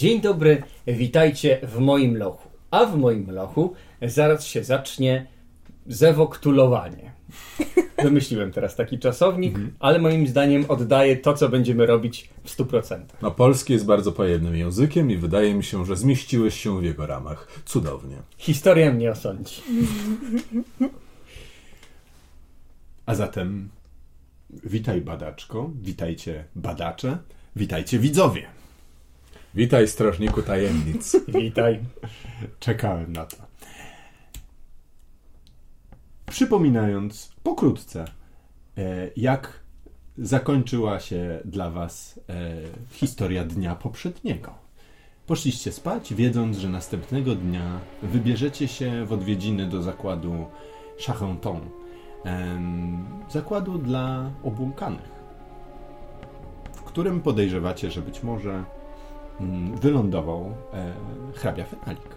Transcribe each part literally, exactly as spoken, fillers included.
Dzień dobry, witajcie w moim lochu. A w moim lochu zaraz się zacznie zewoktulowanie. Wymyśliłem teraz taki czasownik, mhm. ale moim zdaniem oddaje to, co będziemy robić w stu procentach. No, polski jest bardzo pojemnym językiem i wydaje mi się, że zmieściłeś się w jego ramach. Cudownie. Historia mnie osądzi. A zatem witaj badaczko, witajcie badacze, witajcie widzowie. Witaj strażniku tajemnic. Witaj. Czekałem na to. Przypominając pokrótce, jak zakończyła się dla was historia dnia poprzedniego. Poszliście spać, wiedząc, że następnego dnia wybierzecie się w odwiedziny do zakładu Charenton. Zakładu dla obłąkanych, w którym podejrzewacie, że być może wylądował hrabia Fenalik.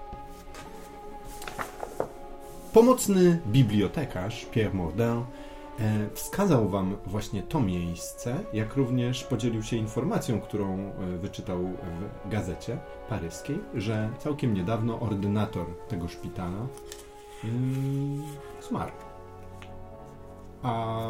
Pomocny bibliotekarz Pierre Mordin wskazał wam właśnie to miejsce, jak również podzielił się informacją, którą wyczytał w gazecie paryskiej, że całkiem niedawno ordynator tego szpitala hmm, zmarł. A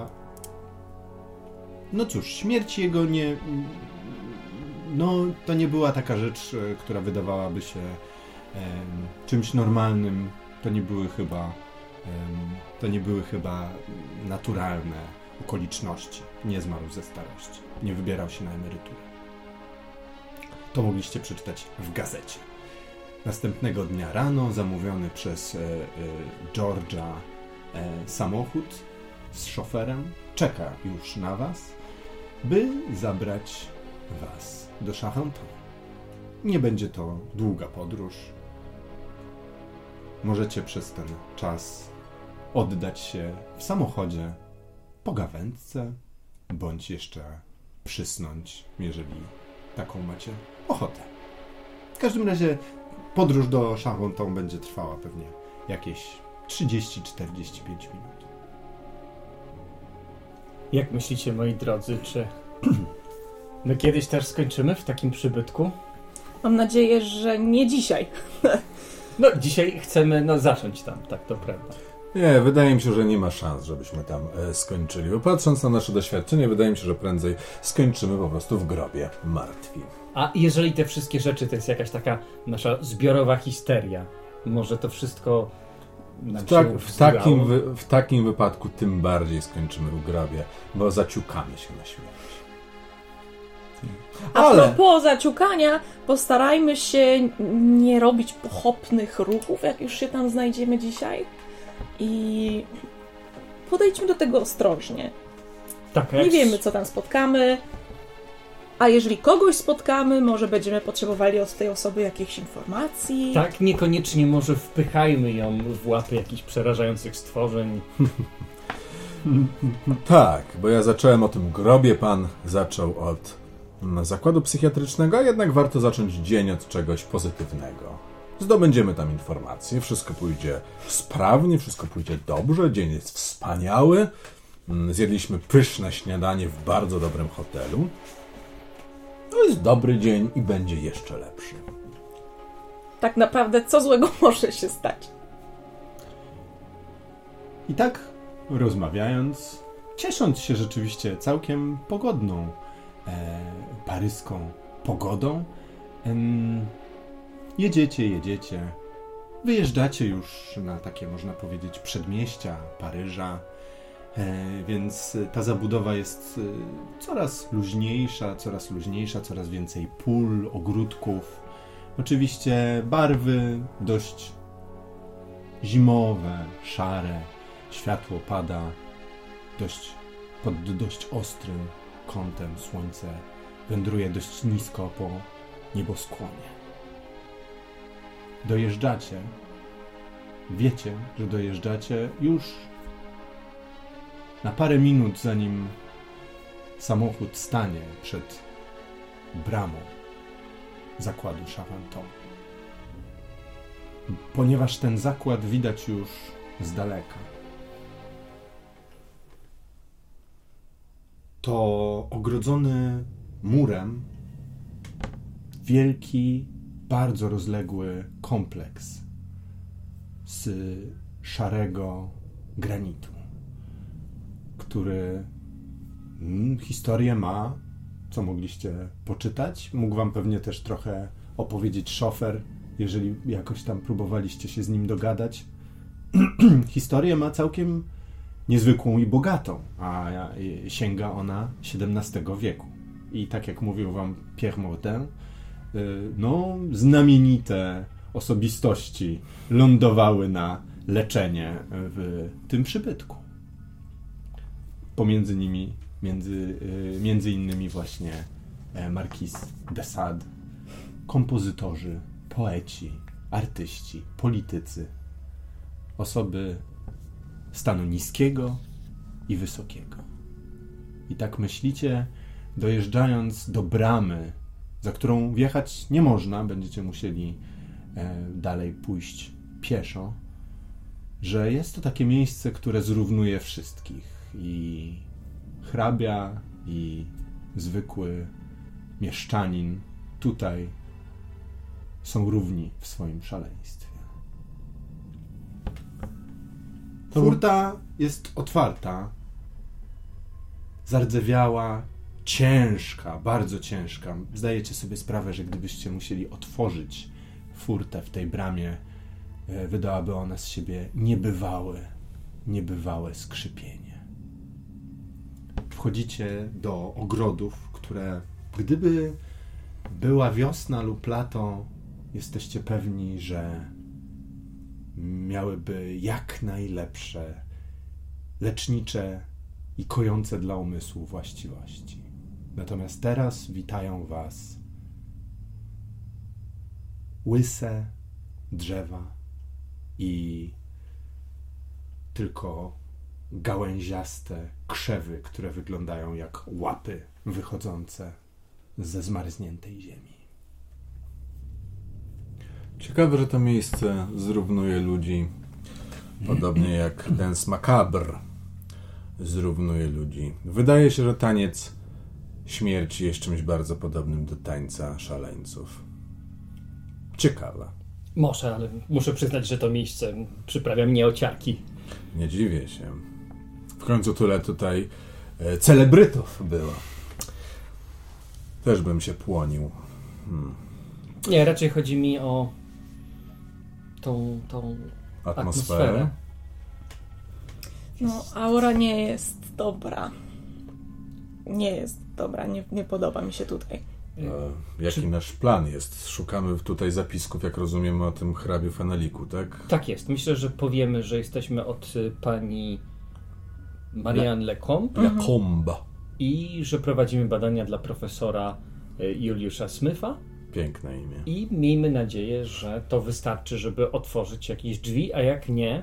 no cóż, śmierć jego nie... No, to nie była taka rzecz, która wydawałaby się em, czymś normalnym. To nie były chyba em, to nie były chyba naturalne okoliczności. Nie zmarł ze starości. Nie wybierał się na emeryturę. To mogliście przeczytać w gazecie. Następnego dnia rano zamówiony przez e, e, George'a e, samochód z szoferem czeka już na was, by zabrać was do Charenton. Nie będzie to długa podróż. Możecie przez ten czas oddać się w samochodzie pogawędce, bądź jeszcze przysnąć, jeżeli taką macie ochotę. W każdym razie podróż do Charenton będzie trwała pewnie jakieś trzydzieści do czterdziestu pięciu minut. Jak myślicie, moi drodzy, czy my kiedyś też skończymy w takim przybytku? Mam nadzieję, że nie dzisiaj. No, dzisiaj chcemy no, zacząć tam, tak to prawda. Nie, wydaje mi się, że nie ma szans, żebyśmy tam e, skończyli. Bo patrząc na nasze doświadczenie, wydaje mi się, że prędzej skończymy po prostu w grobie martwi. A jeżeli te wszystkie rzeczy to jest jakaś taka nasza zbiorowa histeria, może to wszystko nam w, tak, się w, takim wy, w takim wypadku tym bardziej skończymy w grobie, bo zaciukamy się na śmierć. Ale... A propos zaciukania, postarajmy się nie robić pochopnych ruchów, jak już się tam znajdziemy dzisiaj. I podejdźmy do tego ostrożnie. Tak, nie wiemy, co tam spotkamy. A jeżeli kogoś spotkamy, może będziemy potrzebowali od tej osoby jakichś informacji. Tak, niekoniecznie może wpychajmy ją w łapy jakichś przerażających stworzeń. Tak, bo ja zacząłem o tym grobie, pan zaczął od zakładu psychiatrycznego, a jednak warto zacząć dzień od czegoś pozytywnego. Zdobędziemy tam informacje, wszystko pójdzie sprawnie, wszystko pójdzie dobrze, dzień jest wspaniały. Zjedliśmy pyszne śniadanie w bardzo dobrym hotelu. To jest dobry dzień i będzie jeszcze lepszy. Tak naprawdę, co złego może się stać? I tak rozmawiając, ciesząc się rzeczywiście całkiem pogodną e, paryską pogodą, em, jedziecie, jedziecie, wyjeżdżacie już na takie, można powiedzieć, przedmieścia Paryża, e, więc ta zabudowa jest e, coraz luźniejsza, coraz luźniejsza, coraz więcej pól, ogródków. Oczywiście barwy dość zimowe, szare, światło pada dość, pod dość ostrym kątem, słońce wędruje dość nisko po nieboskłonie. Dojeżdżacie, wiecie, że dojeżdżacie już na parę minut, zanim samochód stanie przed bramą zakładu Charenton. Ponieważ ten zakład widać już z daleka. To ogrodzony murem wielki, bardzo rozległy kompleks z szarego granitu, który mm, historię ma, co mogliście poczytać. Mógł wam pewnie też trochę opowiedzieć szofer, jeżeli jakoś tam próbowaliście się z nim dogadać. Historię ma całkiem niezwykłą i bogatą, a sięga ona siedemnastego wieku. I tak jak mówił wam Pierre Mortin, no znamienite osobistości lądowały na leczenie w tym przybytku. Pomiędzy nimi, między, między innymi właśnie Marquis de Sade, kompozytorzy, poeci, artyści, politycy, osoby stanu niskiego i wysokiego. I tak myślicie, dojeżdżając do bramy, za którą wjechać nie można, będziecie musieli e, dalej pójść pieszo, że jest to takie miejsce, które zrównuje wszystkich. I hrabia, i zwykły mieszczanin tutaj są równi w swoim szaleństwie. Furta jest otwarta, zardzewiała, ciężka, bardzo ciężka. Zdajecie sobie sprawę, że gdybyście musieli otworzyć furtę w tej bramie, wydałaby ona z siebie niebywałe, niebywałe skrzypienie. Wchodzicie do ogrodów, które gdyby była wiosna lub lato, jesteście pewni, że miałyby jak najlepsze lecznicze i kojące dla umysłu właściwości. Natomiast teraz witają was łyse drzewa i tylko gałęziaste krzewy, które wyglądają jak łapy wychodzące ze zmarzniętej ziemi. Ciekawe, że to miejsce zrównuje ludzi, podobnie jak Dance Macabre zrównuje ludzi. Wydaje się, że taniec śmierci jest czymś bardzo podobnym do tańca szaleńców. Ciekawe. Może, ale muszę przyznać, że to miejsce przyprawia mnie ociarki. Nie dziwię się. W końcu tyle tutaj e, celebrytów było. Też bym się płonił. Hmm. Nie, raczej chodzi mi o tą, tą Atmosferę. atmosferę. No, aura nie jest dobra. Nie jest dobra, nie, nie podoba mi się tutaj. E, jaki Czy... nasz plan jest? Szukamy tutaj zapisków, jak rozumiemy, o tym hrabiu Feneliku, tak? Tak jest. Myślę, że powiemy, że jesteśmy od y, pani Marianne Lecombe. Lecombe. I że prowadzimy badania dla profesora y, Juliusza Smitha. Piękne imię. I miejmy nadzieję, że to wystarczy, żeby otworzyć jakieś drzwi, a jak nie,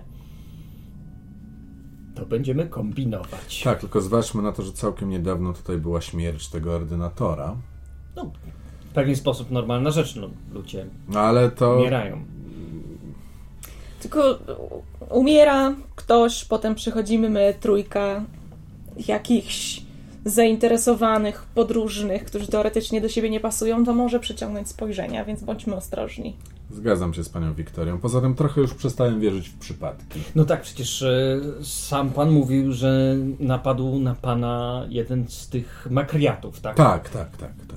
to będziemy kombinować. Tak, tylko zważmy na to, że całkiem niedawno tutaj była śmierć tego ordynatora. No, w pewien sposób normalna rzecz, no, ludzie no, ale to... umierają. Tylko umiera ktoś, potem przychodzimy my, trójka jakichś zainteresowanych, podróżnych, którzy teoretycznie do siebie nie pasują, to może przyciągnąć spojrzenia, więc bądźmy ostrożni. Zgadzam się z panią Wiktorią. Poza tym trochę już przestałem wierzyć w przypadki. No tak, przecież y, sam pan mówił, że napadł na pana jeden z tych makriatów, tak? Tak, tak, tak, tak.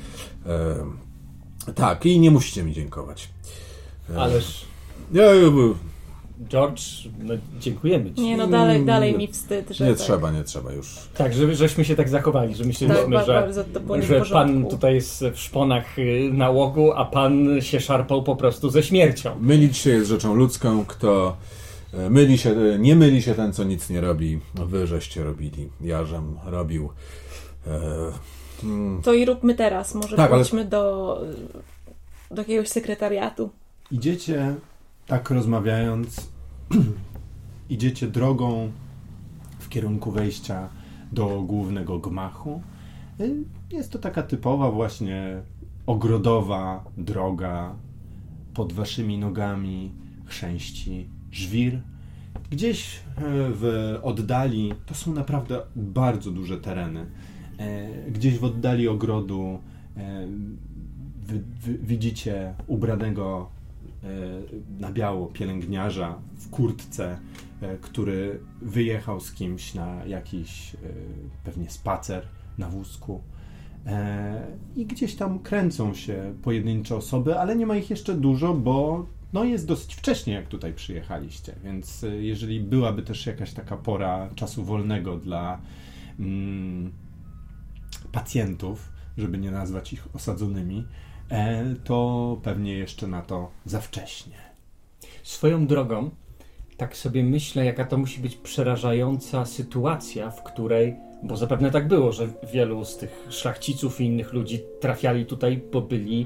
E, tak, i nie musicie mi dziękować. E, Ależ... Ja, ja, George, no, dziękujemy ci. Nie, no dalej, dalej mi wstyd, że Nie tak. trzeba, nie trzeba już. Tak, że, żeśmy się tak zachowali, że myśleliśmy, tak, że, bardzo to było nie w że porządku. pan tutaj jest w szponach y, nałogu, a pan się szarpał po prostu ze śmiercią. Mylić się jest rzeczą ludzką. Kto e, myli się, e, nie myli się ten, co nic nie robi. Wy żeście robili. Ja żem robił. E, mm. To i róbmy teraz. Może Tak, ale- pójdźmy do, do jakiegoś sekretariatu. Idziecie, tak rozmawiając, idziecie drogą w kierunku wejścia do głównego gmachu. Jest to taka typowa właśnie ogrodowa droga. Pod waszymi nogami chrzęści żwir. Gdzieś w oddali, to są naprawdę bardzo duże tereny, gdzieś w oddali ogrodu wy, wy, widzicie ubranego e, na biało pielęgniarza w kurtce, e, który wyjechał z kimś na jakiś e, pewnie spacer na wózku. E, I gdzieś tam kręcą się pojedyncze osoby, ale nie ma ich jeszcze dużo, bo no jest dosyć wcześnie, jak tutaj przyjechaliście, więc e, jeżeli byłaby też jakaś taka pora czasu wolnego dla mm, pacjentów, żeby nie nazwać ich osadzonymi, e, to pewnie jeszcze na to za wcześnie. Swoją drogą, tak sobie myślę, jaka to musi być przerażająca sytuacja, w której, bo zapewne tak było, że wielu z tych szlachciców i innych ludzi trafiali tutaj, bo byli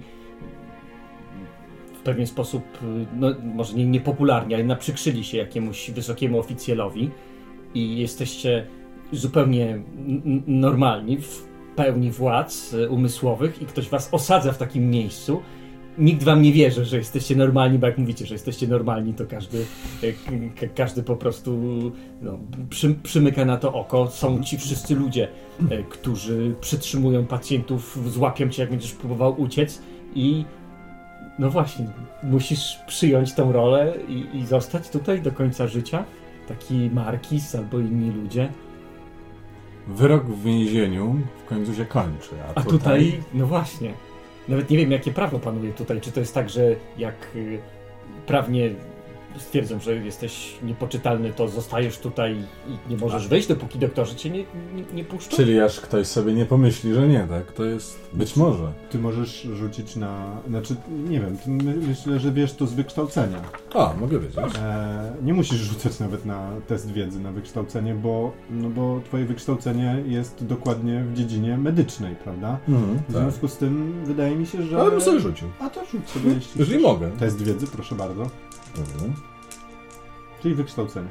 w pewien sposób, no może nie niepopularni, ale naprzykrzyli się jakiemuś wysokiemu oficjelowi i jesteście zupełnie n- normalni, w pełni władz umysłowych i ktoś was osadza w takim miejscu. Nikt wam nie wierzy, że jesteście normalni, bo jak mówicie, że jesteście normalni, to każdy, ka- każdy po prostu no, przy, przymyka na to oko. Są ci wszyscy ludzie, e, którzy przytrzymują pacjentów, złapią cię, jak będziesz próbował uciec i no właśnie, musisz przyjąć tą rolę i, i zostać tutaj do końca życia. Taki markiz albo inni ludzie. Wyrok w więzieniu w końcu się kończy, a, A tutaj... tutaj, no właśnie, nawet nie wiem, jakie prawo panuje tutaj. Czy to jest tak, że jak y, prawnie stwierdzą, że jesteś niepoczytalny, to zostajesz tutaj i nie możesz wyjść, dopóki doktorzy cię nie, nie, nie puszczą? Czyli aż ktoś sobie nie pomyśli, że nie, tak? To jest być może. Ty możesz rzucić na... Znaczy, nie wiem, ty my, myślę, że wiesz to z wykształcenia. A, mogę wiedzieć. E, nie musisz rzucać nawet na test wiedzy, na wykształcenie, bo, no bo twoje wykształcenie jest dokładnie w dziedzinie medycznej, prawda? Mhm, W tak. związku z tym wydaje mi się, że... Ale bym sobie rzucił. A to rzuć sobie, jeśli Jeżeli chcesz. mogę. Test wiedzy, proszę bardzo. Mhm. Czyli wykształcenie.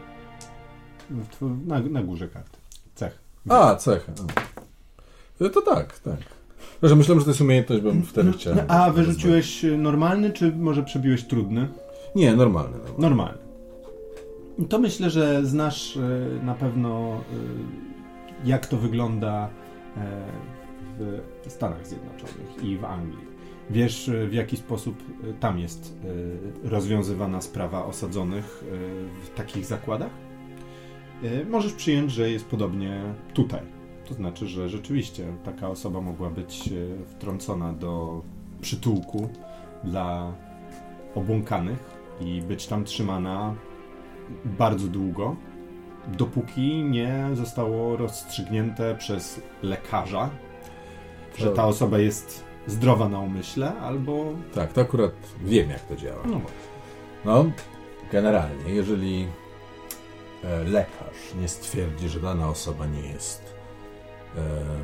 W- Na, na górze karty. Cech. A, cechy. No to tak, tak. Że myślałem, że to jest umiejętność, bym wtedy chciał. No, a wyrzuciłeś normalny, czy może przebiłeś trudny? Nie, normalny. normalny. Normalny. To myślę, że znasz e, na pewno, e, jak to wygląda e, w Stanach Zjednoczonych i w Anglii. Wiesz, e, w jaki sposób e, tam jest e, rozwiązywana sprawa osadzonych e, w takich zakładach? E, możesz przyjąć, że jest podobnie tutaj. To znaczy, że rzeczywiście taka osoba mogła być e, wtrącona do przytułku dla obłąkanych i być tam trzymana bardzo długo, dopóki nie zostało rozstrzygnięte przez lekarza, że ta osoba jest zdrowa na umyśle, albo... Tak, to akurat wiem, jak to działa. No, No, generalnie, jeżeli e, lekarz nie stwierdzi, że dana osoba nie jest e,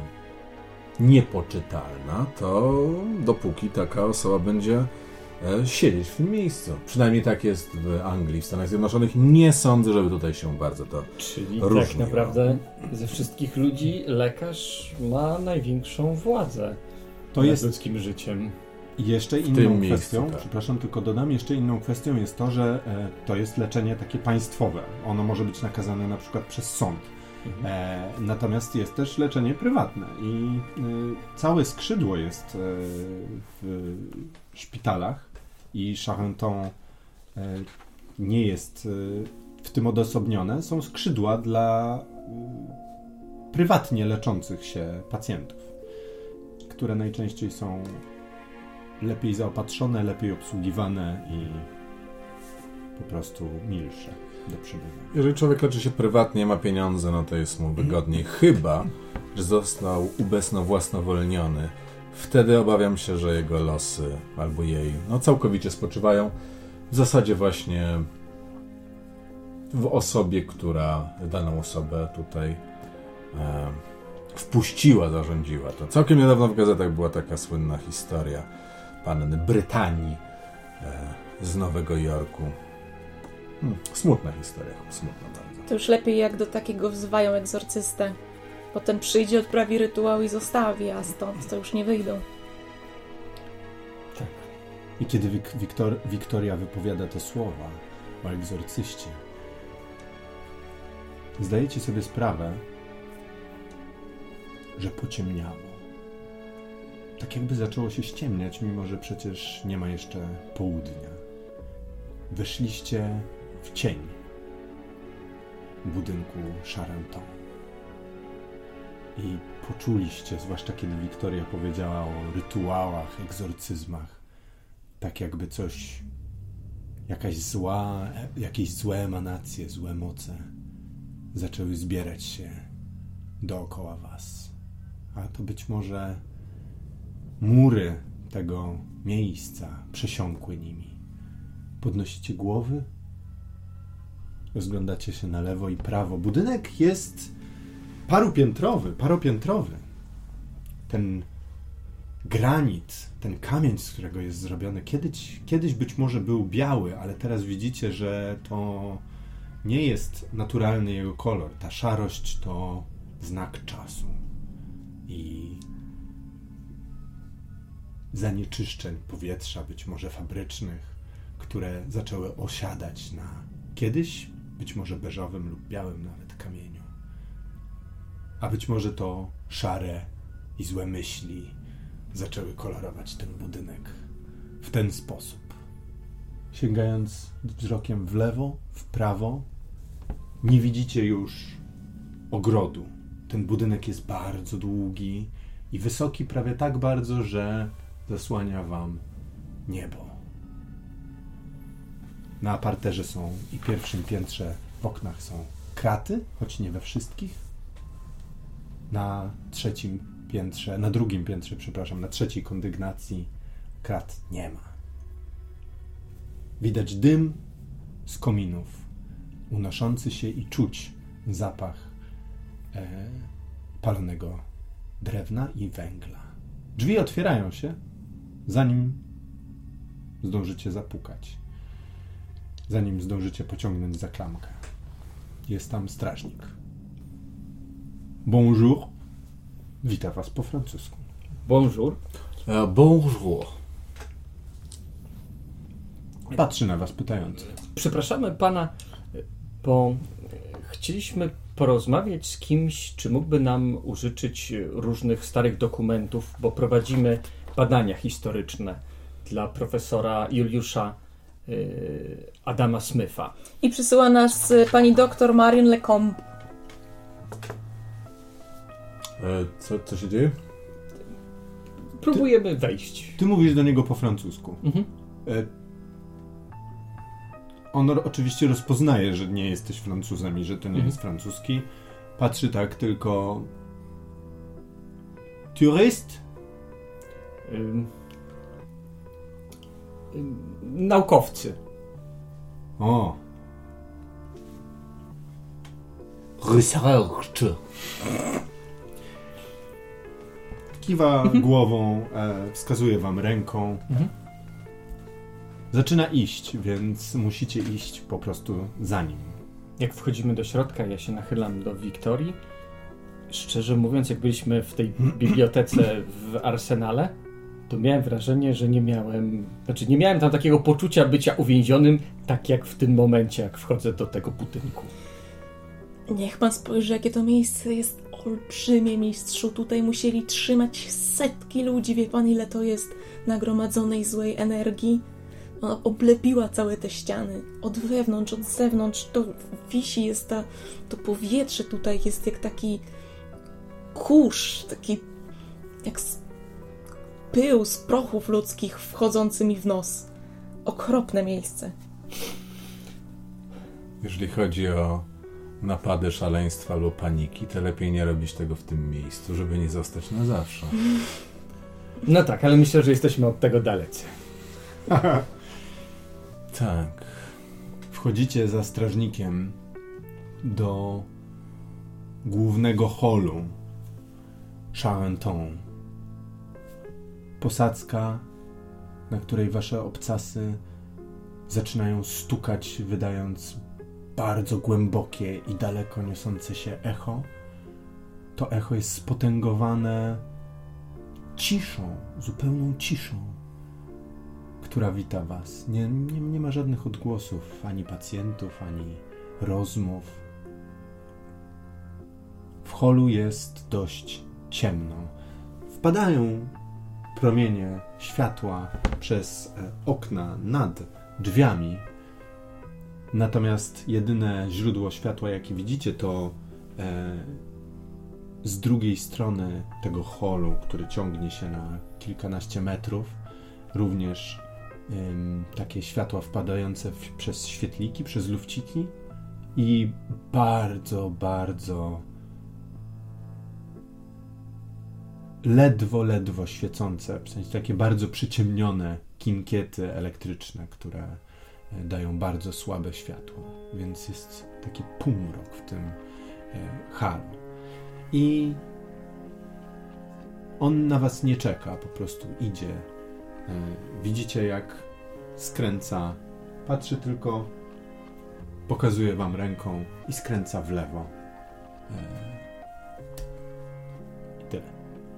niepoczytalna, to dopóki taka osoba będzie e, siedzieć w tym miejscu. Przynajmniej tak jest w Anglii, w Stanach Zjednoczonych. Nie sądzę, żeby tutaj się bardzo to Czyli różniło. tak naprawdę ze wszystkich ludzi lekarz ma największą władzę to nad jest ludzkim życiem. jeszcze tym inną miejscu, kwestią, tak. przepraszam, tylko dodam, jeszcze inną kwestią jest to, że e, to jest leczenie takie państwowe. Ono może być nakazane na przykład przez sąd. Mhm. E, natomiast jest też leczenie prywatne i e, całe skrzydło jest e, w szpitalach i Charenton e, nie jest e, w tym odosobnione. Są skrzydła dla e, prywatnie leczących się pacjentów, które najczęściej są lepiej zaopatrzone, lepiej obsługiwane i po prostu milsze do przebywania. Jeżeli człowiek leczy się prywatnie, ma pieniądze, no to jest mu wygodniej. Chyba, że został ubezwłasnowolniony. Wtedy obawiam się, że jego losy albo jej no, całkowicie spoczywają w zasadzie właśnie w osobie, która daną osobę tutaj e, wpuściła, zarządziła to. Całkiem niedawno w gazetach była taka słynna historia panny Brytanii e, z Nowego Jorku. Hmm, smutna historia, smutna bardzo. To już lepiej, jak do takiego wzywają egzorcystę. Potem przyjdzie, odprawi rytuał i zostawi, a stąd to już nie wyjdą. Tak. I kiedy Wik- Wiktor- Wiktoria wypowiada te słowa o egzorcyście, zdajecie sobie sprawę, że pociemniało. tak jakby zaczęło się ściemniać, mimo że przecież nie ma jeszcze południa. Weszliście w cień budynku Charenton. I poczuliście, zwłaszcza kiedy Wiktoria powiedziała o rytuałach, egzorcyzmach, tak jakby coś, jakaś zła, jakieś złe emanacje, złe moce zaczęły zbierać się dookoła was. A to być może mury tego miejsca przesiąkły nimi. Podnosicie głowy, rozglądacie się na lewo i prawo. Budynek jest parupiętrowy, paropiętrowy. Ten granit, ten kamień, z którego jest zrobiony, kiedyś, kiedyś być może był biały, ale teraz widzicie, że to nie jest naturalny jego kolor. Ta szarość to znak czasu i zanieczyszczeń powietrza, być może fabrycznych, które zaczęły osiadać na kiedyś być może beżowym lub białym nawet kamieniu. A być może to szare i złe myśli zaczęły kolorować ten budynek w ten sposób. Sięgając wzrokiem w lewo, w prawo, nie widzicie już ogrodu. Ten budynek jest bardzo długi i wysoki prawie tak bardzo, że zasłania wam niebo. Na parterze są i pierwszym piętrze w oknach są kraty, choć nie we wszystkich. Na trzecim piętrze, na drugim piętrze, przepraszam, na trzeciej kondygnacji krat nie ma. Widać dym z kominów unoszący się i czuć zapach e, palonego drewna i węgla. Drzwi otwierają się, zanim zdążycie zapukać. Zanim zdążycie pociągnąć za klamkę. Jest tam strażnik. Bonjour. Wita was po francusku. Bonjour. Uh, bonjour. Patrzy na was pytająco. Przepraszamy pana, bo chcieliśmy porozmawiać z kimś, czy mógłby nam użyczyć różnych starych dokumentów, bo prowadzimy badania historyczne dla profesora Juliusza yy, Adama Smitha. I przysyła nas y, pani doktor Marion Lecombe. E, co, co się dzieje? Próbujemy wejść. Ty mówisz do niego po francusku. Mhm. E, on ro- oczywiście rozpoznaje, że nie jesteś Francuzem i że to nie Mhm. jest francuski. Patrzy tak tylko... Turist? Ym, ym, naukowcy. O, Research. kiwa głową, e, wskazuje wam ręką. Mhm. Zaczyna iść, więc musicie iść po prostu za nim. Jak wchodzimy do środka, ja się nachylam do Wiktorii. Szczerze mówiąc, jak byliśmy w tej bibliotece w Arsenale, to miałem wrażenie, że nie miałem... Znaczy, nie miałem tam takiego poczucia bycia uwięzionym, tak jak w tym momencie, jak wchodzę do tego budynku. Niech pan spojrzy, jakie to miejsce jest olbrzymie, mistrzu. Tutaj musieli trzymać setki ludzi. Wie pan, ile to jest nagromadzonej złej energii? Ona oblepiła całe te ściany. Od wewnątrz, od zewnątrz. To wisi, jest ta, to powietrze tutaj jest jak taki kurz, taki jak z pył z prochów ludzkich wchodzący mi w nos. Okropne miejsce. Jeżeli chodzi o napady szaleństwa lub paniki, to lepiej nie robić tego w tym miejscu, żeby nie zostać na zawsze. No tak, ale myślę, że jesteśmy od tego dalecy. Tak. Wchodzicie za strażnikiem do głównego holu Charenton. Posadzka, na której wasze obcasy zaczynają stukać, wydając bardzo głębokie i daleko niosące się echo. To echo jest spotęgowane ciszą, zupełną ciszą, która wita was. Nie, nie, nie ma żadnych odgłosów, ani pacjentów, ani rozmów. W holu jest dość ciemno. Wpadają promienie światła przez okna nad drzwiami. Natomiast jedyne źródło światła, jakie widzicie, to e, z drugiej strony tego holu, który ciągnie się na kilkanaście metrów, również e, takie światła wpadające w, przez świetliki, przez lufciki i bardzo, bardzo ledwo, ledwo świecące, w sensie takie bardzo przyciemnione kinkiety elektryczne, które dają bardzo słabe światło, więc jest taki półmrok w tym e, halu. I on na was nie czeka, po prostu idzie. E, widzicie, jak skręca, patrzy tylko, pokazuje wam ręką i skręca w lewo. E, I tyle.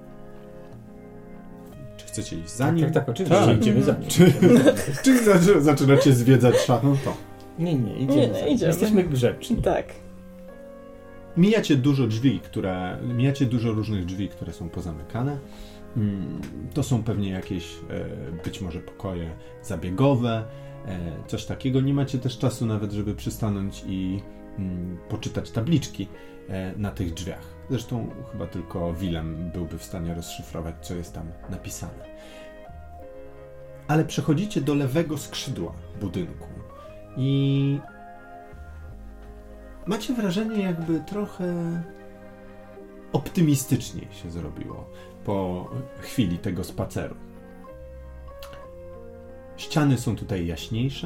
Chcecie iść za nim? Tak, tak, oczywiście, tak. idziemy za nim. Czy, czy zaczy, zaczynacie zwiedzać szatą? To. Nie, nie, idziemy. Nie, nie, za nim. idziemy. Jesteśmy grzeczni. Tak. Mijacie dużo drzwi, które... Mijacie dużo różnych drzwi, które są pozamykane. To są pewnie jakieś być może pokoje zabiegowe, coś takiego. Nie macie też czasu nawet, żeby przystanąć i poczytać tabliczki na tych drzwiach. Zresztą chyba tylko Willem byłby w stanie rozszyfrować, co jest tam napisane. Ale przechodzicie do lewego skrzydła budynku i macie wrażenie, jakby trochę optymistyczniej się zrobiło po chwili tego spaceru. Ściany są tutaj jaśniejsze,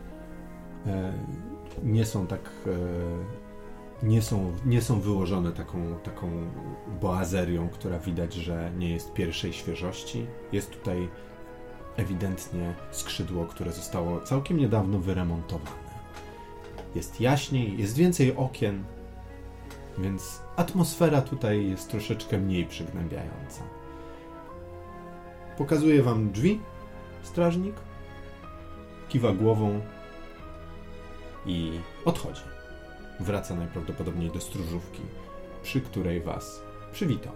nie są tak... Nie są, nie są wyłożone taką, taką boazerią, która widać, że nie jest pierwszej świeżości. Jest tutaj ewidentnie skrzydło, które zostało całkiem niedawno wyremontowane. Jest jaśniej, jest więcej okien, więc atmosfera tutaj jest troszeczkę mniej przygnębiająca. Pokazuje wam drzwi strażnik, kiwa głową i odchodzi. Wraca najprawdopodobniej do stróżówki, przy której was przywitał.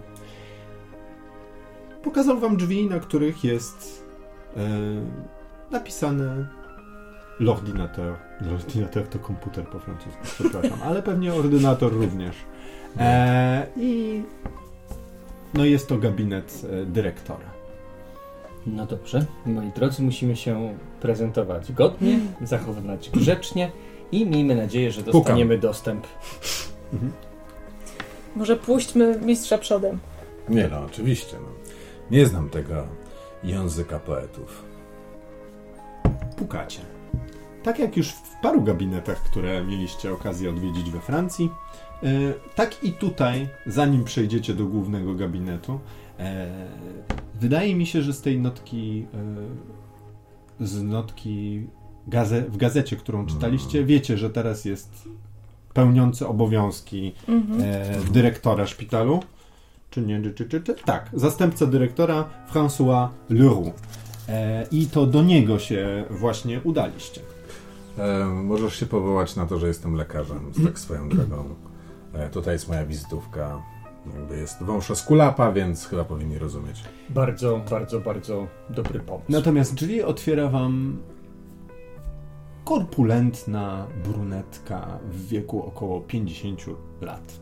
Pokazał wam drzwi, na których jest e, napisane l'ordinateur. L'ordinateur to komputer po francusku, przepraszam, ale pewnie ordynator również. E, I no jest to gabinet e, dyrektora. No dobrze, moi drodzy, musimy się prezentować godnie, zachowywać grzecznie i miejmy nadzieję, że dostaniemy Pukam. dostęp. Mhm. Może puśćmy mistrza przodem. Nie no, oczywiście. No. Nie znam tego języka poetów. Pukacie. Tak jak już w paru gabinetach, które mieliście okazję odwiedzić we Francji, yy, tak i tutaj, zanim przejdziecie do głównego gabinetu, yy, wydaje mi się, że z tej notki, yy, z notki gaze- w gazecie, którą czytaliście, wiecie, że teraz jest pełniący obowiązki Mhm. yy, dyrektora szpitalu. Czy nie? Czy, czy, czy, czy? Tak, zastępca dyrektora François Leroux. E, I to do niego się właśnie udaliście. E, możesz się powołać na to, że jestem lekarzem, z tak swoją drogą. E, tutaj jest moja wizytówka. Jakby jest wąż Eskulapa, więc chyba powinni rozumieć. Bardzo, bardzo, bardzo dobry pomysł. Natomiast drzwi otwiera wam korpulentna brunetka w wieku około pięćdziesięciu lat.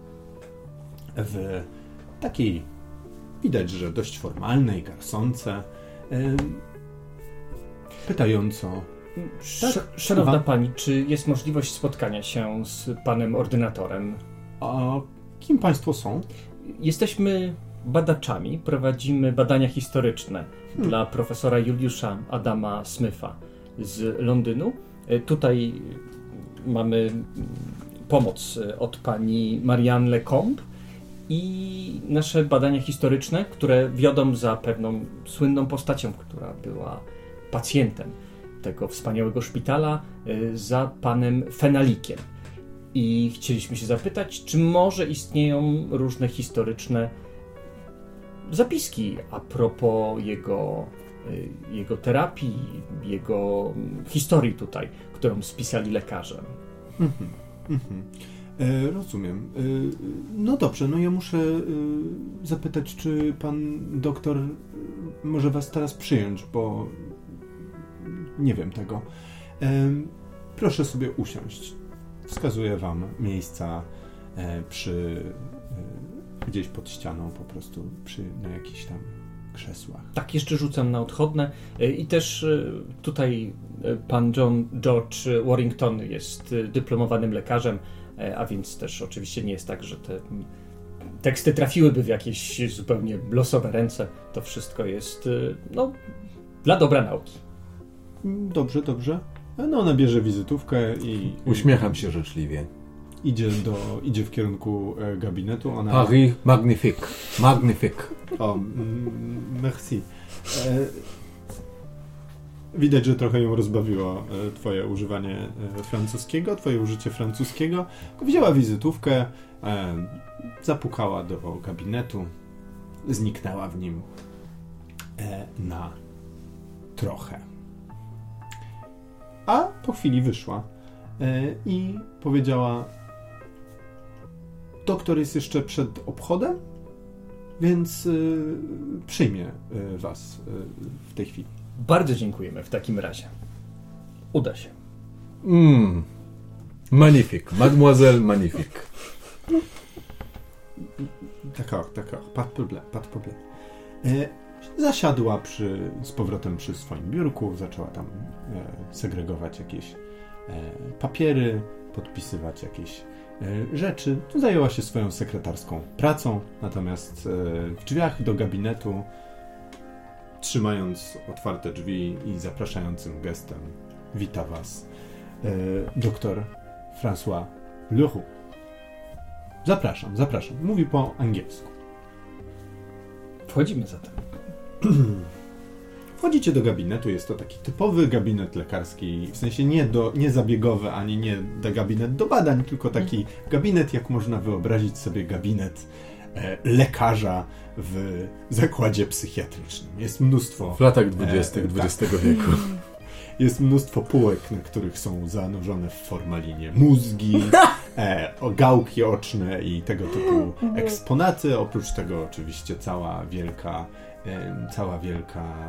W takiej, widać, że dość formalnej garsonce, yy, pytająco. Sz- Szanowna słucham? Pani, czy jest możliwość spotkania się z panem ordynatorem? A kim państwo są? Jesteśmy badaczami, prowadzimy badania historyczne hmm. dla profesora Juliusza Adama Smitha z Londynu. Tutaj mamy pomoc od pani Marianne Lecombe i nasze badania historyczne, które wiodą za pewną słynną postacią, która była pacjentem tego wspaniałego szpitala, za panem Fenalikiem. I chcieliśmy się zapytać, czy może istnieją różne historyczne zapiski a propos jego, jego terapii, jego historii tutaj, którą spisali lekarze. Mhm, mhm. E, rozumiem. E, no dobrze, no ja muszę e, zapytać, czy pan doktor może was teraz przyjąć, bo nie wiem tego. Em, proszę sobie usiąść. Wskazuję wam miejsca e, przy e, gdzieś pod ścianą, po prostu przy na jakichś tam krzesłach. Tak, jeszcze rzucam na odchodne. Y, I też y, tutaj y, pan John George Warrington jest y, dyplomowanym lekarzem, y, a więc też oczywiście nie jest tak, że te mm, teksty trafiłyby w jakieś zupełnie losowe ręce. To wszystko jest y, no, dla dobra nauki. Dobrze, dobrze. No ona bierze wizytówkę i Uśmiecham się życzliwie. idzie do idzie w kierunku e, gabinetu. Ona Paris magnifique. Magnifique. O, mm, merci. E, widać, że trochę ją rozbawiło e, twoje używanie e, francuskiego, twoje użycie francuskiego. Wzięła wizytówkę, e, zapukała do gabinetu, zniknęła w nim e, na trochę. A po chwili wyszła e, i powiedziała: doktor jest jeszcze przed obchodem, więc y, przyjmie y, was y, w tej chwili. Bardzo dziękujemy w takim razie. Uda się. Mm. Magnifique. Mademoiselle magnifique. D'accord, d'accord, pas de problème, pas de problème. E, zasiadła przy, z powrotem przy swoim biurku, zaczęła tam e, segregować jakieś e, papiery, podpisywać jakieś e, rzeczy. Zajęła się swoją sekretarską pracą, natomiast e, w drzwiach do gabinetu, trzymając otwarte drzwi i zapraszającym gestem, wita was e, doktor François Leroux. Zapraszam, zapraszam. Mówi po angielsku. Wchodzimy zatem. Wchodzicie do gabinetu, jest to taki typowy gabinet lekarski, w sensie nie, do, nie zabiegowy, ani nie do gabinet do badań, tylko taki gabinet, jak można wyobrazić sobie gabinet e, lekarza w zakładzie psychiatrycznym. Jest mnóstwo... W latach dwudziestych dwudziestego wieku. Jest mnóstwo półek, na których są zanurzone w formalinie mózgi, e, gałki oczne i tego typu eksponaty. Oprócz tego oczywiście cała wielka, e, cała wielka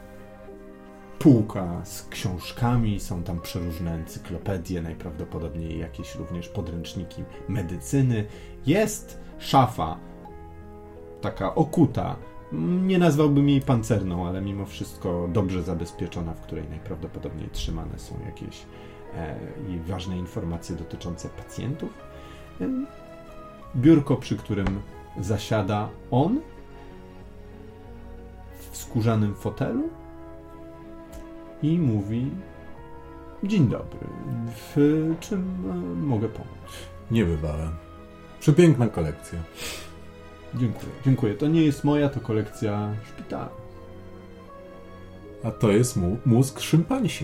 półka z książkami. Są tam przeróżne encyklopedie, najprawdopodobniej jakieś również podręczniki medycyny. Jest szafa taka okuta. Nie nazwałbym jej pancerną, ale mimo wszystko dobrze zabezpieczona, w której najprawdopodobniej trzymane są jakieś e, i ważne informacje dotyczące pacjentów. E, biurko, przy którym zasiada on w skórzanym fotelu i mówi: dzień dobry, w czym e, mogę pomóc? Niebywałe. Przepiękna kolekcja. Dziękuję, dziękuję. To nie jest moja, to kolekcja szpitala. A to jest mu- mózg szympansi.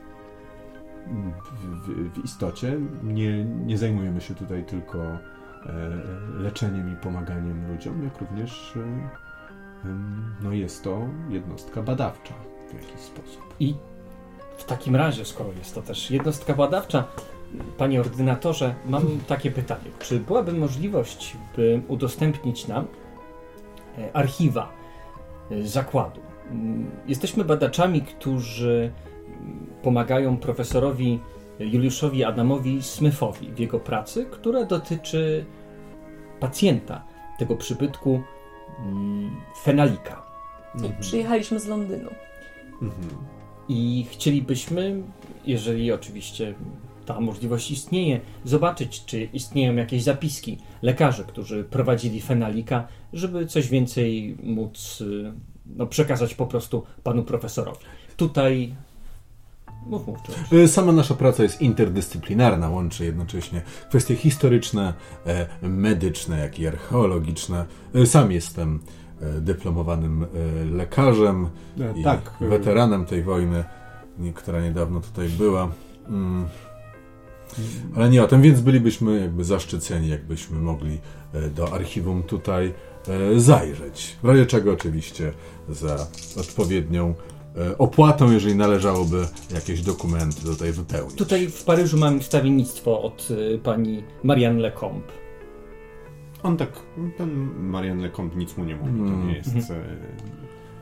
W, w, w istocie nie, nie zajmujemy się tutaj tylko e, leczeniem i pomaganiem ludziom, jak również e, e, no jest to jednostka badawcza w jakiś sposób. I w takim razie, skoro jest to też jednostka badawcza, panie ordynatorze, mam takie pytanie. Czy byłaby możliwość, by udostępnić nam e, archiwa e, zakładu? Mm, Jesteśmy badaczami, którzy mm, pomagają profesorowi Juliuszowi Adamowi Smithowi w jego pracy, która dotyczy pacjenta tego przybytku mm, Fenalika. I przyjechaliśmy z Londynu. Mhm. I chcielibyśmy, jeżeli oczywiście ta możliwość istnieje, zobaczyć, czy istnieją jakieś zapiski lekarzy, którzy prowadzili Fenalika, żeby coś więcej móc no, przekazać po prostu panu profesorowi. Tutaj... Mów, mów, czegoś. Sama nasza praca jest interdyscyplinarna, łączy jednocześnie kwestie historyczne, e, medyczne, jak i archeologiczne. E, Sam jestem e, dyplomowanym e, lekarzem E, i tak. weteranem tej wojny, nie- która niedawno tutaj była. Mm. Ale nie o tym, więc bylibyśmy jakby zaszczyceni, jakbyśmy mogli e, do archiwum tutaj e, zajrzeć. W razie czego oczywiście za odpowiednią e, opłatą, jeżeli należałoby jakieś dokumenty tutaj wypełnić. Tutaj w Paryżu mamy wstawiennictwo od y, pani Marianne Lecombe. On tak, ten Marianne Lecombe nic mu nie mówi, to nie jest... Mhm. E,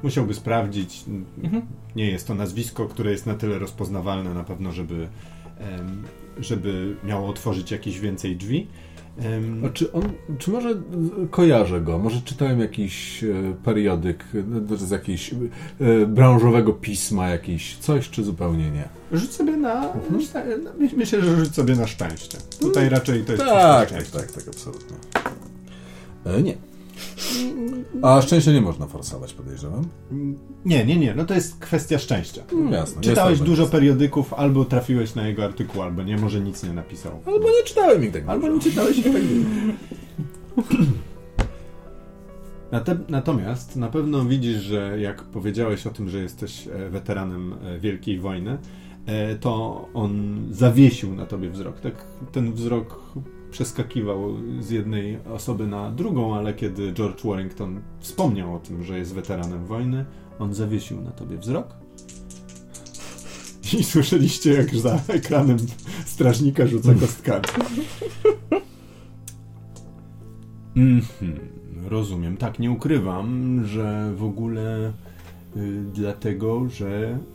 musiałby sprawdzić. Mhm. Nie jest to nazwisko, które jest na tyle rozpoznawalne na pewno, żeby, em, żeby miało otworzyć jakieś więcej drzwi. Em, A czy on, czy może kojarzę go? Może czytałem jakiś e, periodyk e, z jakiegoś e, branżowego pisma, jakiś coś, czy zupełnie nie? Rzuć sobie na... na myślę, że rzuć sobie na szczęście. Tutaj raczej to jest Tak, czyste tak, szczęście. tak, tak, absolutnie. E, nie. A szczęście nie można forsować, podejrzewam. Nie, nie, nie. No to jest kwestia szczęścia. No, jasne. Czytałeś jest dużo jest. periodyków, albo trafiłeś na jego artykuł, albo nie, może nic nie napisał. Albo nie czytałem ich tak Albo dużo. nie czytałeś ich tak dużo. Nate- Natomiast na pewno widzisz, że jak powiedziałeś o tym, że jesteś e, weteranem e, Wielkiej Wojny, e, to on zawiesił na tobie wzrok. Tak, ten wzrok przeskakiwał z jednej osoby na drugą, ale kiedy George Warrington wspomniał o tym, że jest weteranem wojny, on zawiesił na tobie wzrok. I słyszeliście, jak za ekranem strażnika rzuca kostkami. Mhm, rozumiem. Tak, nie ukrywam, że w ogóle y, dlatego, że y,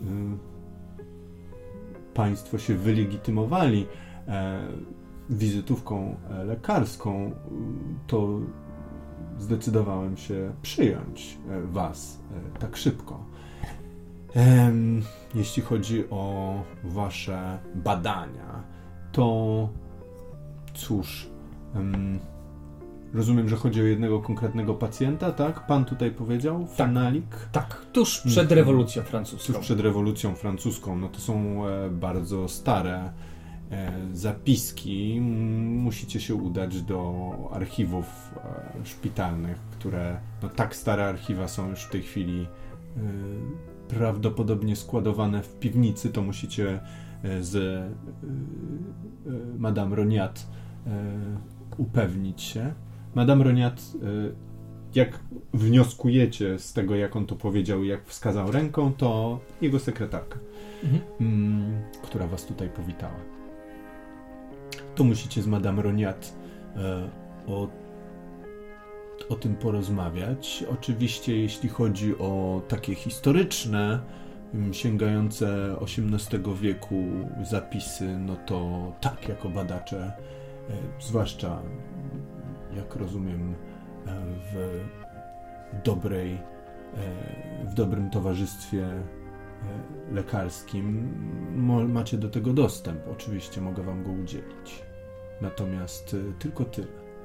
państwo się wylegitymowali e, wizytówką e, lekarską, y, to zdecydowałem się przyjąć e, was e, tak szybko. Em, jeśli chodzi o wasze badania, to cóż, em, rozumiem, że chodzi o jednego konkretnego pacjenta, tak? Pan tutaj powiedział? Fenalik? Tak, tuż przed Mhm. rewolucją francuską. Tuż przed rewolucją francuską. No to są e, bardzo stare e, zapiski. M, Musicie się udać do archiwów e, szpitalnych, które, no tak stare archiwa są już w tej chwili e, prawdopodobnie składowane w piwnicy. To musicie e, z e, e, Madame Roniat e, upewnić się. Madame Roniat, jak wnioskujecie z tego, jak on to powiedział, jak wskazał ręką, to jego sekretarka, Mhm. mm, która was tutaj powitała. To musicie z Madame Roniat e, o, o tym porozmawiać. Oczywiście, jeśli chodzi o takie historyczne, mm, sięgające osiemnastego wieku zapisy, no to tak, jako badacze, e, zwłaszcza jak rozumiem, w dobrej, w dobrym towarzystwie lekarskim macie do tego dostęp. Oczywiście mogę wam go udzielić. Natomiast tylko tyle.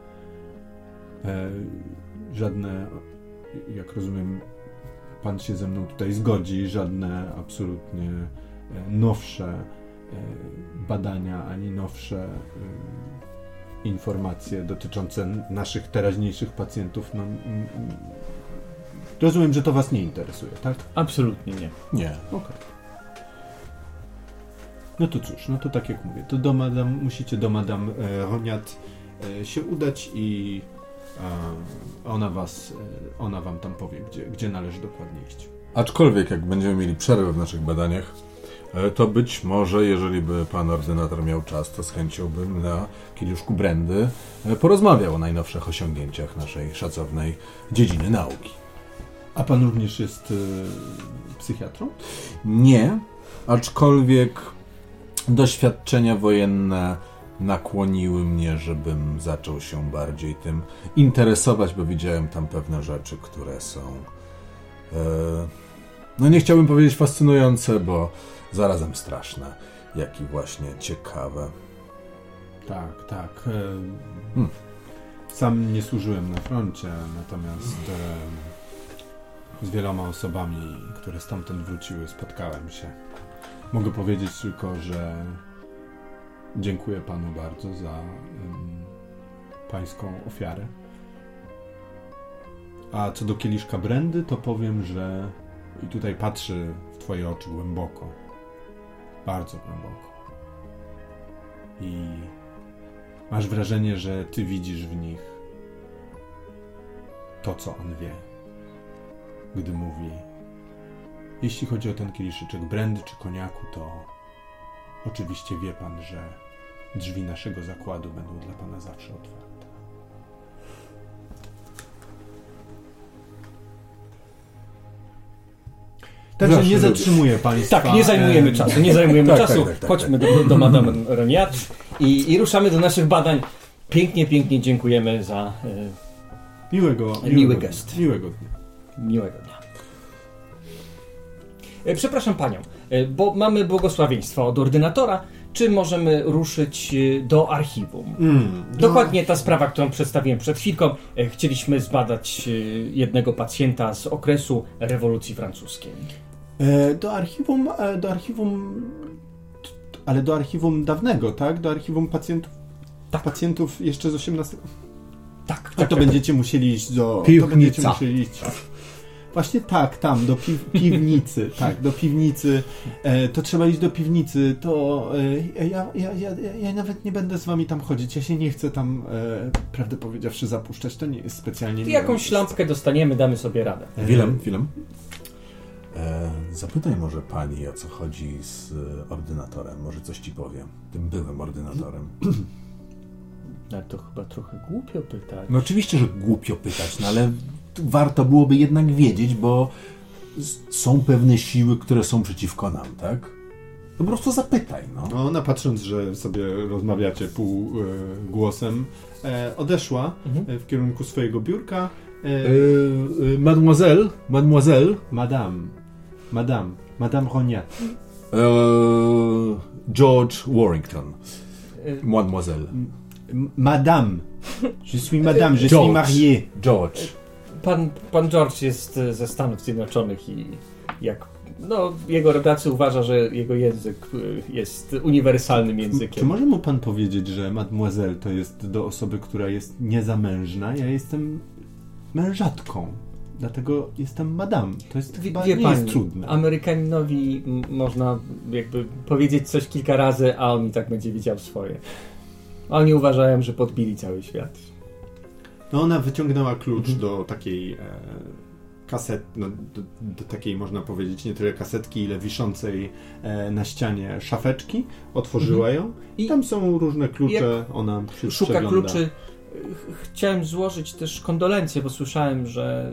Żadne, jak rozumiem, pan się ze mną tutaj zgodzi, żadne absolutnie nowsze badania, ani nowsze informacje dotyczące naszych teraźniejszych pacjentów. No, mm, rozumiem, że to was nie interesuje, tak? Absolutnie nie. Nie. Okej. No to cóż, no to tak jak mówię, to do madam, musicie do Madame e, Roniat e, się udać i e, ona was, e, ona wam tam powie, gdzie, gdzie należy dokładnie iść. Aczkolwiek, jak będziemy mieli przerwę w naszych badaniach, e, to być może, jeżeli by pan ordynator miał czas, to z chęcią bym na kieliszku brandy e, porozmawiał o najnowszych osiągnięciach naszej szacownej dziedziny nauki. A pan również jest e, psychiatrą? Nie, aczkolwiek doświadczenia wojenne nakłoniły mnie, żebym zaczął się bardziej tym interesować, bo widziałem tam pewne rzeczy, które są e, no nie chciałbym powiedzieć fascynujące, bo zarazem straszne, jak i właśnie ciekawe. Tak, tak. E, Hmm. Sam nie służyłem na froncie, natomiast e, z wieloma osobami, które stamtąd wróciły, spotkałem się. Mogę powiedzieć tylko, że dziękuję panu bardzo za um, pańską ofiarę. A co do kieliszka brandy, to powiem, że i tutaj patrzy w twoje oczy głęboko. Bardzo głęboko. I masz wrażenie, że ty widzisz w nich to, co on wie. Gdy mówi: jeśli chodzi o ten kieliszyczek brandy czy koniaku, to oczywiście wie pan, że drzwi naszego zakładu będą dla pana zawsze otwarte. Także Zawsze nie lubię. zatrzymuję państwa. Tak, nie zajmujemy Em, czasu, nie zajmujemy Tak, czasu. tak, tak, tak, Chodźmy do, do Madame Reniat i, i ruszamy do naszych badań. Pięknie, pięknie dziękujemy za y, Miłego, Miły miłego gest. Dnia, miłego dnia. miłego dnia. Y, Przepraszam Panią, y, bo mamy błogosławieństwo od ordynatora. Czy możemy ruszyć y, do archiwum? Mm, Dokładnie ta sprawa, którą przedstawiłem przed chwilką. Y, Chcieliśmy zbadać y, jednego pacjenta z okresu rewolucji francuskiej. E, do archiwum, e, do archiwum, t- t- ale do archiwum dawnego, tak? Do archiwum pacjentów, Tak. pacjentów jeszcze z osiemnastego. Tak, A tak, to tak. będziecie musieli iść do... To Piwnica. będziecie musieli iść. Właśnie tak, tam, do piw, piwnicy, tak, do piwnicy. E, to trzeba iść do piwnicy, to e, ja, ja, ja, ja nawet nie będę z wami tam chodzić, ja się nie chcę tam, e, prawdę powiedziawszy, zapuszczać, to nie jest specjalnie... I miłe jakąś miejsce. lampkę dostaniemy, damy sobie radę. E, Willem, Willem. E, zapytaj może pani, o co chodzi z e, ordynatorem. Może coś ci powiem. Tym byłym ordynatorem. Ale to chyba trochę głupio pytać. No oczywiście, że głupio pytać, no ale warto byłoby jednak wiedzieć, bo s- są pewne siły, które są przeciwko nam, tak? Po prostu zapytaj, no. No, ona patrząc, że sobie rozmawiacie pół e, głosem, e, odeszła Mhm. e, w kierunku swojego biurka. E, E, mademoiselle, mademoiselle, Madame, Madame, Madame Roniat. e, George Warrington, Y, mademoiselle. M- Madame, je suis Madame, je George. suis mariée. George. Pan, pan George jest e, ze Stanów Zjednoczonych i jak no, jego rodacy uważa, że jego język e, jest uniwersalnym Czy językiem. może mu pan powiedzieć, że mademoiselle to jest do osoby, która jest niezamężna? Ja jestem mężatką, dlatego jestem madame. To jest Wie, chyba wie nie pani, jest trudne. Amerykaninowi m, można jakby powiedzieć coś kilka razy, a on i tak będzie wiedział swoje. A oni uważają, że podbili cały świat. No ona wyciągnęła klucz Mhm. do takiej e, kaset, no, do, do takiej można powiedzieć nie tyle kasetki, ile wiszącej e, na ścianie szafeczki. Otworzyła ją i I tam są różne klucze, ona się szuka przegląda. kluczy. Ch- Chciałem złożyć też kondolencje, bo słyszałem, że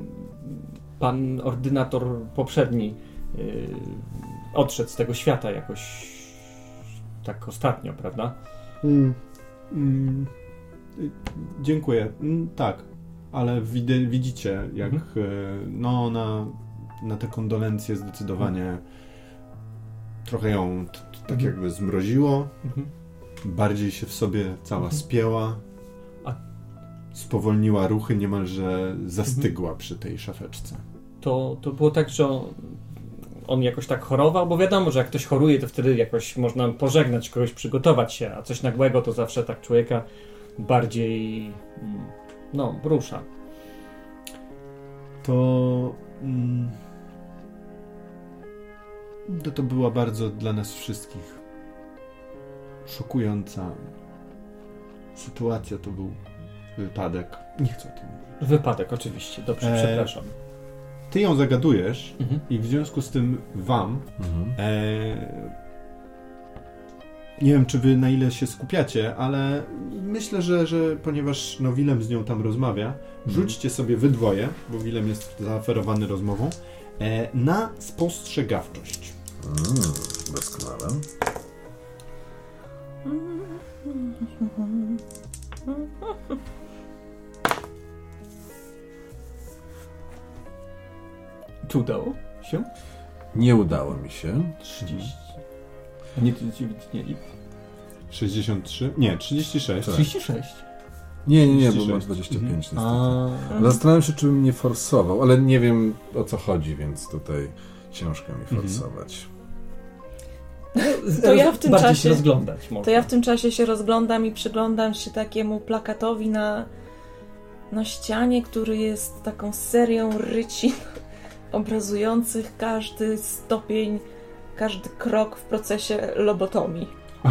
pan ordynator poprzedni yy, odszedł z tego świata jakoś tak ostatnio, prawda? Mm, mm, y, dziękuję. Mm, tak, ale widy, widzicie, jak Mhm. e, no na, na te kondolencje zdecydowanie trochę ją t, t, tak Mhm. jakby zmroziło. Mhm. Bardziej się w sobie cała Mhm. spięła. A- Spowolniła ruchy, niemalże zastygła przy tej szafeczce. To, to było tak, że on, on jakoś tak chorował, bo wiadomo, że jak ktoś choruje, to wtedy jakoś można pożegnać kogoś, przygotować się, a coś nagłego to zawsze tak człowieka bardziej mm, no, rusza. To... Mm, to, to była bardzo dla nas wszystkich szokująca sytuacja. To był wypadek. Nie chcę o tym mówić. Wypadek, oczywiście. Dobrze, E, przepraszam. Ty ją zagadujesz Mhm. i w związku z tym wam Mhm. e, nie wiem, czy wy na ile się skupiacie, ale myślę, że, że ponieważ no, Willem z nią tam rozmawia, rzućcie sobie wy dwoje, bo Willem jest zaaferowany rozmową, e, na spostrzegawczość. Mm, doskonale. Czy udało się? Nie udało mi się. trzydzieści. Nie, nie, nie, nie. sześćdziesiąt trzy? Nie, trzydzieści sześć. Tak. trzydzieści sześć. Nie, nie, nie, bo trzydzieści mam sześć. dwadzieścia pięć niestety. A, Zastanawiam się, czy bym nie forsował, ale nie wiem o co chodzi, więc tutaj ciężko mi forsować. To ja w tym bardziej czasie- się rozglądać można. To ja w tym czasie się rozglądam i przyglądam się takiemu plakatowi na, na ścianie, który jest taką serią rycin obrazujących każdy stopień, każdy krok w procesie lobotomii.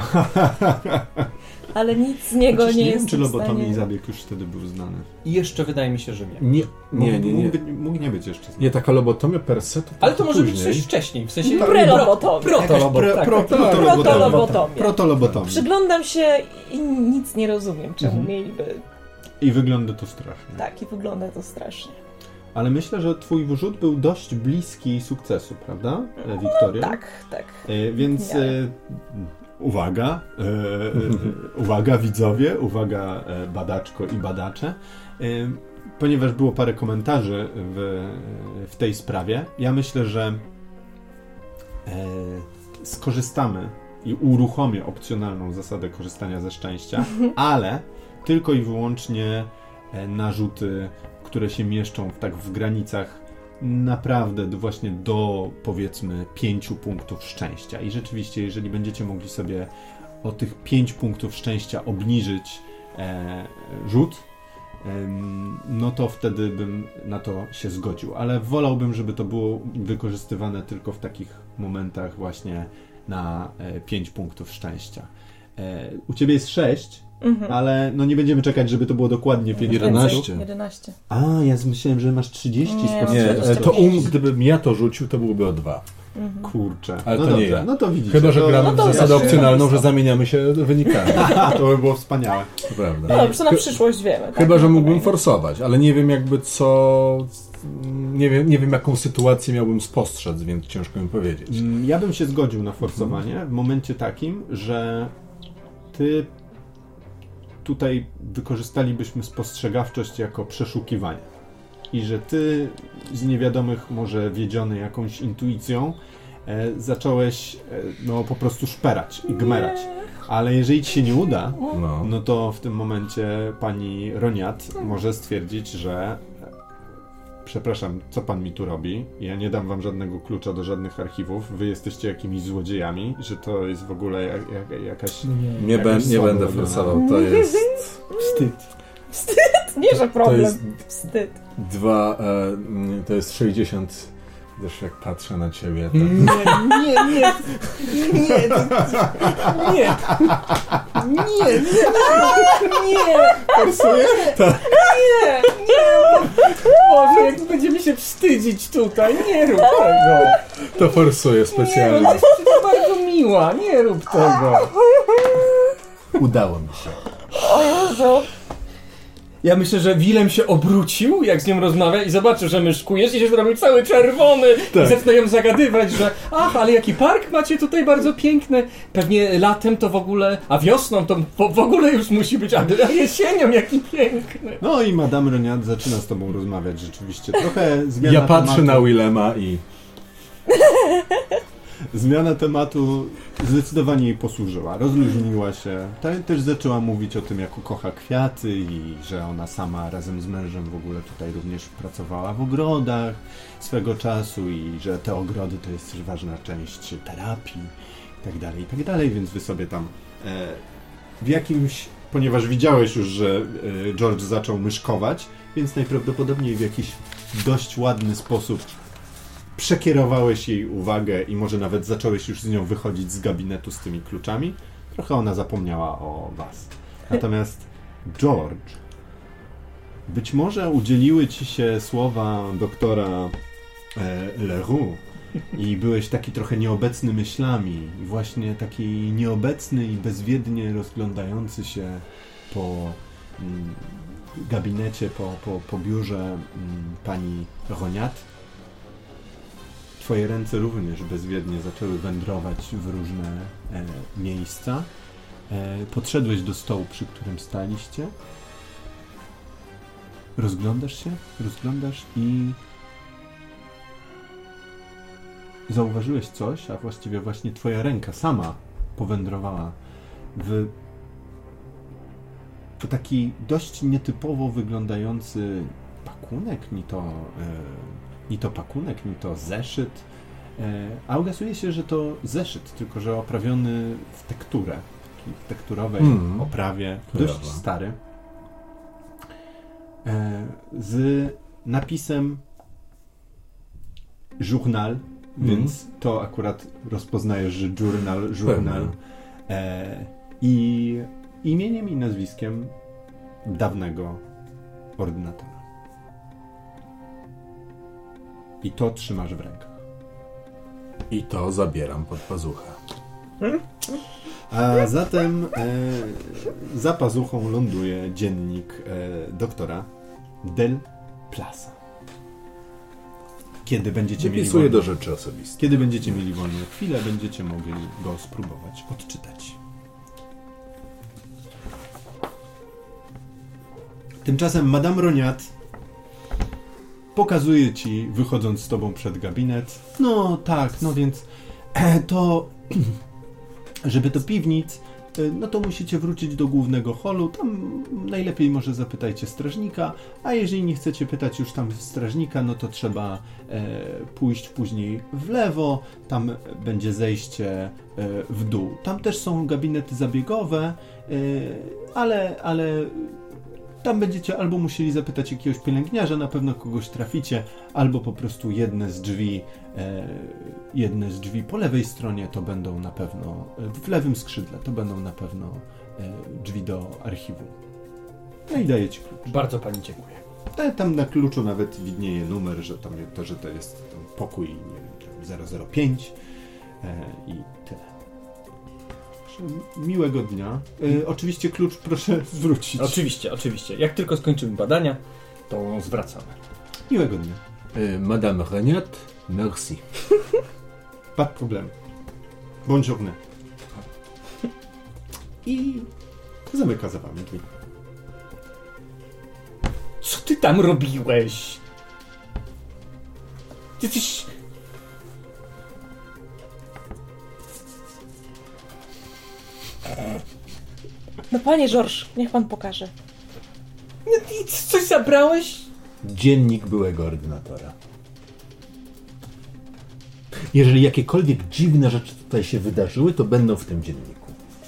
Ale nic z niego Chociaż nie nie jest wiem, czy w lobotomii stanie... zabieg już wtedy był znany. I jeszcze wydaje mi się, że nie. Nie, nie, nie, nie. Mógł, być- mógł nie być jeszcze znany. Nie, taka lobotomia per se to Ale to trochę może być później. coś wcześniej, w sensie... Prelobotomia. Pro, Jakaś protolobot, pre- tak, pro- tak, tak. protolobotomia. Protolobotomia. Protolobotomia. Przyglądam się i nic nie rozumiem, czemu Mhm. mieliby... I wygląda to strasznie. Tak, i wygląda to strasznie. Ale myślę, że twój rzut był dość bliski sukcesu, prawda, e, Wiktoria? Tak, tak. E, więc Nie. e, uwaga, e, e, uwaga widzowie, uwaga e, badaczko i badacze, e, ponieważ było parę komentarzy w, w tej sprawie, ja myślę, że e, skorzystamy i uruchomię opcjonalną zasadę korzystania ze szczęścia, ale tylko i wyłącznie e, na rzuty, które się mieszczą w, tak w granicach naprawdę do, właśnie do powiedzmy pięciu punktów szczęścia. I rzeczywiście, jeżeli będziecie mogli sobie o tych pięć punktów szczęścia obniżyć e, rzut, e, no to wtedy bym na to się zgodził. Ale wolałbym, żeby to było wykorzystywane tylko w takich momentach właśnie na e, pięć punktów szczęścia. E, u ciebie jest sześć, Mhm. ale no nie będziemy czekać, żeby to było dokładnie pięć jedenaście. punktów. jedenaście. A, ja myślałem, że masz trzydzieści Nie, z Nie, dwadzieścia e, to pięć. um, gdybym ja to rzucił, to byłoby o dwa. Mhm. Kurczę. Ale no to dobrze, nie ja. no to widzicie. Chyba, że to, gramy no w to zasadę ja się opcjonalną, że napisał. zamieniamy się wynikami. to by było wspaniałe. To prawda. No dobrze, to na Chy- przyszłość wiemy. Tak? Chyba, że mógłbym Kolejny. forsować, ale nie wiem jakby co... Nie wiem, nie wiem jaką sytuację miałbym spostrzec, więc ciężko mi powiedzieć. Mm, Ja bym się zgodził na forsowanie w momencie takim, że ty tutaj wykorzystalibyśmy spostrzegawczość jako przeszukiwanie. I że ty z niewiadomych, może wiedziony jakąś intuicją, e, zacząłeś e, no po prostu szperać i gmerać. Ale jeżeli ci się nie uda, No. no to w tym momencie pani Roniat może stwierdzić, że przepraszam, co pan mi tu robi? Ja nie dam wam żadnego klucza do żadnych archiwów. Wy jesteście jakimiś złodziejami, że to jest w ogóle jak, jak, jakaś... Nie, Nie, Jakaś bę- nie słabo będę wygląda. forsował, to jest... wstyd. Nie, że problem. jest- Wstyd. Dwa... E, mm, to jest sześćdziesiąt... Też jak patrzę na ciebie, to... Nie, nie, nie, nie, nie, nie, nie, Forsuje? nie, nie, Boże, jak będziemy się wstydzić tutaj, nie rób tego. To forsuję Nie, specjalnie. no, jesteś bardzo miła, nie rób tego. Udało mi się. O Jezu. Ja myślę, że Willem się obrócił, jak z nią rozmawia i zobaczył, że myszkujesz i się zrobił cały czerwony Tak. i zaczyna ją zagadywać, że ach, ale jaki park macie tutaj bardzo piękny. Pewnie latem to w ogóle, a wiosną to w, w ogóle już musi być, a jesienią jaki piękny. No i Madame Roniat zaczyna z tobą rozmawiać rzeczywiście. Trochę zmiana Ja patrzę tematu. na Willema i... Zmiana tematu zdecydowanie jej posłużyła. Rozluźniła się. Ta- Też zaczęła mówić o tym, jak kocha kwiaty i że ona sama razem z mężem w ogóle tutaj również pracowała w ogrodach swego czasu i że te ogrody to jest też ważna część terapii i tak dalej, i tak dalej, więc wy sobie tam e, w jakimś, ponieważ widziałeś już, że e, George zaczął myszkować, więc najprawdopodobniej w jakiś dość ładny sposób przekierowałeś jej uwagę i może nawet zacząłeś już z nią wychodzić z gabinetu z tymi kluczami. Trochę ona zapomniała o was. Natomiast George, być może udzieliły ci się słowa doktora e, Leroux i byłeś taki trochę nieobecny myślami i właśnie taki nieobecny i bezwiednie rozglądający się po mm, gabinecie, po, po, po biurze mm, pani Roniat. Twoje ręce również bezwiednie zaczęły wędrować w różne e, miejsca. E, podszedłeś do stołu, przy którym staliście. Rozglądasz się, rozglądasz i zauważyłeś coś, a właściwie właśnie twoja ręka sama powędrowała w, w taki dość nietypowo wyglądający pakunek, ni to... E, ni to pakunek, ni to zeszyt, e, a okazuje się, że to zeszyt, tylko że oprawiony w tekturę, w tekturowej Mm. oprawie, Kojarzę. dość stary, e, z napisem journal, Mm. więc to akurat rozpoznajesz, że journal, journal e, i imieniem i nazwiskiem dawnego ordynatora. I to trzymasz w rękach. I to zabieram pod pazuchę. A zatem e, za pazuchą ląduje dziennik e, doktora Del Plaza. kiedy będziecie mieli Wypisuję wolną, do rzeczy osobistych. kiedy będziecie mieli wolną chwilę, będziecie mogli go spróbować odczytać. Tymczasem Madame Roniat pokazuje ci, wychodząc z tobą przed gabinet. No tak, no więc to, żeby do piwnic, no to musicie wrócić do głównego holu. Tam najlepiej może zapytajcie strażnika, a jeżeli nie chcecie pytać już tam strażnika, no to trzeba e, pójść później w lewo, tam będzie zejście e, w dół. Tam też są gabinety zabiegowe, e, ale, ale tam będziecie albo musieli zapytać jakiegoś pielęgniarza, na pewno kogoś traficie, albo po prostu jedne z drzwi, e, jedne z drzwi po lewej stronie to będą na pewno, w lewym skrzydle to będą na pewno e, drzwi do archiwum. No i daję ci klucz. Bardzo pani dziękuję. Ale tam na kluczu nawet widnieje numer, że tam to, że to jest tam pokój, nie wiem, zero zero pięć e, i tyle. Miłego dnia. E, oczywiście klucz proszę zwrócić. Oczywiście, oczywiście. Jak tylko skończymy badania, to zwracamy. Miłego dnia. Y, Madame Reniat, merci. Pas de problème. Bonne journée. I zamyka za wami drzwi. Co ty tam robiłeś? Ty jesteś... No panie Georges, niech pan pokaże. No, ty coś zabrałeś? Dziennik byłego ordynatora. Jeżeli jakiekolwiek dziwne rzeczy tutaj się wydarzyły, to będą w tym dzienniku.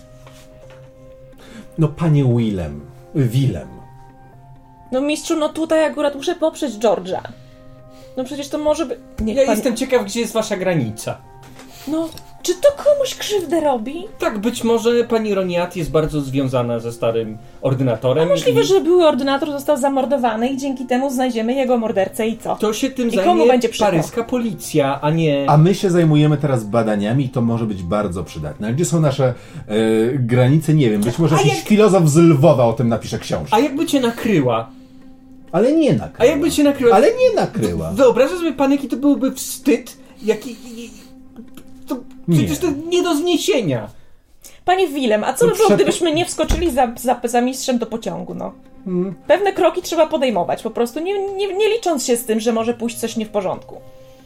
No panie Willem, Willem. No mistrzu, no tutaj akurat muszę poprzeć George'a. No przecież to może być... Niech Ja pan... jestem ciekaw, gdzie jest wasza granica. No, czy to komuś krzywdę robi? Tak, być może pani Roniat jest bardzo związana ze starym ordynatorem. A możliwe, i... że były ordynator został zamordowany i dzięki temu znajdziemy jego mordercę i co? To się tym I komu zajmie będzie przykro? paryska policja, a nie... A my się zajmujemy teraz badaniami i to może być bardzo przydatne. A gdzie są nasze e, granice? Nie wiem. Być może A jakiś jak- filozof z Lwowa o tym napisze książkę. A jakby cię nakryła? Ale nie nakryła. A jakby cię nakryła? Ale nie nakryła. Wyobrażasz sobie pan, jaki to byłby wstyd? Jaki... To przecież Nie. to nie do zniesienia. Panie Willem, a co No by było, przed- gdybyśmy nie wskoczyli za, za, za mistrzem do pociągu, no? Hmm. Pewne kroki trzeba podejmować, po prostu nie, nie, nie licząc się z tym, że może pójść coś nie w porządku.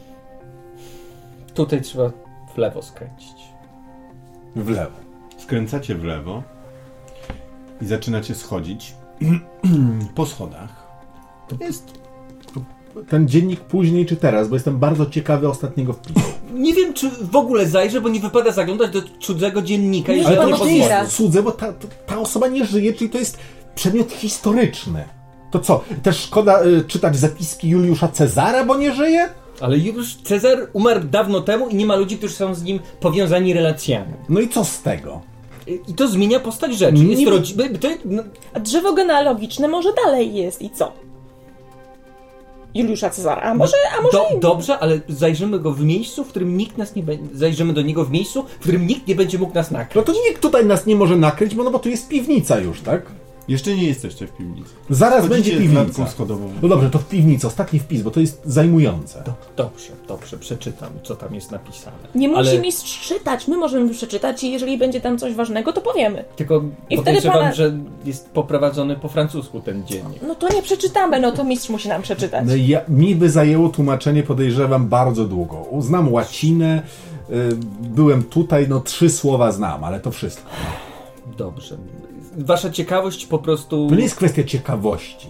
Tutaj trzeba w lewo skręcić. W lewo. Skręcacie w lewo i zaczynacie schodzić po schodach. To jest ten dziennik później czy teraz, bo jestem bardzo ciekawy ostatniego wpisu. Nie wiem, czy w ogóle zajrzę, bo nie wypada zaglądać do cudzego dziennika. Nie, jeżeli Ale pan to nie już nie otwiera. jest cudze, bo ta, ta osoba nie żyje, czyli to jest przedmiot historyczny. To co, też szkoda y, czytać zapiski Juliusza Cezara, bo nie żyje? Ale już Cezar umarł dawno temu i nie ma ludzi, którzy są z nim powiązani relacjami. No i co z tego? I to zmienia postać rzeczy. Nie Jest wiem. rodzi... to, no, A drzewo genealogiczne może dalej jest i co? Juliusza Cezara, a może, a może... do, dobrze, ale zajrzymy go w miejscu, w którym nikt nas nie będzie... Zajrzymy do niego w miejscu, w którym nikt nie będzie mógł nas nakryć. No to nikt tutaj nas nie może nakryć, bo no bo tu jest piwnica już, tak? Jeszcze nie jesteście w piwnicy. Zaraz Wchodzicie będzie piwnica. klatką schodową. No dobrze, to w piwnicy, ostatni wpis, bo to jest zajmujące. Dobrze, dobrze, przeczytam, co tam jest napisane. Nie musi ale mistrz czytać, my możemy przeczytać i jeżeli będzie tam coś ważnego, to powiemy. tylko I wtedy podejrzewam, pana- że jest poprowadzony po francusku ten dziennik. No to nie przeczytamy, no to mistrz musi nam przeczytać. No ja, mi by zajęło tłumaczenie, podejrzewam, bardzo długo. Znam łacinę, y, byłem tutaj, no trzy słowa znam, ale to wszystko. Dobrze. Wasza ciekawość po prostu... To nie jest kwestia ciekawości.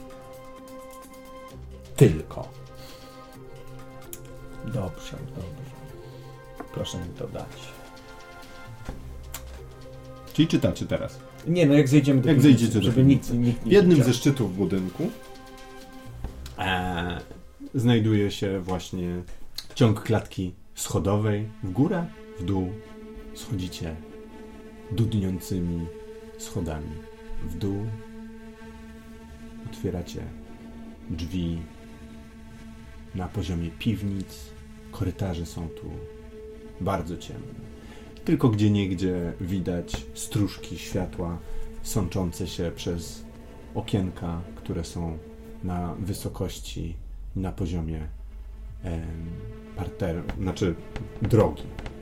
Tylko. Dobrze, dobrze. Proszę mi to dać. Czyli czytacie teraz. Nie, no jak zejdziemy do Jak piwnicy, zejdziecie do żeby piwnicy. nikt, nikt nie W jednym widział. ze szczytów budynku e, znajduje się właśnie ciąg klatki schodowej. W górę, w dół schodzicie dudniącymi schodami. W dół otwieracie drzwi na poziomie piwnic. Korytarze są tu bardzo ciemne. Tylko gdzieniegdzie widać stróżki światła sączące się przez okienka, które są na wysokości, na poziomie e, parteru, znaczy drogi.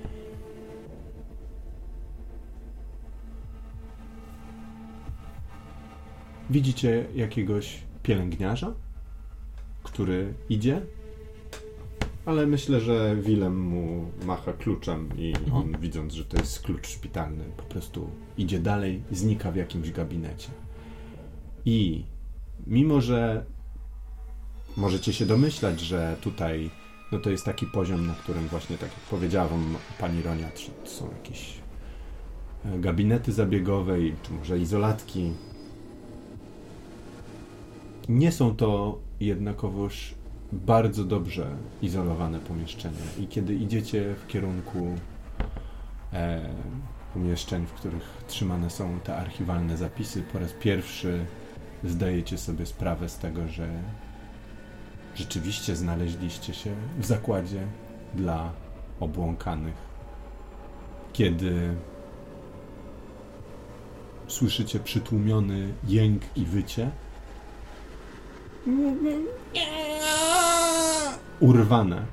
Widzicie jakiegoś pielęgniarza, który idzie, ale myślę, że Willem mu macha kluczem i on, mhm. widząc, że to jest klucz szpitalny, po prostu idzie dalej, znika w jakimś gabinecie. I mimo, że możecie się domyślać, że tutaj no to jest taki poziom, na którym właśnie, tak jak powiedziała wam pani Ronia, to są jakieś gabinety zabiegowe, czy może izolatki. Nie są to jednakowoż bardzo dobrze izolowane pomieszczenia i kiedy idziecie w kierunku e, pomieszczeń, w których trzymane są te archiwalne zapisy, po raz pierwszy zdajecie sobie sprawę z tego, że rzeczywiście znaleźliście się w zakładzie dla obłąkanych. Kiedy słyszycie przytłumiony jęk i wycie, urwane.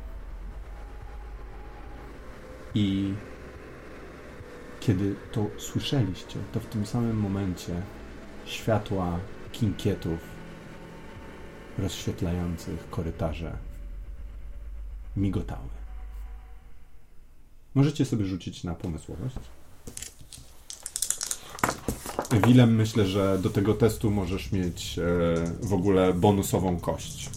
I kiedy to słyszeliście, to w tym samym momencie światła kinkietów rozświetlających korytarze migotały. Możecie sobie rzucić na pomysłowość. Willem, myślę, że do tego testu możesz mieć e, w ogóle bonusową kość.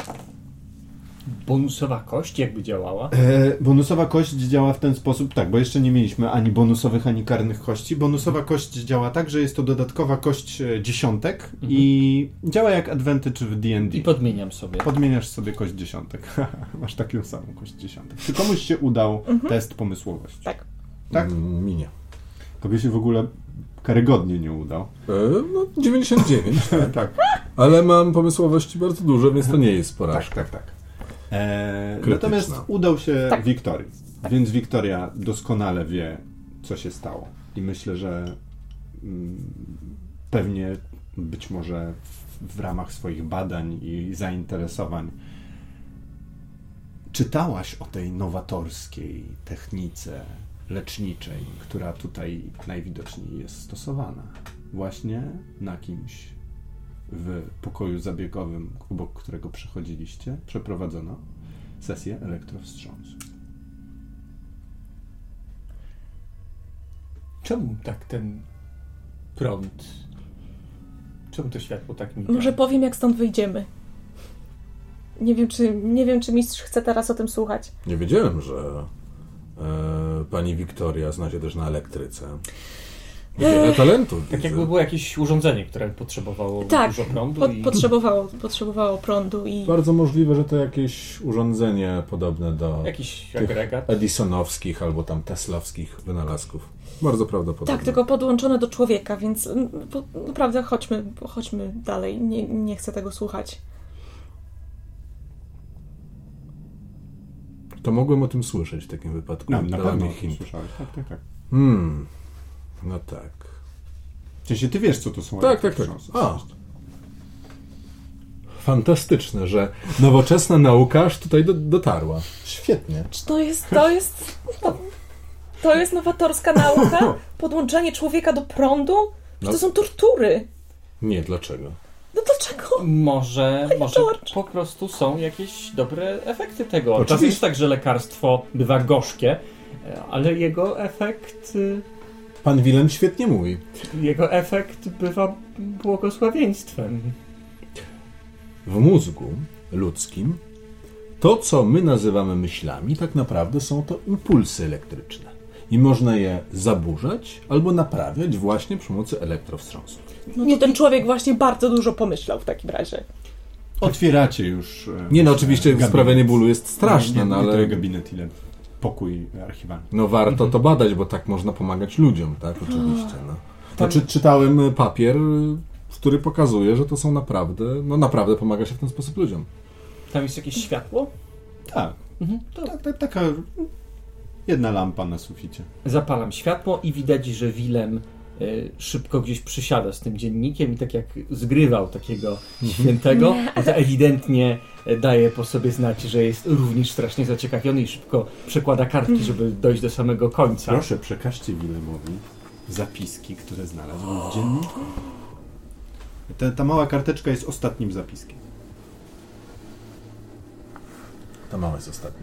Bonusowa kość jakby działała? E, bonusowa kość działa w ten sposób, tak, bo jeszcze nie mieliśmy ani bonusowych, ani karnych kości. Bonusowa kość działa tak, że jest to dodatkowa kość dziesiątek mhm. i działa jak advantage w D and D. I podmieniam sobie. Podmieniasz sobie kość dziesiątek. Masz taką samą kość dziesiątek. Czy komuś się udał mhm. test pomysłowości? Tak. Tak? Mm, minie. Tobie się w ogóle karygodnie nie udał. E, no dziewięćdziesiąt dziewięć. Tak. Ale mam pomysłowości bardzo dużo, więc to nie jest porażka. Tak, tak, tak. E, natomiast udał się tak. Wiktorii. Tak. Więc Wiktoria doskonale wie, co się stało. I myślę, że mm, pewnie być może w, w ramach swoich badań i zainteresowań czytałaś o tej nowatorskiej technice leczniczej, która tutaj najwidoczniej jest stosowana. Właśnie na kimś w pokoju zabiegowym, obok którego przechodziliście, przeprowadzono sesję elektrowstrząsu. Czemu tak ten prąd? Czemu to światło tak miga? Może powiem, jak stąd wyjdziemy. Nie wiem, czy, nie wiem, czy mistrz chce teraz o tym słuchać. Nie wiedziałem, że e, pani Wiktoria zna się też na elektryce. Wiele talentu. Tak jakby było jakieś urządzenie, które potrzebowało tak, dużo prądu. pod, i... potrzebowało, potrzebowało prądu i... Bardzo możliwe, że to jakieś urządzenie podobne do jakiś agregat edisonowskich albo tam teslowskich wynalazków. Bardzo prawdopodobne. Tak, tylko podłączone do człowieka, więc naprawdę chodźmy, chodźmy dalej. Nie, nie chcę tego słuchać. To mogłem o tym słyszeć w takim wypadku. No, na pewno hint. słyszałeś. Tak, tak, tak. Hmm. No tak. Czy ty wiesz, co to są? Tak, tak, tak. A. Fantastyczne, że nowoczesna nauka aż tutaj do, dotarła. Świetnie. Czy to jest, to jest, to, to jest nowatorska nauka? Podłączenie człowieka do prądu? No. To są tortury. Nie, dlaczego? No dlaczego? Może, może George. po prostu są jakieś dobre efekty tego. Oczywiście. Czasem jest tak, że lekarstwo bywa gorzkie, ale jego efekt... Pan Willem świetnie mówi. Jego efekt bywa błogosławieństwem. W mózgu ludzkim to, co my nazywamy myślami, tak naprawdę są to impulsy elektryczne. I można je zaburzać albo naprawiać właśnie przy pomocy elektrowstrząsu. No to ten człowiek właśnie bardzo dużo pomyślał w takim razie. Otwieracie już... Nie no, oczywiście gabinet. Sprawianie bólu jest straszne, nie, nie, no nie ale... tyle gabinet, ile pokój archiwalny. No warto to badać, bo tak można pomagać ludziom, tak? Oczywiście, no. Znaczy, czytałem papier, który pokazuje, że to są naprawdę, no naprawdę pomaga się w ten sposób ludziom. Tam jest jakieś światło? Tak. Mhm. To Tak, tak, taka jedna lampa na suficie. zapalam światło i widać, że Willem szybko gdzieś przysiada z tym dziennikiem i tak jak zgrywał takiego świętego, to ewidentnie daje po sobie znać, że jest również strasznie zaciekawiony i szybko przekłada kartki, żeby dojść do samego końca. Proszę, przekażcie Wilemowi zapiski, które znalazł w dzienniku. Ta, ta mała karteczka jest ostatnim zapiskiem. Ta mała jest ostatnia.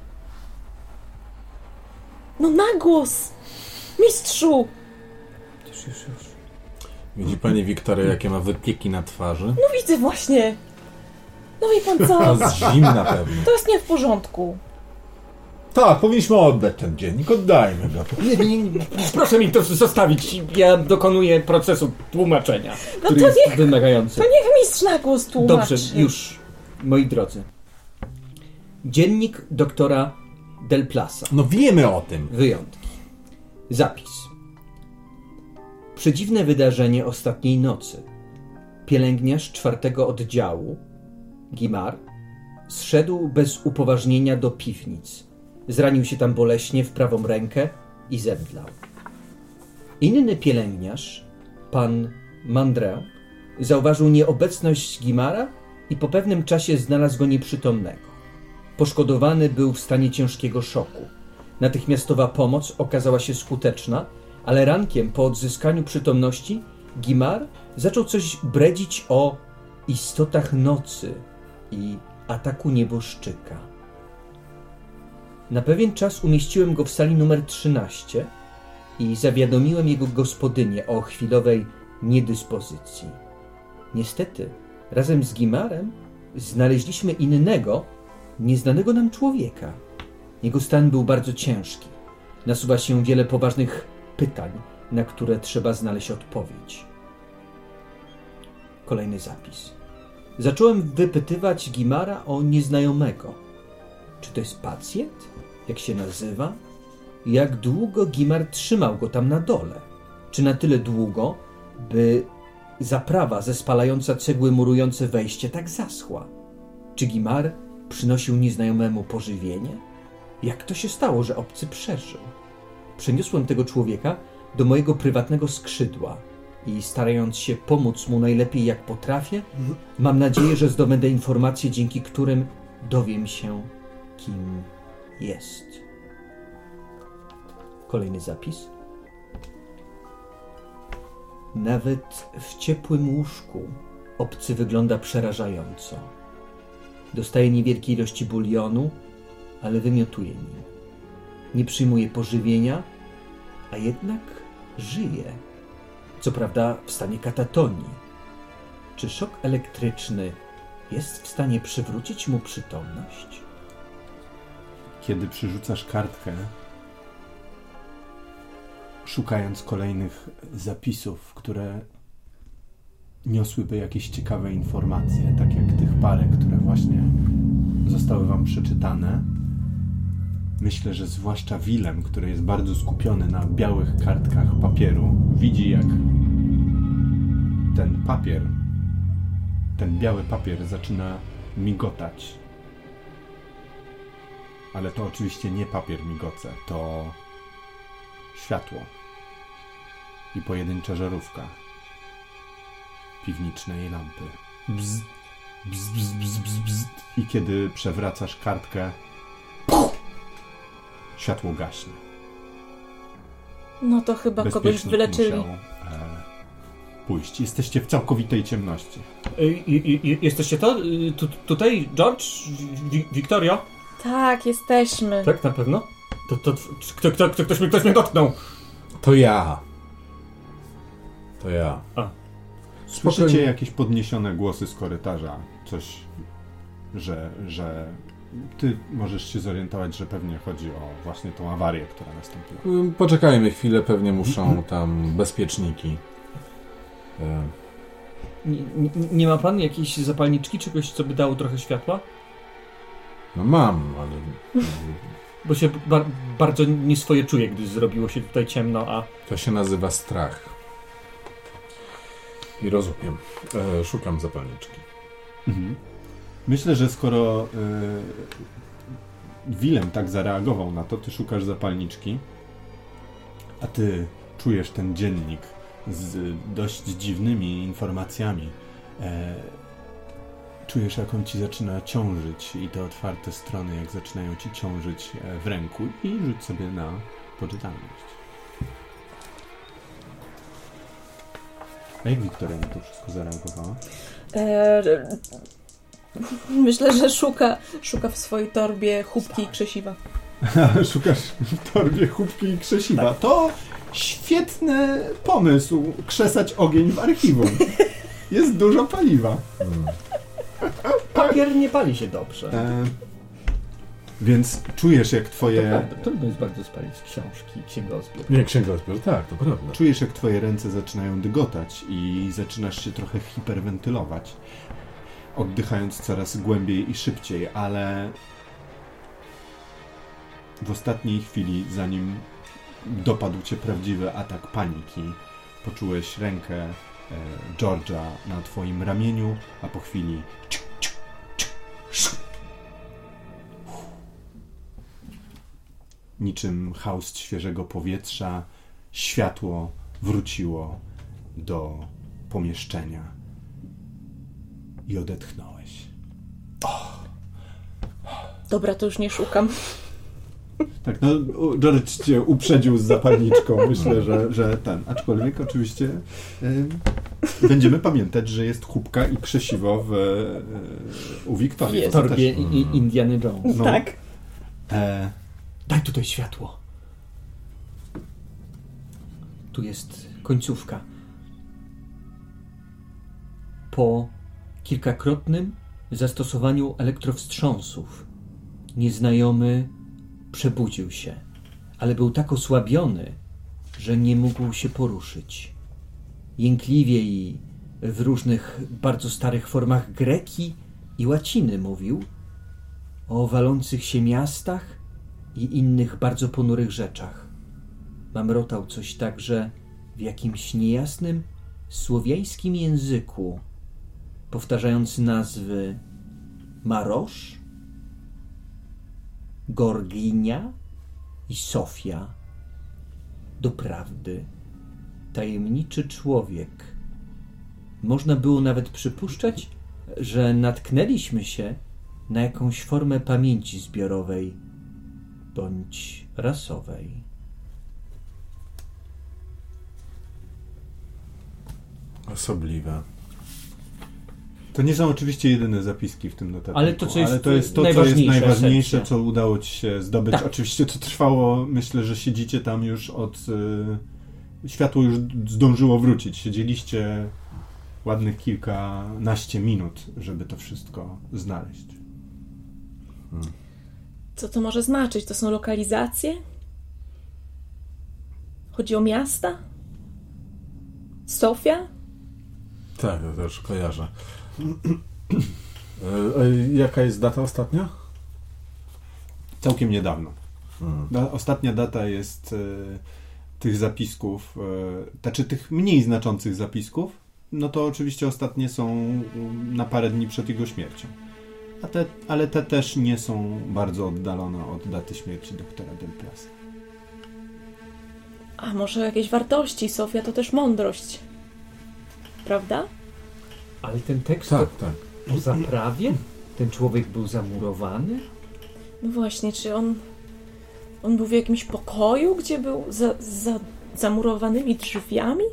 No na głos! Mistrzu! Już, już, już. Widzi pani Wiktoria, jakie ma wypieki na twarzy? No widzę właśnie! No wie pan co? To jest zimna pewnie. To jest nie w porządku. Tak, powinniśmy oddać ten dziennik, oddajmy go. Nie, nie, nie, proszę mi to zostawić. Ja dokonuję procesu tłumaczenia, No który to jest niech- wymagający. To niech mistrz na głos tłumaczy. Dobrze, już, moi drodzy. Dziennik doktora Del Plasa. No wiemy o tym. Wyjątki. Zapis. Przedziwne wydarzenie ostatniej nocy. Pielęgniarz czwartego oddziału, Gimar, zszedł bez upoważnienia do piwnic. Zranił się tam boleśnie w prawą rękę i zemdlał. Inny pielęgniarz, pan Mandré, zauważył nieobecność Gimara i po pewnym czasie znalazł go nieprzytomnego. Poszkodowany był w stanie ciężkiego szoku. Natychmiastowa pomoc okazała się skuteczna, ale rankiem po odzyskaniu przytomności Gimar zaczął coś bredzić o istotach nocy i ataku nieboszczyka. Na pewien czas umieściłem go w sali numer trzynaście i zawiadomiłem jego gospodynię o chwilowej niedyspozycji. Niestety, razem z Gimarem znaleźliśmy innego, nieznanego nam człowieka. Jego stan był bardzo ciężki. Nasuwa się wiele poważnych pytań, na które trzeba znaleźć odpowiedź. Kolejny zapis. Zacząłem wypytywać Gimara o nieznajomego. Czy to jest pacjent? Jak się nazywa? Jak długo Gimar trzymał go tam na dole? Czy na tyle długo, by zaprawa zespalająca cegły murujące wejście tak zaschła? Czy Gimar przynosił nieznajomemu pożywienie? Jak to się stało, że obcy przeżył? Przeniosłem tego człowieka do mojego prywatnego skrzydła i starając się pomóc mu najlepiej jak potrafię, mam nadzieję, że zdobędę informacje, dzięki którym dowiem się, kim jest. Kolejny zapis. Nawet w ciepłym łóżku obcy wygląda przerażająco. Dostaje niewielkie ilości bulionu, ale wymiotuje nim. Nie przyjmuje pożywienia, a jednak żyje. Co prawda w stanie katatonii. Czy szok elektryczny jest w stanie przywrócić mu przytomność? Kiedy przyrzucasz kartkę, szukając kolejnych zapisów, które niosłyby jakieś ciekawe informacje, tak jak tych parę, które właśnie zostały wam przeczytane, myślę, że zwłaszcza Willem, który jest bardzo skupiony na białych kartkach papieru, widzi, jak ten papier, ten biały papier zaczyna migotać. Ale to oczywiście nie papier migoce, to światło i pojedyncza żarówka piwnicznej lampy. Bzz, bzz, bzz, bzz, bzz, bzz. I kiedy przewracasz kartkę, światło gaśnie. No to chyba kogoś Bezpiecznik wyleczyli. musiał e, pójść. Jesteście w całkowitej ciemności. Y, y, y, jesteście to? Y, tu, tutaj, George? Wi- Wiktorio? Tak, jesteśmy. Tak, na pewno? To, to, kto, kto, kto, ktoś, mnie, ktoś mnie dotknął. To ja. To ja. A. Słyszycie Spokojnie. jakieś podniesione głosy z korytarza. Coś, że, że ty możesz się zorientować, że pewnie chodzi o właśnie tą awarię, która nastąpiła. Ym, Poczekajmy chwilę, pewnie muszą tam bezpieczniki. E, Nie, nie, nie ma pan jakiejś zapalniczki, czegoś, co by dało trochę światła? No mam, ale Bo się bar- bardzo nieswoje czuję, gdy zrobiło się tutaj ciemno, a... to się nazywa strach. I rozumiem. E, szukam zapalniczki. Mhm. Myślę, że skoro y, Willem tak zareagował na to, ty szukasz zapalniczki, a ty czujesz ten dziennik z dość dziwnymi informacjami. E, czujesz, jak on ci zaczyna ciążyć i te otwarte strony, jak zaczynają ci ciążyć w ręku i rzuć sobie na poczytalność. A jak Wiktoria na to wszystko zareagowała? Eee, myślę, że szuka, szuka w swojej torbie chubki i krzesiwa. Szukasz w torbie chubki i krzesiwa. Tak. To świetny pomysł, krzesać ogień w archiwum. Jest dużo paliwa. Hmm. Papier nie pali się dobrze. E, więc czujesz, jak twoje... To trudno jest bardzo spalić książki, księgozbiór. Nie, księgozbiór, tak, to prawda. Czujesz, jak twoje ręce zaczynają dygotać i zaczynasz się trochę hiperwentylować, oddychając coraz głębiej i szybciej, ale w ostatniej chwili, zanim dopadł cię prawdziwy atak paniki, poczułeś rękę e, George'a na twoim ramieniu, a po chwili niczym haust świeżego powietrza, światło wróciło do pomieszczenia i odetchnąłeś. Oh. Dobra, to już nie szukam. Tak, no George cię uprzedził z zapalniczką. Myślę, że, że ten. Aczkolwiek oczywiście y, będziemy pamiętać, że jest chubka i krzesiwo w, y, u Wiktorii. W torbie i Indiana Jones. No. Tak. E... Daj tutaj światło. Tu jest końcówka. Po kilkakrotnym zastosowaniu elektrowstrząsów nieznajomy przebudził się, ale był tak osłabiony, że nie mógł się poruszyć. Jękliwie i w różnych bardzo starych formach greki i łaciny mówił o walących się miastach i innych bardzo ponurych rzeczach. Mamrotał coś także w jakimś niejasnym słowiańskim języku, powtarzając nazwy Marosz, Gorginia i Sofia. Doprawdy, tajemniczy człowiek. Można było nawet przypuszczać, że natknęliśmy się na jakąś formę pamięci zbiorowej bądź rasowej. Osobliwe. To nie są oczywiście jedyne zapiski w tym notatniku, ale to, co jest, ale to, jest to co jest najważniejsze, co udało ci się zdobyć. Tak. Oczywiście to trwało, myślę, że siedzicie tam już od... Y, światło już zdążyło wrócić. Siedzieliście ładnych kilkanaście minut, żeby to wszystko znaleźć. Hmm. Co to może znaczyć? To są lokalizacje? Chodzi o miasta? Sofia? Tak, to też kojarzę. Jaka jest data ostatnia? Całkiem niedawno. Hmm. Ostatnia data jest y, tych zapisków, y, znaczy tych mniej znaczących zapisków, no to oczywiście ostatnie są na parę dni przed jego śmiercią. A te, ale te też nie są bardzo oddalone od daty śmierci doktora Delplasa. A może jakieś wartości? Sofia to też mądrość. Prawda? Ale ten tekst tak, to, tak. o zaprawie? Ten człowiek był zamurowany? No właśnie, czy on on był w jakimś pokoju, gdzie był za, za zamurowanymi drzwiami?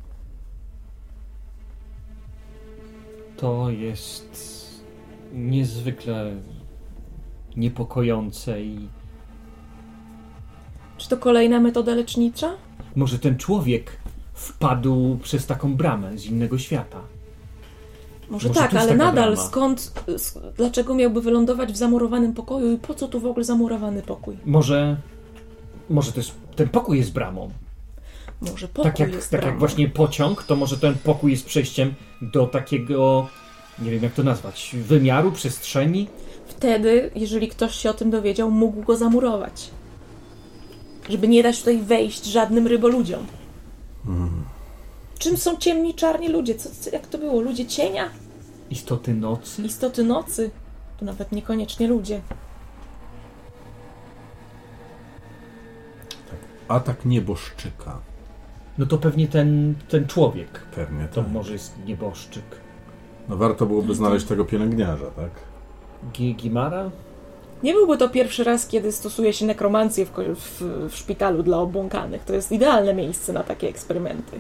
To jest niezwykle niepokojące i... Czy to kolejna metoda lecznicza? Może ten człowiek wpadł przez taką bramę z innego świata. Może, Może tak, ale nadal brama. skąd, dlaczego miałby wylądować w zamurowanym pokoju i po co tu w ogóle zamurowany pokój? Może, może to jest, ten pokój jest bramą. Może pokój tak jak, jest tak bramą. jak właśnie pociąg, to może ten pokój jest przejściem do takiego, nie wiem jak to nazwać, wymiaru, przestrzeni. Wtedy, jeżeli ktoś się o tym dowiedział, mógł go zamurować. Żeby nie dać tutaj wejść żadnym ryboludziom. Hmm. Czym są ciemni, czarni ludzie? Co, co, jak to było? Ludzie cienia? Istoty nocy? Istoty nocy? To nawet niekoniecznie ludzie. Tak. Atak nieboszczyka. No to pewnie ten, ten człowiek. Pewnie To tak. może jest nieboszczyk. No warto byłoby znaleźć tego pielęgniarza, tak? G- Gimara? Nie byłby to pierwszy raz, kiedy stosuje się nekromancję w, ko- w, w szpitalu dla obłąkanych. To jest idealne miejsce na takie eksperymenty.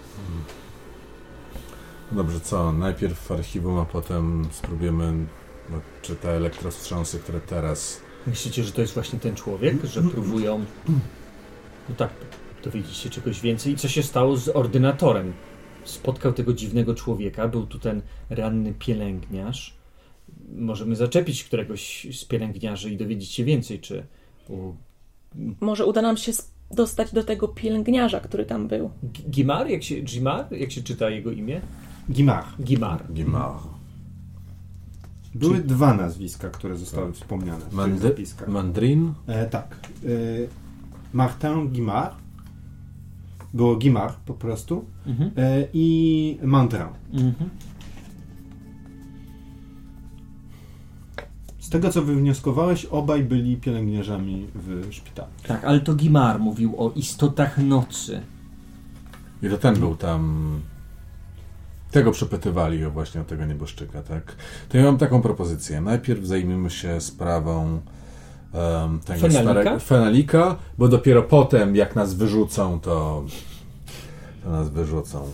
Dobrze, co? Najpierw w archiwum, a potem spróbujemy, no, czy te elektrowstrząsy, które teraz... Myślicie, że to jest właśnie ten człowiek? Że próbują... No tak, dowiedzieć się czegoś więcej. I co się stało z ordynatorem? Spotkał tego dziwnego człowieka, był tu ten ranny pielęgniarz. Możemy zaczepić któregoś z pielęgniarzy i dowiedzieć się więcej, czy... U... Może uda nam się s- dostać do tego pielęgniarza, który tam był. G- Gimar? Jak się, Gimar? Jak się czyta jego imię? Gimar. Gimar. Gimar. Były dwa nazwiska, które zostały wspomniane w tych Mandy- zapiskach. Mandrin? E, tak. E, Martin Gimar. Było Gimar po prostu. Mhm. E, I Mandrin. Mhm. Z tego, co wywnioskowałeś, obaj byli pielęgniarzami w szpitalu. Tak, ale to Gimar mówił o istotach nocy. I to ten był tam... Tego przepytywali o właśnie o tego nieboszczyka, tak? To ja mam taką propozycję. Najpierw zajmiemy się sprawą um, tego Fenalika? starego Fenalika, bo dopiero potem, jak nas wyrzucą, to, to nas wyrzucą.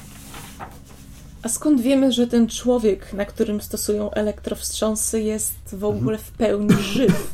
A skąd wiemy, że ten człowiek, na którym stosują elektrowstrząsy, jest w ogóle w pełni żyw?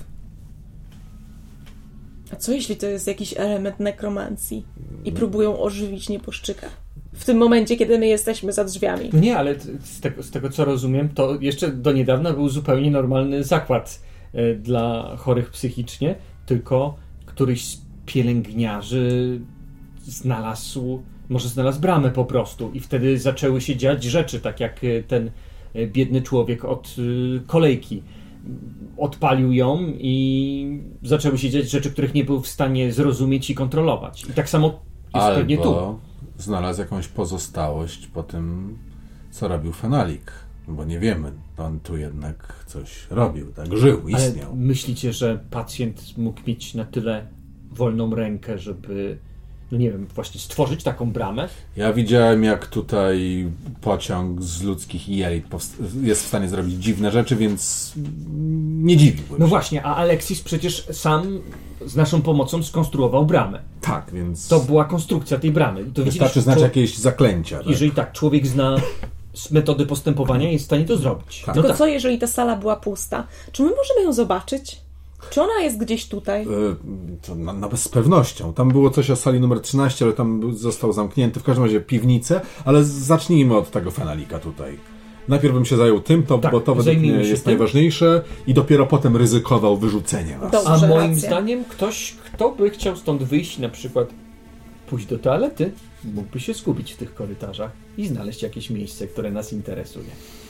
A co jeśli to jest jakiś element nekromancji i próbują ożywić nieboszczyka? W tym momencie, kiedy my jesteśmy za drzwiami. No nie, ale t- z tego, z tego co rozumiem, to jeszcze do niedawna był zupełnie normalny zakład e, dla chorych psychicznie, tylko któryś z pielęgniarzy znalazł, może znalazł bramę po prostu i wtedy zaczęły się dziać rzeczy, tak jak e, ten e, biedny człowiek od e, kolejki. Odpalił ją i zaczęły się dziać rzeczy, których nie był w stanie zrozumieć i kontrolować. I tak samo jest pewnie tu. Albo znalazł jakąś pozostałość po tym, co robił Fenalik. Bo nie wiemy, on tu jednak coś robił, tak? Żył, Ale istniał. myślicie, że pacjent mógł mieć na tyle wolną rękę, żeby, no nie wiem, właśnie stworzyć taką bramę? Ja widziałem, jak tutaj pociąg z ludzkich jelit powst- jest w stanie zrobić dziwne rzeczy, więc nie dziwiłbym No się. właśnie, a Alexis przecież sam z naszą pomocą skonstruował bramę. Tak, więc To była konstrukcja tej bramy. I to wystarczy widzieliście, znać czło- jakieś zaklęcia. Tak? Jeżeli tak, człowiek zna s- metody postępowania i jest w stanie to zrobić. Tak. No Tylko tak. co, jeżeli ta sala była pusta? Czy my możemy ją zobaczyć? Czy ona jest gdzieś tutaj? Y, To na, nawet z pewnością. Tam było coś o sali numer trzynaście, ale tam był- został zamknięty. W każdym razie piwnice, ale zacznijmy od tego Fenalika tutaj. Najpierw bym się zajął tym, to, Tak, bo to według zajmijmy mnie się jest tym. najważniejsze i dopiero potem ryzykował wyrzucenie nas. Dobrze. A Dobrze, moim racja. zdaniem ktoś, kto by chciał stąd wyjść, na przykład pójść do toalety, mógłby się skupić w tych korytarzach i znaleźć jakieś miejsce, które nas interesuje.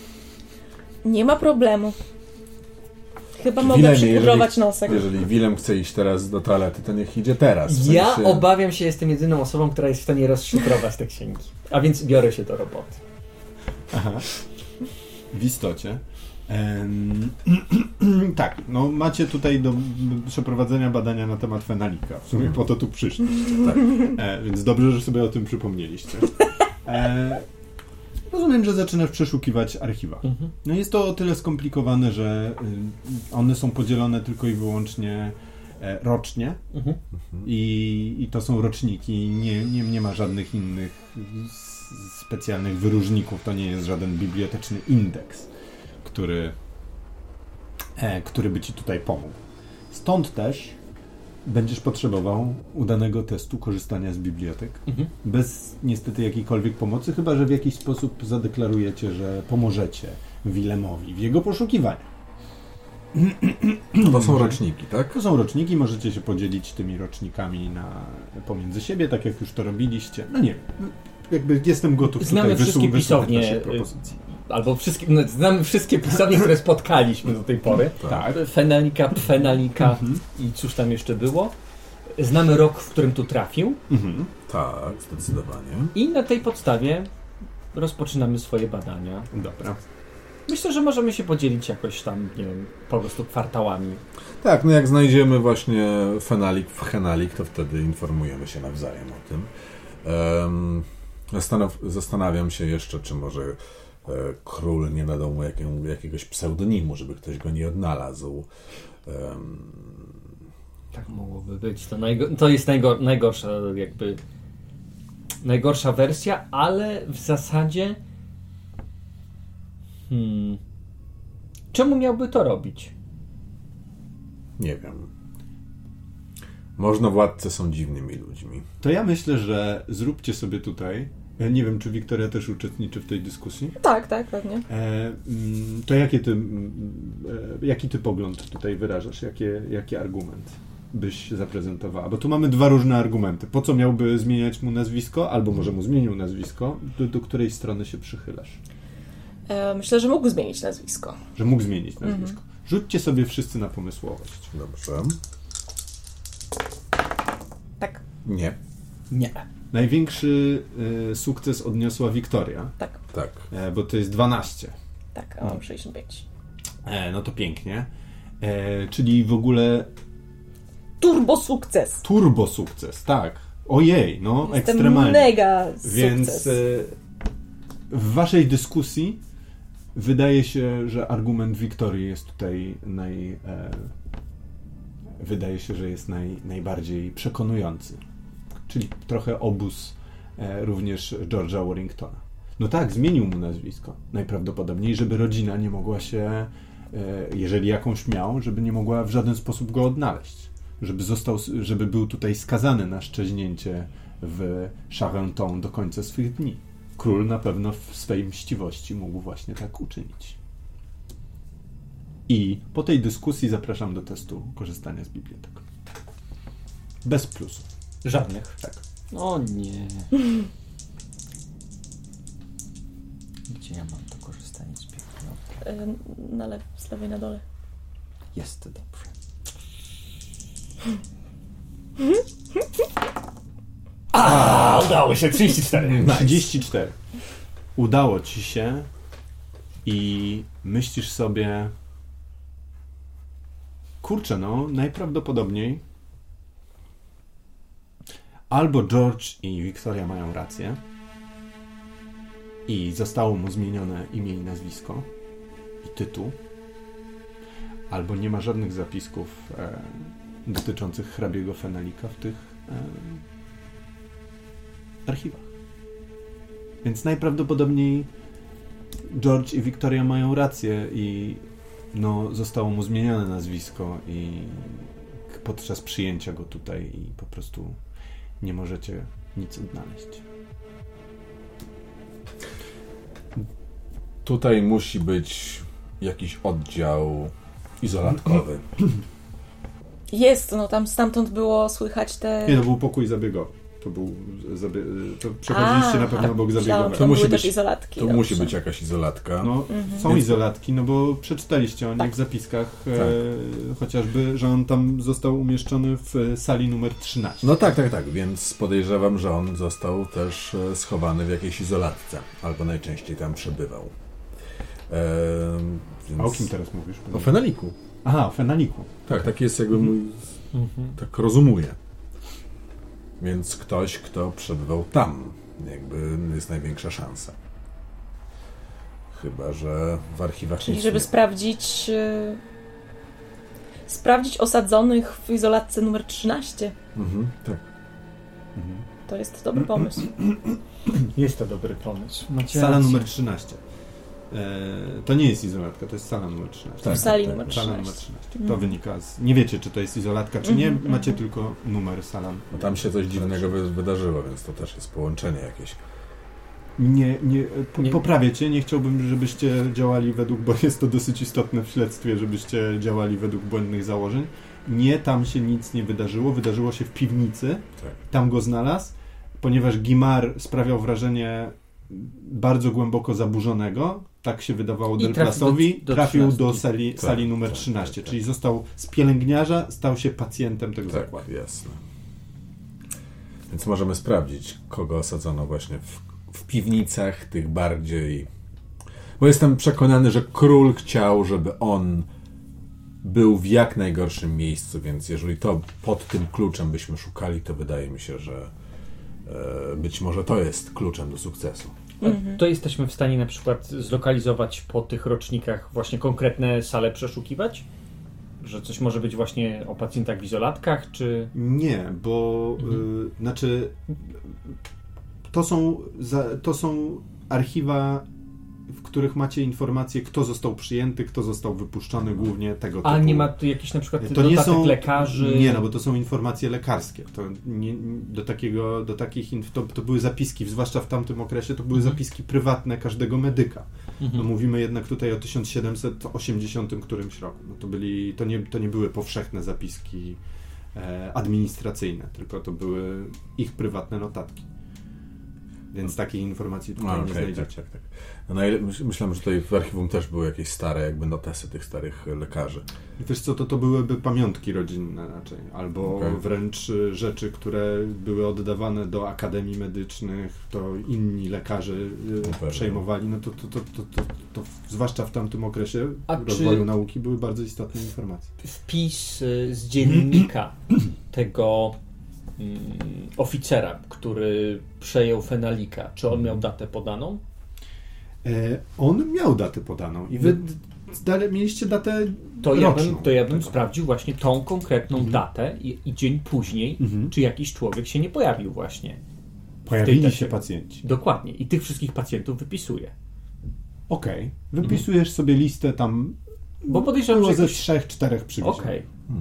Nie ma problemu. Chyba mogę Wilemie, przypudrować jeżeli- nosek. Jeżeli Willem chce iść teraz do toalety, to niech idzie teraz. W Ja sensie- obawiam się, jestem jedyną osobą, która jest w stanie rozszyfrować te księgi. A więc biorę się do roboty. Aha. W istocie. Em, tak, no macie tutaj do przeprowadzenia badania na temat Fenalika. W sumie po to tu przyszliście. Tak. E, więc dobrze, że sobie o tym przypomnieliście. E, rozumiem, że zaczynasz przeszukiwać archiwa. Mhm. No jest to o tyle skomplikowane, że y, one są podzielone tylko i wyłącznie e, rocznie Mhm. i, i to są roczniki. Nie, nie, nie ma żadnych innych s- specjalnych wyróżników. To nie jest żaden biblioteczny indeks, który, e, który by ci tutaj pomógł. Stąd też będziesz potrzebował udanego testu korzystania z bibliotek. Mhm. Bez niestety jakiejkolwiek pomocy, chyba że w jakiś sposób zadeklarujecie, że pomożecie Wilemowi w jego poszukiwaniach. To są roczniki, tak? To są roczniki, możecie się podzielić tymi rocznikami na, pomiędzy siebie, tak jak już to robiliście. No nie wiem, jakby jestem gotów Znamy tutaj wszystkie wysu- wysłuchać pisownie, waszej propozycji. Albo wszystkie, no, znamy wszystkie pisownie, które spotkaliśmy do tej pory. Tak. Fenalika, Pfenalika i cóż tam jeszcze było. Znamy rok, w którym tu trafił Mhm. Tak, zdecydowanie. i na tej podstawie rozpoczynamy swoje badania. Dobra. Myślę, że możemy się podzielić jakoś tam, nie wiem, po prostu kwartałami. Tak, no jak znajdziemy właśnie Fenalik, Fenalik, to wtedy informujemy się nawzajem o tym. Um, zastanaw- zastanawiam się jeszcze, czy może e, król nie nadał mu jakiego, jakiegoś pseudonimu, żeby ktoś go nie odnalazł. Um, Tak mogłoby być. To, najgo- to jest najgo- najgorsza jakby najgorsza wersja, ale w zasadzie hmm, czemu miałby to robić? nie wiem. Możnowładcy są dziwnymi ludźmi. To ja myślę, że zróbcie sobie tutaj, ja nie wiem, czy Wiktoria też uczestniczy w tej dyskusji, Tak, tak, pewnie. e, mm, to jakie ty, mm, e, jaki ty pogląd tutaj wyrażasz, jakie, jaki argument byś zaprezentowała? Bo tu mamy dwa różne argumenty. Po co miałby zmieniać mu nazwisko, albo może mu zmienił nazwisko, do, do której strony się przychylasz? E, myślę, że mógł zmienić nazwisko. Że mógł zmienić nazwisko. Mhm. Rzućcie sobie wszyscy na pomysłowość. Dobrze. Tak, Nie. Nie. Największy e, sukces odniosła Wiktoria, tak, Tak. e, bo to jest dwanaście. tak, a mam sześćdziesiąt pięć. E, no to pięknie. E, czyli w ogóle Turbo sukces! turbo sukces, tak. Ojej, no Jestem ekstremalnie. mega Więc sukces. e, w waszej dyskusji wydaje się, że argument Wiktorii jest tutaj naj... E, wydaje się, że jest naj, najbardziej przekonujący. Czyli trochę obóz e, również George'a Warringtona. No tak, zmienił mu nazwisko. Najprawdopodobniej, żeby rodzina nie mogła się, e, jeżeli jakąś miał, żeby nie mogła w żaden sposób go odnaleźć. Żeby został, żeby był tutaj skazany na szczeźnięcie w Charenton do końca swych dni. Król na pewno w swej mściwości mógł właśnie tak uczynić. I po tej dyskusji zapraszam do testu korzystania z bibliotek. Bez plusów. Żadnych. Tak. O nie. Gdzie ja mam to korzystanie z bibliotek? E, na lew, z lewej na dole. Jest dobrze. A, udało się, trzydzieści cztery. trzydzieści cztery. Udało ci się i myślisz sobie, kurczę, no najprawdopodobniej albo George i Wiktoria mają rację i zostało mu zmienione imię i nazwisko i tytuł, albo nie ma żadnych zapisków e, dotyczących hrabiego Fenelika w tych e, archiwach. Więc najprawdopodobniej George i Wiktoria mają rację i no, zostało mu zmienione nazwisko i podczas przyjęcia go tutaj i po prostu nie możecie nic odnaleźć. Tutaj musi być jakiś oddział izolatkowy. Jest, no tam stamtąd było słychać te... Nie, to był pokój zabiegowy. To był zabie... to przechodziliście A, na pewno obok myślałam, zabiegowy. że To musi były być- też izolatki. To dobrze. musi być jakaś izolatka. No, Mhm. są Więc- izolatki, no bo przeczytaliście o nich Tak. w zapiskach, e, chociażby, że on tam został umieszczony w sali numer trzynaście. No tak, tak, tak, więc podejrzewam, że on został też e, schowany w jakiejś izolatce, albo najczęściej tam przebywał. E, więc... A o kim teraz mówisz? O Feneliku. Aha, o Feneliku. Tak, taki jest jakby mój, Mhm. tak rozumuję. Więc ktoś, kto przebywał tam, jakby jest największa szansa. Chyba że w archiwach Czyli nic żeby nie... sprawdzić... y, sprawdzić osadzonych w izolatce numer trzynaście. Mhm, tak. Mhm. To jest dobry pomysł. Jest to dobry pomysł. Macie Sala rację. numer trzynaście. E, to nie jest izolatka, to jest sala numer trzynaście. Tak, w sali tak, numer tak. Sala trzynaście. numer trzynaście. To Mhm. wynika z... Nie wiecie, czy to jest izolatka, czy nie. Mhm, Macie mhm. tylko numer sala. No tam się coś dziwnego wy- wydarzyło, więc to też jest połączenie jakieś. Nie, nie, po, Nie. poprawię cię, nie chciałbym, żebyście działali według, bo jest to dosyć istotne w śledztwie, żebyście działali według błędnych założeń. Nie, tam się nic nie wydarzyło, wydarzyło się w piwnicy, Tak. tam go znalazł, ponieważ Guimard sprawiał wrażenie bardzo głęboko zaburzonego, tak się wydawało I Del trafił Plasowi, do- do trafił do trzynastki. sali, Tak, sali numer tak, trzynaście, tak, tak. czyli został z pielęgniarza, stał się pacjentem tego Tak, zakładu. jasne. Więc możemy sprawdzić, kogo osadzono właśnie w, w piwnicach tych bardziej... Bo jestem przekonany, że król chciał, żeby on był w jak najgorszym miejscu, więc jeżeli to pod tym kluczem byśmy szukali, to wydaje mi się, że e, być może to jest kluczem do sukcesu. A to jesteśmy w stanie na przykład zlokalizować po tych rocznikach właśnie konkretne sale przeszukiwać? Że coś może być właśnie o pacjentach w izolatkach, czy... Nie, bo Mhm. y, znaczy to są, za, to są archiwa, w których macie informacje, kto został przyjęty, kto został wypuszczony, głównie tego typu. A nie ma tu jakichś na przykład To nie notatek są lekarzy? Nie, no bo to są informacje lekarskie. To nie, do takiego, do takich inf- to, to były zapiski, zwłaszcza w tamtym okresie, to były Mhm. zapiski prywatne każdego medyka. Mhm. No mówimy jednak tutaj o tysiąc siedemset osiemdziesiątym którymś roku. No to, byli, to, nie, to nie były powszechne zapiski e, administracyjne, tylko to były ich prywatne notatki. Więc takich informacji tutaj A, nie okej, znajdziecie. tak, tak, tak. No, na ile, myśl, myślałem, że tutaj w archiwum też były jakieś stare jakby notesy tych starych lekarzy. I wiesz co, to, to byłyby pamiątki rodzinne raczej, albo Okej. wręcz y, rzeczy, które były oddawane do akademii medycznych, to inni lekarze y, pewnie. przejmowali, no to, to, to, to, to, to zwłaszcza w tamtym okresie A rozwoju czy- nauki były bardzo istotne informacje. Wpis y, z dziennika tego mm, oficera, który przejął Fenalika, czy on miał datę podaną? E, on miał datę podaną i wy d- dale, mieliście datę To ja roczną. bym, to ja bym tego. sprawdził właśnie tą konkretną Mhm. datę i, i dzień później, Mhm. czy jakiś człowiek się nie pojawił właśnie. Pojawili tej się dacie. pacjenci. Dokładnie. I tych wszystkich pacjentów wypisuję. Okej, wypisujesz sobie listę tam, Bo podejrzewam, było że ze jakoś... trzech, czterech przywiezień Okej.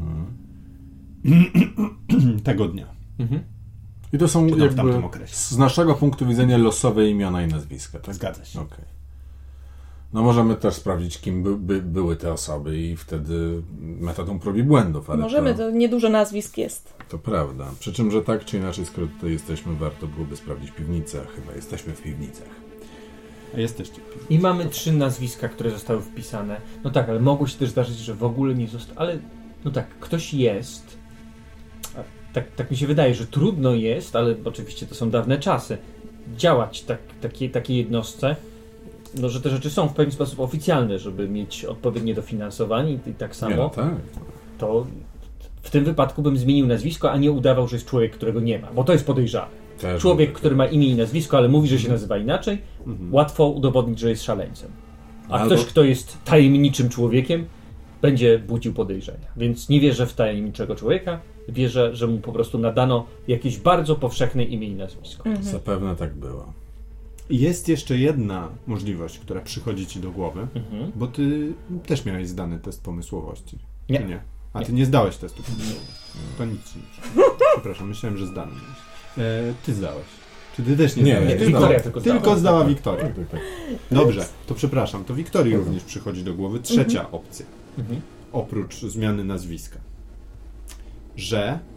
tego dnia. Mhm. I to są Czy tam w jakby tamtym okresie. z naszego punktu widzenia losowe imiona i nazwiska, tak? Zgadza się. Okej. No możemy też sprawdzić, kim by, by, były te osoby i wtedy metodą prób i błędów, ale Możemy, to, to niedużo nazwisk jest. to prawda. Przy czym, że tak czy inaczej, skoro tutaj jesteśmy, warto byłoby sprawdzić piwnicę. Chyba jesteśmy w piwnicach. A jesteście. I mamy trzy nazwiska, które zostały wpisane. No tak, ale mogło się też zdarzyć, że w ogóle nie zostało. Ale no tak, ktoś jest. A tak, tak mi się wydaje, że trudno jest, ale oczywiście to są dawne czasy, działać tak, takiej, takiej jednostce, no, że te rzeczy są w pewien sposób oficjalne, żeby mieć odpowiednie dofinansowanie i tak samo. Nie, no tak. To w tym wypadku bym zmienił nazwisko, a nie udawał, że jest człowiek, którego nie ma, bo to jest podejrzane. Też Człowiek, mówię. który ma imię i nazwisko, ale mówi, że się nazywa inaczej, Mhm. łatwo udowodnić, że jest szaleńcem. A Albo- ktoś, kto jest tajemniczym człowiekiem, będzie budził podejrzenia. Więc nie wierzę w tajemniczego człowieka, wierzę, że mu po prostu nadano jakieś bardzo powszechne imię i nazwisko. Mhm. Zapewne tak było. Jest jeszcze jedna możliwość, która przychodzi ci do głowy, Mhm. bo ty też miałeś zdany test pomysłowości. Nie. Czy nie? A Nie. ty nie zdałeś testu pomysłowości. To nic ci nie Przepraszam, myślałem, że zdany miałeś. E, ty zdałeś. Czy ty też nie, Nie, zdałeś? nie, Tylko- Wiktoria tylko zdała. Tylko zdała Wiktoria. Tak, tak, tak. Dobrze, to przepraszam. To Wiktorii również przychodzi do głowy trzecia opcja. Mhm. Oprócz zmiany nazwiska. Że em,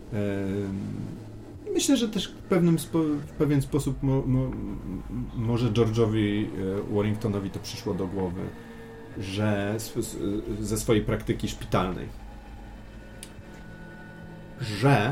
myślę, że też w, pewnym spo, w pewien sposób mo, mo, może George'owi e, Warringtonowi to przyszło do głowy, że s, s, ze swojej praktyki szpitalnej, że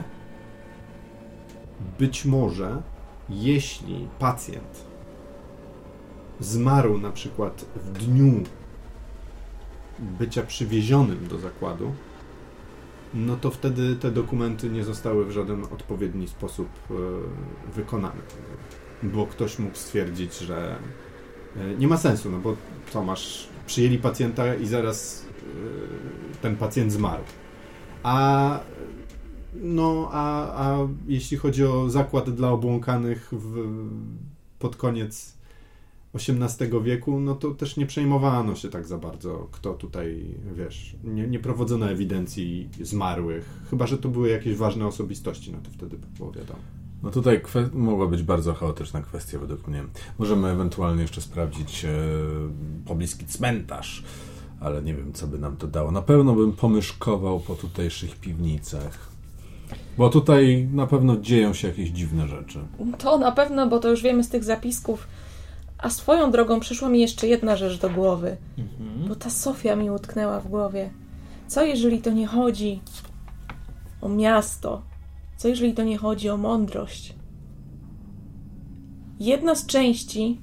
być może jeśli pacjent zmarł na przykład w dniu bycia przywiezionym do zakładu, no to wtedy te dokumenty nie zostały w żaden odpowiedni sposób e, wykonane. Bo ktoś mógł stwierdzić, że e, nie ma sensu, no bo co masz, przyjęli pacjenta i zaraz e, ten pacjent zmarł. A no, a, a jeśli chodzi o zakład dla obłąkanych w, pod koniec osiemnastego wieku, no to też nie przejmowano się tak za bardzo, kto tutaj, wiesz, nie, nie prowadzono ewidencji zmarłych, chyba że to były jakieś ważne osobistości, no to wtedy by było wiadomo. No tutaj kwe- mogła być bardzo chaotyczna kwestia według mnie. Możemy ewentualnie jeszcze sprawdzić e, pobliski cmentarz, ale nie wiem, co by nam to dało. Na pewno bym pomyszkował po tutejszych piwnicach, bo tutaj na pewno dzieją się jakieś dziwne rzeczy. To na pewno, bo to już wiemy z tych zapisków. A swoją drogą przyszła mi jeszcze jedna rzecz do głowy. Mhm. Bo ta Sofia mi utknęła w głowie. Co jeżeli to nie chodzi o miasto? Co jeżeli to nie chodzi o mądrość? Jedna z części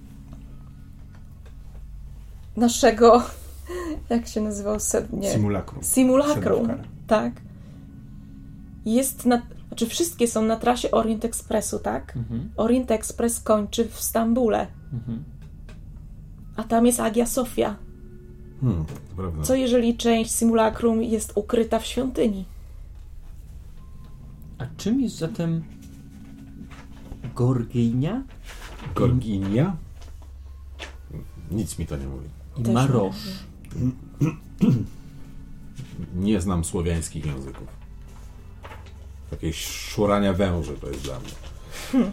naszego, jak się nazywał? Se- nie. Simulacrum. Simulacrum, Sedówka. tak. jest na... Znaczy wszystkie są na trasie Orient Expressu, tak? Mhm. Orient Express kończy w Stambule. Mhm. A tam jest Hagia Sofia. Hmm, to prawda. Co jeżeli część simulakrum jest ukryta w świątyni? A czym jest zatem Gorginia Gorginia? Nic mi to nie mówi. i Też Marosz? Nie znam słowiańskich języków. Jakieś szurania węży to jest dla mnie. Hmm.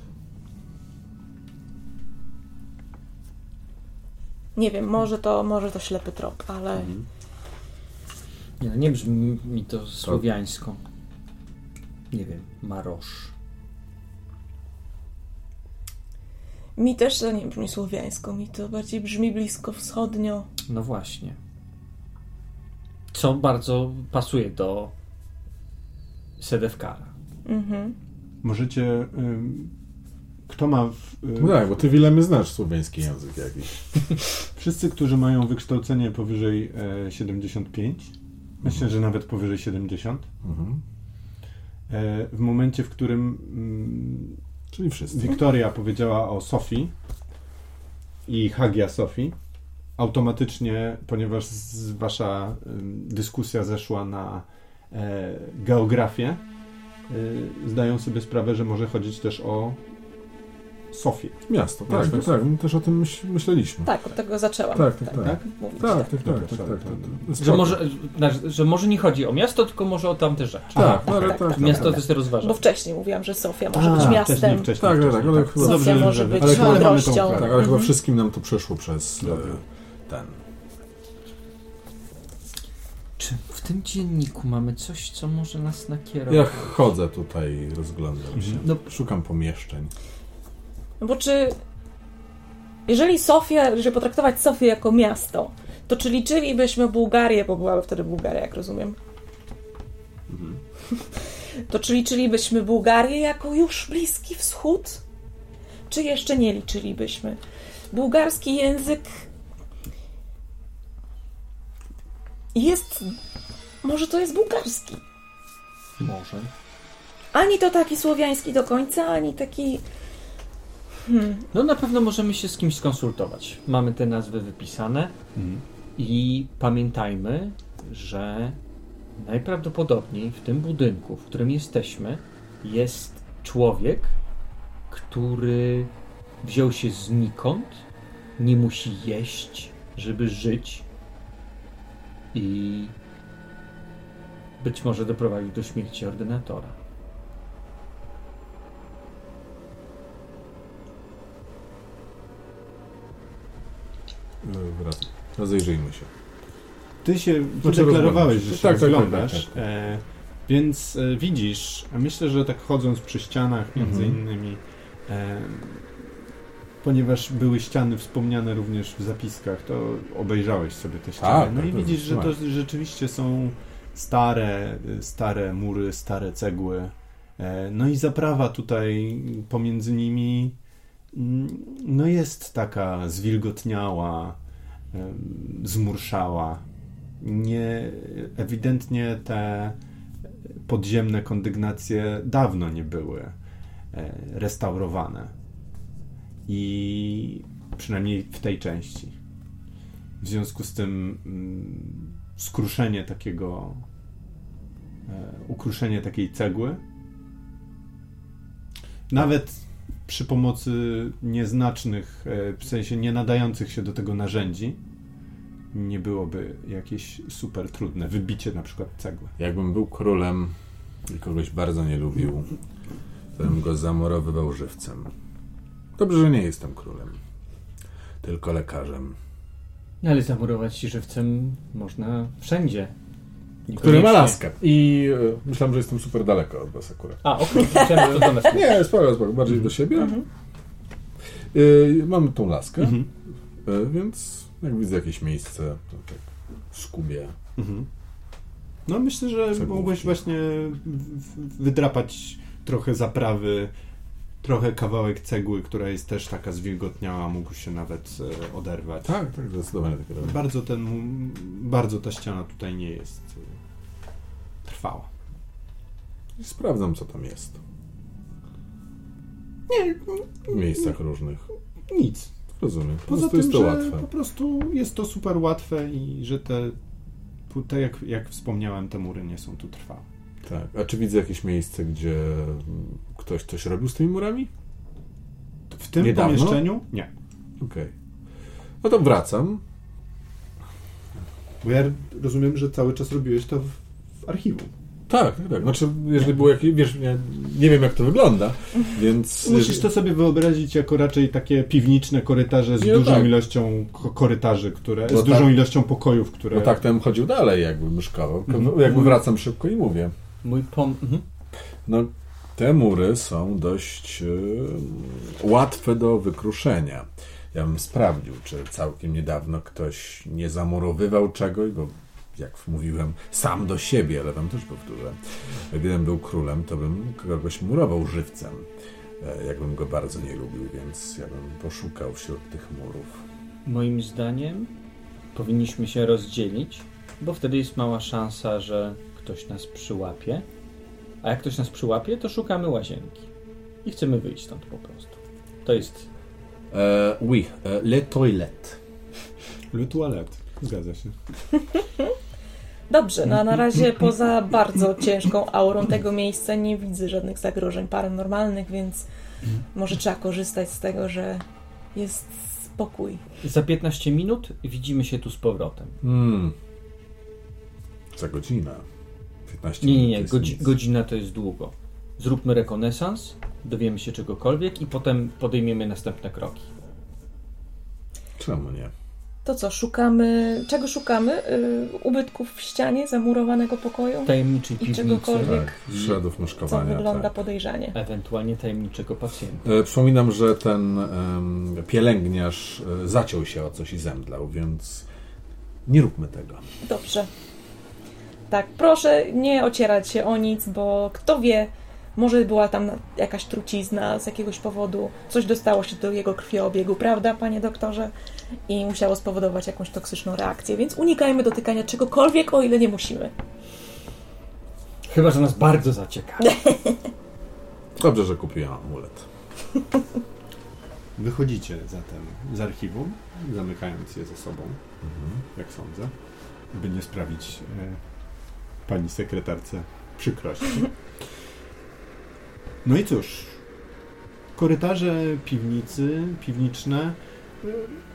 Nie wiem, może to, może to ślepy trop, ale Mhm. Nie, nie brzmi mi to słowiańsko. Nie wiem, Marosz. mi też to nie brzmi słowiańsko, mi to bardziej brzmi blisko wschodnio. No właśnie. Co bardzo pasuje do Sedefkara. Mhm. Możecie... Ym, kto ma... W, ym, No tak, bo ty Wilemy znasz słowiański język jakiś. Wszyscy, którzy mają wykształcenie powyżej e, siedemdziesiąt pięć, myślę, że nawet powyżej siedemdziesiąt, Mhm. e, w momencie, w którym mm, Czyli wszyscy. Wiktoria powiedziała o Sofii i Hagia Sofii, automatycznie, ponieważ z, wasza ym, dyskusja zeszła na e, geografię, y, zdają sobie sprawę, że może chodzić też o Sofię. Miasto, tak, Miasto tak, tak. My też o tym myśl, myśleliśmy. Tak, od tego zaczęłam. Tak, tak, tak. Tak? Mówić, Tak, tak. tak, tak, tak, tak, tak, tak. Że może, że może nie chodzi o miasto, tylko może o tamte rzeczy. Tak, Aha, no, ale tak, tak, tak. tak, Miasto tak. to jest rozważane. Bo wcześniej mówiłam, że Sofia może A, być wcześniej, miastem. wcześniej, Tak, tak, wcześniej, ale chyba- Sofia Dobrze, może że- być ale chyba mamy tą mądrością. Tak, ale Mhm. chyba wszystkim nam to przeszło przez e, Dobra. ten. Czy w tym dzienniku mamy coś, co może nas nakierować? Ja chodzę tutaj, rozglądam się. No, Szukam pomieszczeń. No bo czy... Jeżeli Sofia, żeby potraktować Sofię jako miasto, to czy liczylibyśmy Bułgarię, bo byłaby wtedy Bułgaria, jak rozumiem, Mhm. to czy liczylibyśmy Bułgarię jako już Bliski Wschód? Czy jeszcze nie liczylibyśmy? Bułgarski język jest... Może to jest bułgarski. może. Ani to taki słowiański do końca, ani taki... Hmm. No na pewno możemy się z kimś skonsultować. Mamy te nazwy wypisane Mhm. i pamiętajmy, że najprawdopodobniej w tym budynku, w którym jesteśmy, jest człowiek, który wziął się znikąd, nie musi jeść, żeby żyć i być może doprowadził do śmierci ordynatora. E, Wracam. Rozejrzyjmy się. Ty się Znaczy deklarowałeś, rozglądasz że się. się Tak, tak, tak, rozglądasz, tak, tak. E, więc e, widzisz, a myślę, że tak chodząc przy ścianach między Mhm. innymi, e, ponieważ były ściany wspomniane również w zapiskach, to obejrzałeś sobie te ściany. Tak, no tak, i to widzisz, że to zdecydowanie. rzeczywiście są stare, y, stare mury, stare cegły. E, no i zaprawa tutaj pomiędzy nimi mm, no jest taka zwilgotniała, em, zmurszała. Nie, ewidentnie te podziemne kondygnacje dawno nie były e, restaurowane. I przynajmniej w tej części. W związku z tym mm, skruszenie takiego e, ukruszenie takiej cegły nawet przy pomocy nieznacznych, e, w sensie nie nadających się do tego narzędzi, nie byłoby jakieś super trudne. Wybicie na przykład cegły. Jakbym był królem i kogoś bardzo nie lubił, to bym go zamorowywał żywcem. Dobrze, że nie jestem królem, tylko lekarzem. No ale zamurować się żywcem można wszędzie. Który ma Niekoniecznie. laskę. I e, myślałem, że jestem super daleko od was akurat. A, okej, okay. to do nas. Nie, spoko, spoko. Bardziej do siebie. Mhm. E, mamy tą laskę, Mhm. e, więc jak widzę jakieś miejsce, to tak skubię. Mhm. No myślę, że Cegłówki. mogłeś właśnie w- w- wydrapać trochę zaprawy, trochę kawałek cegły, która jest też taka zwilgotniała, mógł się nawet e, oderwać. Tak, tak, zdecydowanie tak robię. Bardzo ten, bardzo ta ściana tutaj nie jest e, trwała. Sprawdzam, co tam jest. Nie, W miejscach różnych. nic. Rozumiem. Po Poza prostu tym, jest to że łatwe. po prostu jest to super łatwe i że te, te jak, jak wspomniałem, te mury nie są tu trwałe. Tak. A czy widzę jakieś miejsce, gdzie ktoś coś robił z tymi murami? W tym Niedawno? pomieszczeniu? Nie. Okej. No to wracam. Bo ja rozumiem, że cały czas robiłeś to w, w archiwum. Tak, tak, tak. Znaczy, jeżeli było jakieś, wiesz, ja nie wiem, jak to wygląda, więc... Musisz to sobie wyobrazić jako raczej takie piwniczne korytarze z Nie, dużą tak. ilością ko- korytarzy, które, No z dużą tak. ilością pokojów, które... No tak, to bym chodził dalej, jakby myszkował. Mhm. Jakby wracam szybko i mówię. Mój pom... Mhm. No, te mury są dość e, łatwe do wykruszenia. Ja bym sprawdził, czy całkiem niedawno ktoś nie zamurowywał czegoś, bo jak mówiłem, sam do siebie, ale wam też powtórzę. Gdybym był królem, to bym kogoś murował żywcem. E, jakbym go bardzo nie lubił, więc ja bym poszukał wśród tych murów. Moim zdaniem powinniśmy się rozdzielić, bo wtedy jest mała szansa, że ktoś nas przyłapie. A jak ktoś nas przyłapie, to szukamy łazienki. I chcemy wyjść stąd po prostu. To jest... E, oui, e, le toilette. Le toilette. Zgadza się. Dobrze, no a na razie poza bardzo ciężką aurą tego miejsca nie widzę żadnych zagrożeń paranormalnych, więc może trzeba korzystać z tego, że jest spokój. Za piętnaście minut widzimy się tu z powrotem. Hmm. Za godzinę. piętnaście Nie, nie, minut nie. to jest Godzi- nic. godzina to jest długo. Zróbmy rekonesans, dowiemy się czegokolwiek i potem podejmiemy następne kroki. Czemu nie? To co, szukamy... Czego szukamy? Yy, ubytków w ścianie zamurowanego pokoju? Tajemniczej I piwnicy, czegokolwiek, Tak, śladów co myszkowania. wygląda tak. podejrzanie. ewentualnie tajemniczego pacjenta. E, Przypominam, że ten em, pielęgniarz e, zaciął się o coś i zemdlał, więc nie róbmy tego. Dobrze. Tak, proszę nie ocierać się o nic, bo kto wie, może była tam jakaś trucizna z jakiegoś powodu, coś dostało się do jego krwiobiegu, prawda, panie doktorze? I musiało spowodować jakąś toksyczną reakcję, więc unikajmy dotykania czegokolwiek, o ile nie musimy. Chyba, że nas bardzo zaciekawi. Dobrze, że kupiłem amulet. Wychodzicie zatem z archiwum, zamykając je ze sobą, jak sądzę, by nie sprawić e, pani sekretarce przykrości. No i cóż, korytarze piwnicy, piwniczne e,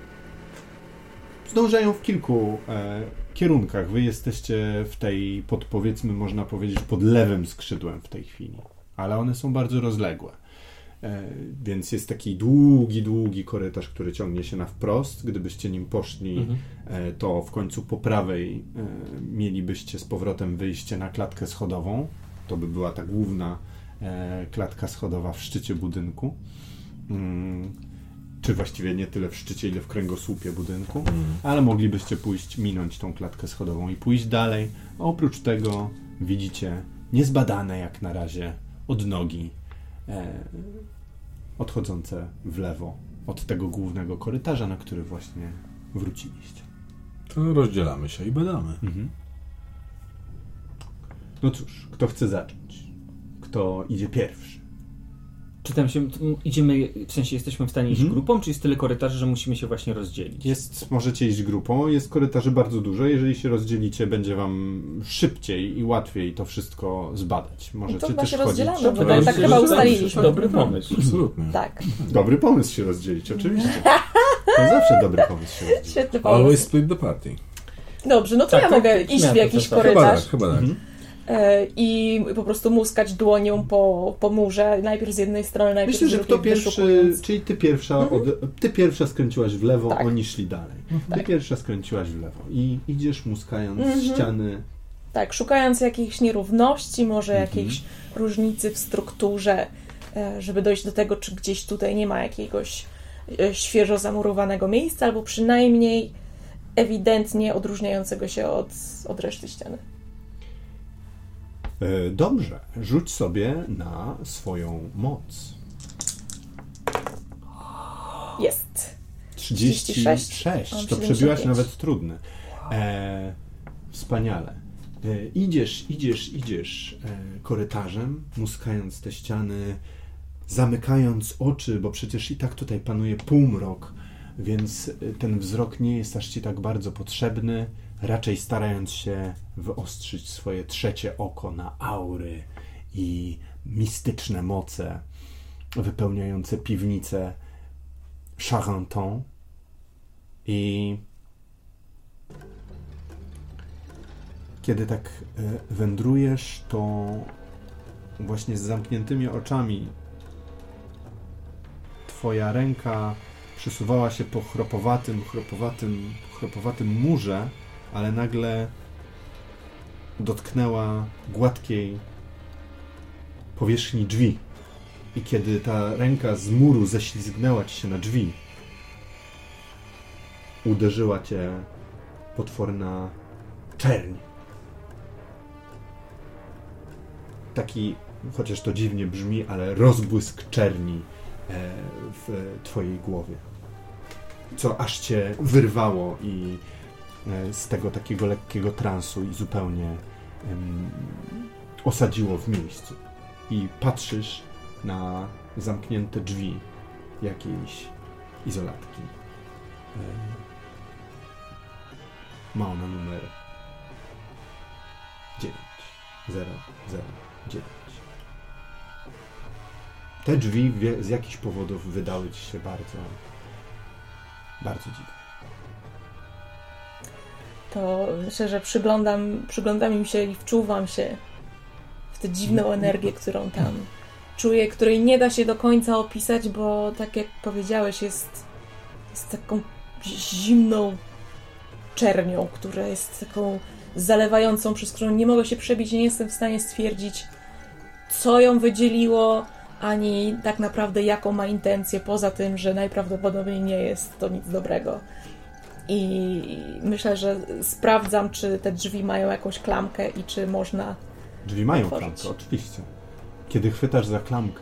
zdążają w kilku e, kierunkach. Wy jesteście w tej, pod powiedzmy, można powiedzieć, pod lewym skrzydłem w tej chwili, ale one są bardzo rozległe. E, więc jest taki długi, długi korytarz, który ciągnie się na wprost. Gdybyście nim poszli, Mhm. e, to w końcu po prawej e, mielibyście z powrotem wyjście na klatkę schodową. To by była ta główna e, klatka schodowa w szczycie budynku. Mm, czy właściwie nie tyle w szczycie, ile w kręgosłupie budynku. Ale moglibyście pójść, minąć tą klatkę schodową i pójść dalej. A oprócz tego widzicie niezbadane jak na razie odnogi e, odchodzące w lewo od tego głównego korytarza, na który właśnie wróciliście. To rozdzielamy się i badamy. Mhm. No cóż, kto chce zacząć? Kto idzie pierwszy? Czy tam się idziemy, w sensie jesteśmy w stanie iść Mhm. grupą, czy jest tyle korytarzy, że musimy się właśnie rozdzielić? Jest, możecie iść grupą, jest korytarzy bardzo dużo. Jeżeli się rozdzielicie, będzie wam szybciej i łatwiej to wszystko zbadać. Możecie to chyba też się chodzić. rozdzielamy, To bo myślę, tak że chyba to ustaliliśmy. Dobry pomysł. Absolutnie. Tak, Dobry pomysł się rozdzielić, oczywiście. To zawsze dobry pomysł się rozdzielić. świetny Always pomysł. split the party. Dobrze, no to Tak, ja tak, mogę tak, iść miałem w to jakiś zasadę. Chyba korytarz tak, chyba tak. Mhm. e, i po prostu muskać dłonią po, po murze, najpierw z jednej strony, najpierw Myślę, z że drugiej, kto pierwszy, wyszukując. czyli ty pierwsza, od, ty pierwsza skręciłaś w lewo, Tak. oni szli dalej. Ty Tak. pierwsza skręciłaś w lewo i idziesz muskając Mhm. ściany. Tak, szukając jakichś nierówności, może Mhm. jakiejś różnicy w strukturze, e, żeby dojść do tego, czy gdzieś tutaj nie ma jakiegoś e, świeżo zamurowanego miejsca, albo przynajmniej ewidentnie odróżniającego się od, od reszty ściany. E, Dobrze, rzuć sobie na swoją moc. Jest. trzydzieści sześć. Mam To siedemdziesiąt przebiłaś pięć. nawet trudny. E, wspaniale. E, idziesz, idziesz, idziesz e, korytarzem, muskając te ściany, zamykając oczy, bo przecież i tak tutaj panuje półmrok, więc ten wzrok nie jest aż ci tak bardzo potrzebny, raczej starając się wyostrzyć swoje trzecie oko na aury i mistyczne moce wypełniające piwnice Charenton. I kiedy tak wędrujesz, to właśnie z zamkniętymi oczami twoja ręka przesuwała się po chropowatym, chropowatym, chropowatym murze, ale nagle dotknęła gładkiej powierzchni drzwi. I kiedy ta ręka z muru ześlizgnęła ci się na drzwi, uderzyła cię potworna czerń. Taki, chociaż to dziwnie brzmi, ale rozbłysk czerni w twojej głowie. Co aż cię wyrwało i z tego takiego lekkiego transu i zupełnie um, osadziło w miejscu. I patrzysz na zamknięte drzwi jakiejś izolatki. Ma ona numer dziewięć zero zero dziewięć. Te drzwi z jakichś powodów wydały ci się bardzo, bardzo dziwne. To myślę, że przyglądam, przyglądam im się i wczuwam się w tę dziwną energię, którą tam czuję, której nie da się do końca opisać, bo tak jak powiedziałeś, jest, jest taką zimną czernią, która jest taką zalewającą, przez którą nie mogę się przebić, nie jestem w stanie stwierdzić, co ją wydzieliło, ani tak naprawdę jaką ma intencję, poza tym, że najprawdopodobniej nie jest to nic dobrego. I myślę, że sprawdzam, czy te drzwi mają jakąś klamkę i czy można Drzwi mają otworzyć. klamkę, oczywiście. Kiedy chwytasz za klamkę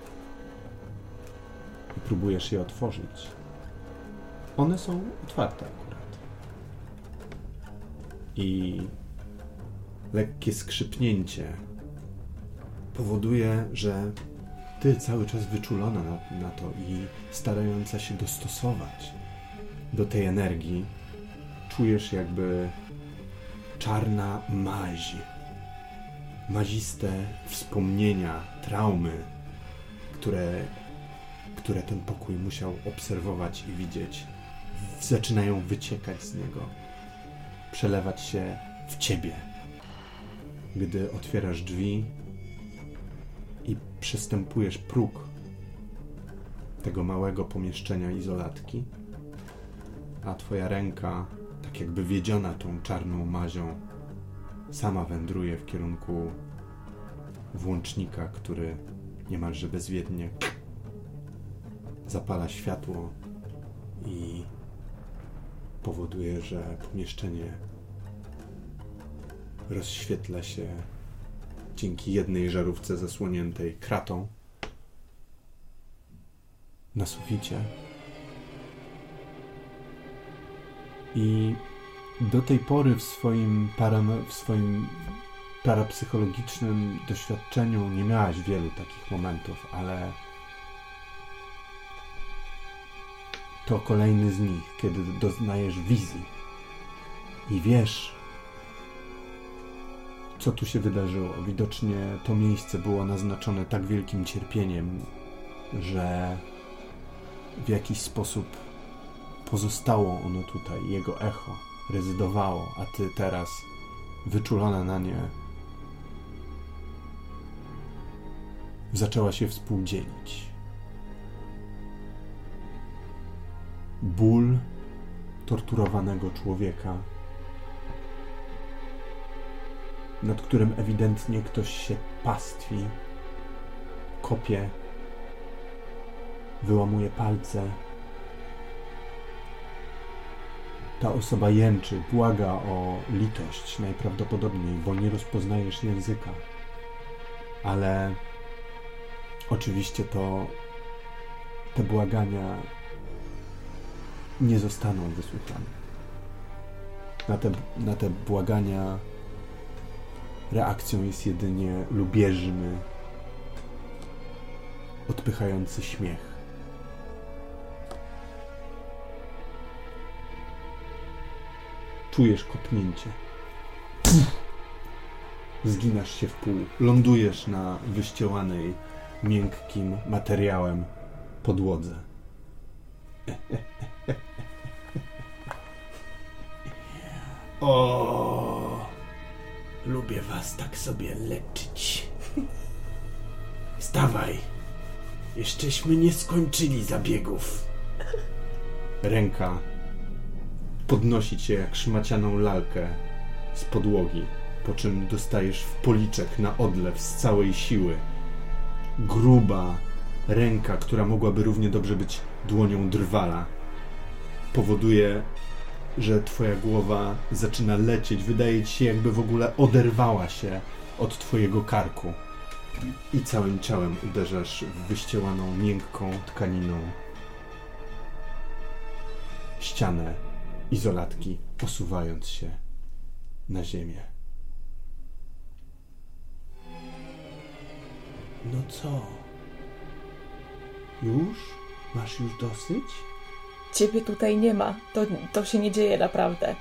i próbujesz je otworzyć, one są otwarte akurat. I lekkie skrzypnięcie powoduje, że ty cały czas wyczulona na, na to i starająca się dostosować do tej energii, czujesz jakby czarna maź, maziste wspomnienia, traumy, które, które ten pokój musiał obserwować i widzieć, zaczynają wyciekać z niego, przelewać się w ciebie. Gdy otwierasz drzwi i przestępujesz próg tego małego pomieszczenia izolatki, a twoja ręka, tak jakby wiedziona tą czarną mazią, sama wędruje w kierunku włącznika, który niemalże bezwiednie zapala światło i powoduje, że pomieszczenie rozświetla się dzięki jednej żarówce zasłoniętej kratą na suficie. I do tej pory w swoim, param- w swoim parapsychologicznym doświadczeniu nie miałaś wielu takich momentów, ale to kolejny z nich, kiedy doznajesz wizji i wiesz, co tu się wydarzyło. Widocznie to miejsce było naznaczone tak wielkim cierpieniem, że w jakiś sposób pozostało ono tutaj, jego echo rezydowało, a ty teraz, wyczulona na nie, zaczęła się współdzielić. Ból torturowanego człowieka, nad którym ewidentnie ktoś się pastwi, kopie, wyłamuje palce. Ta osoba jęczy, błaga o litość najprawdopodobniej, bo nie rozpoznajesz języka. Ale oczywiście to te błagania nie zostaną wysłuchane. Na te, na te błagania reakcją jest jedynie lubieżny, odpychający śmiech. Czujesz kopnięcie. Zginasz się w pół. Lądujesz na wyścielanej, miękkim materiałem podłodze. O, lubię was tak sobie leczyć. Wstawaj. Jeszcześmy nie skończyli zabiegów. Ręka podnosi cię jak szmacianą lalkę z podłogi, po czym dostajesz w policzek na odlew z całej siły. Gruba ręka, która mogłaby równie dobrze być dłonią drwala, powoduje, że twoja głowa zaczyna lecieć. Wydaje ci się, jakby w ogóle oderwała się od twojego karku. I całym ciałem uderzasz w wyścielaną, miękką tkaniną ścianę izolatki, osuwając się na ziemię. No co? Już? Masz już dosyć? Ciebie tutaj nie ma. To, to się nie dzieje naprawdę.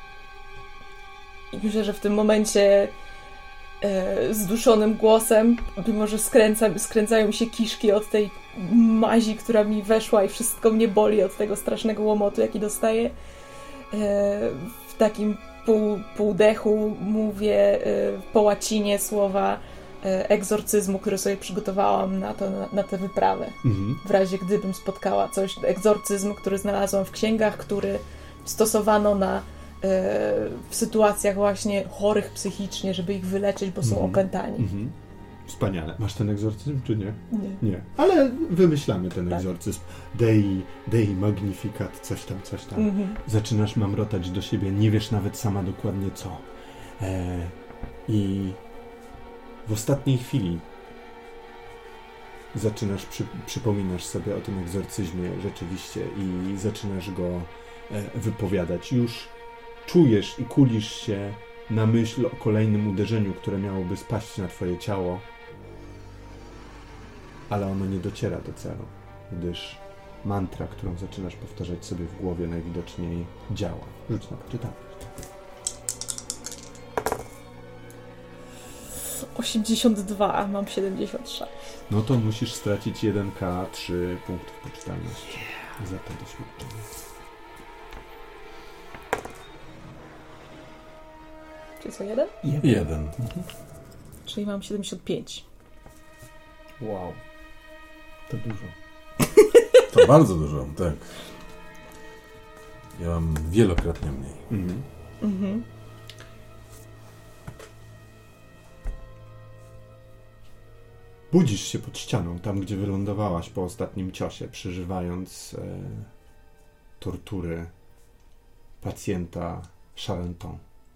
I myślę, że w tym momencie e, zduszonym głosem, mimo że skręca, skręcają mi się kiszki od tej mazi, która mi weszła i wszystko mnie boli od tego strasznego łomotu, jaki dostaję, e, w takim pół, półdechu mówię e, po łacinie słowa e, egzorcyzmu, które sobie przygotowałam na, to, na, na tę wyprawę. Mhm. W razie gdybym spotkała coś. Egzorcyzm, który znalazłam w księgach, który stosowano na w sytuacjach właśnie chorych psychicznie, żeby ich wyleczyć, bo są mm-hmm. opętani. Mm-hmm. Wspaniale. Masz ten egzorcyzm, czy nie? Nie. Nie. Ale wymyślamy ten tak. egzorcyzm. Dei, Dei Magnificat, coś tam, coś tam. Mm-hmm. Zaczynasz mamrotać do siebie, nie wiesz nawet sama dokładnie co. E, I w ostatniej chwili zaczynasz, przy, przypominasz sobie o tym egzorcyzmie rzeczywiście i zaczynasz go e, wypowiadać. Już czujesz i kulisz się na myśl o kolejnym uderzeniu, które miałoby spaść na twoje ciało, ale ono nie dociera do celu, gdyż mantra, którą zaczynasz powtarzać sobie w głowie, najwidoczniej działa. Rzuć na poczytanie. osiemdziesiąt dwa, a mam siedemdziesiąt sześć. No to musisz stracić jeden K trzy punktów poczytalności za to doświadczenie. Czyli co, jeden? Jeden. jeden. Mhm. Czyli mam siedemdziesiąt pięć. Wow. To dużo. To bardzo dużo, tak. Ja mam wielokrotnie mniej. Mhm. Mhm. Budzisz się pod ścianą, tam gdzie wylądowałaś po ostatnim ciosie, przeżywając e, tortury pacjenta Charenton.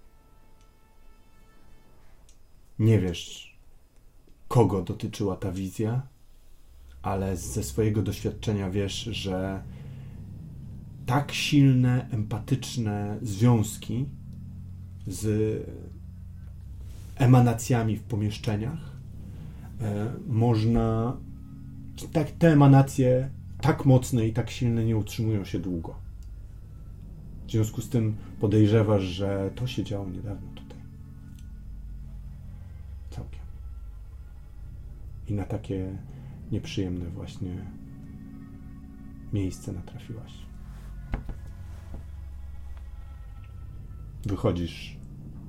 Nie wiesz, kogo dotyczyła ta wizja, ale ze swojego doświadczenia wiesz, że tak silne, empatyczne związki z emanacjami w pomieszczeniach e, można... Tak, te emanacje tak mocne i tak silne nie utrzymują się długo. W związku z tym podejrzewasz, że to się działo niedawno tutaj. Całkiem. I na takie nieprzyjemne właśnie miejsce natrafiłaś. Wychodzisz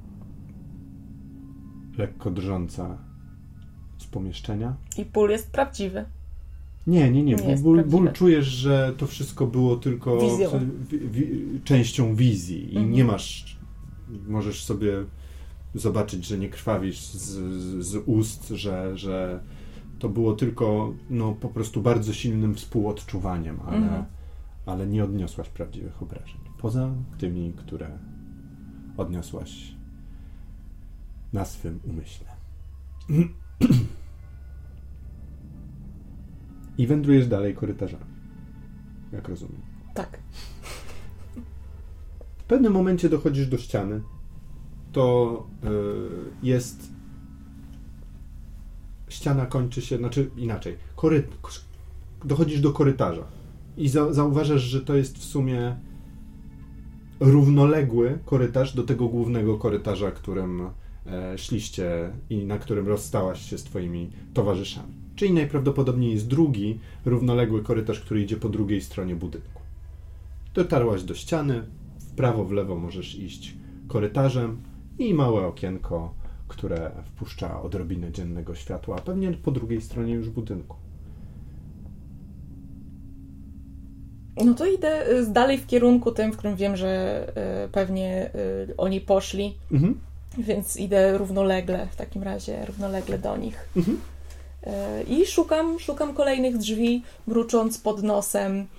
lekko drżąca z pomieszczenia. I ból jest prawdziwy. Nie, nie, nie. nie ból, ból czujesz, że to wszystko było tylko wi- wi- częścią wizji i mhm. nie masz, możesz sobie zobaczyć, że nie krwawisz z, z, z ust, że, że to było tylko no, po prostu bardzo silnym współodczuwaniem, ale, mhm. ale nie odniosłaś prawdziwych obrażeń. Poza tymi, które odniosłaś na swym umyśle. I wędrujesz dalej korytarzami, jak rozumiem. Tak. W pewnym momencie dochodzisz do ściany. To y, jest ściana kończy się, znaczy inaczej, kory, dochodzisz do korytarza i za, zauważasz, że to jest w sumie równoległy korytarz do tego głównego korytarza, którym e, szliście i na którym rozstałaś się z twoimi towarzyszami. Czyli najprawdopodobniej jest drugi, równoległy korytarz, który idzie po drugiej stronie budynku. Dotarłaś do ściany, w prawo, w lewo możesz iść korytarzem i małe okienko, które wpuszcza odrobinę dziennego światła, a pewnie po drugiej stronie już budynku. No to idę dalej w kierunku tym, w którym wiem, że y, pewnie y, oni poszli, Mhm. więc idę równolegle w takim razie, równolegle do nich. Mhm. Y, I szukam, szukam kolejnych drzwi, mrucząc pod nosem y,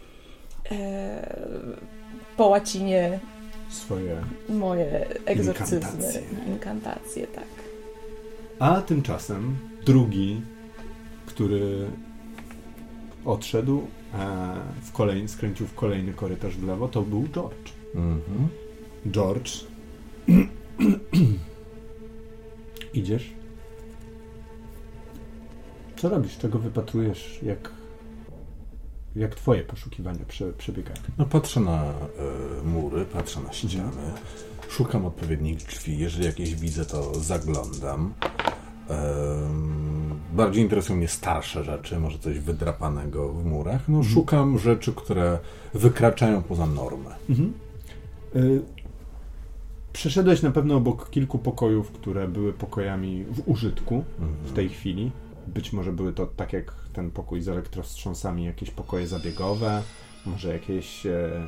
po łacinie Swoje. moje egzorcyzmy, Inkantacje. inkantacje, tak. A tymczasem drugi, który odszedł, e, w kolej, skręcił w kolejny korytarz w lewo, to był George. Mhm. George. Idziesz? Co robisz? Czego wypatrujesz? Jak, jak twoje poszukiwania prze, przebiegają? No patrzę na e, mury, patrzę na ściany, szukam odpowiednich drzwi. Jeżeli jakieś widzę, to zaglądam. Ehm, bardziej interesują mnie starsze rzeczy, może coś wydrapanego w murach. No, szukam rzeczy, które wykraczają poza normę. Mhm. Y, przeszedłeś na pewno obok kilku pokojów, które były pokojami w użytku w tej chwili. Być może były to, tak jak ten pokój z elektrostrząsami, jakieś pokoje zabiegowe, może jakieś e, e,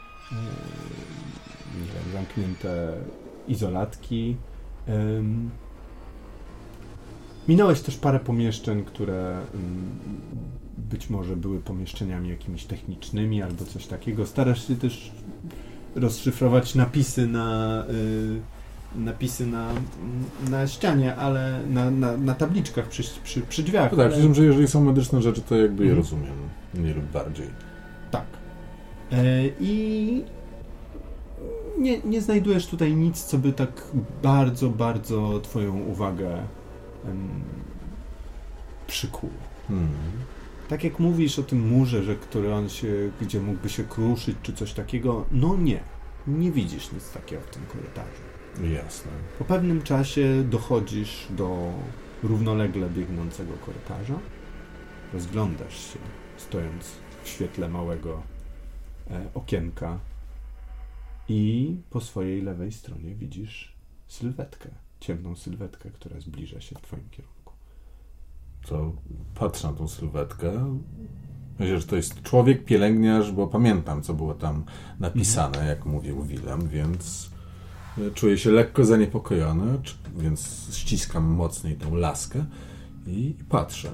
nie wiem, zamknięte izolatki. Ym. Minąłeś też parę pomieszczeń, które ym, być może były pomieszczeniami jakimiś technicznymi albo coś takiego. Starasz się też rozszyfrować napisy na y, napisy na, na ścianie, ale na, na, na tabliczkach przy, przy, przy drzwiach. No tak, ale... przy tym, że jeżeli są medyczne rzeczy, to jakby je Mhm. rozumiem, mniej lub bardziej. Tak. E, I nie, nie znajdujesz tutaj nic, co by tak bardzo, bardzo twoją uwagę em, przykuło. Hmm. Tak jak mówisz o tym murze, że który on się, gdzie mógłby się kruszyć, czy coś takiego, no nie. Nie widzisz nic takiego w tym korytarzu. Jasne. Po pewnym czasie dochodzisz do równolegle biegnącego korytarza. Rozglądasz się, stojąc w świetle małego e, okienka i po swojej lewej stronie widzisz sylwetkę, ciemną sylwetkę, która zbliża się w twoim kierunku. To patrzę na tą sylwetkę. Myślę, że to jest człowiek, pielęgniarz, bo pamiętam, co było tam napisane, jak mówił Willem, więc czuję się lekko zaniepokojony, więc ściskam mocniej tą laskę i patrzę.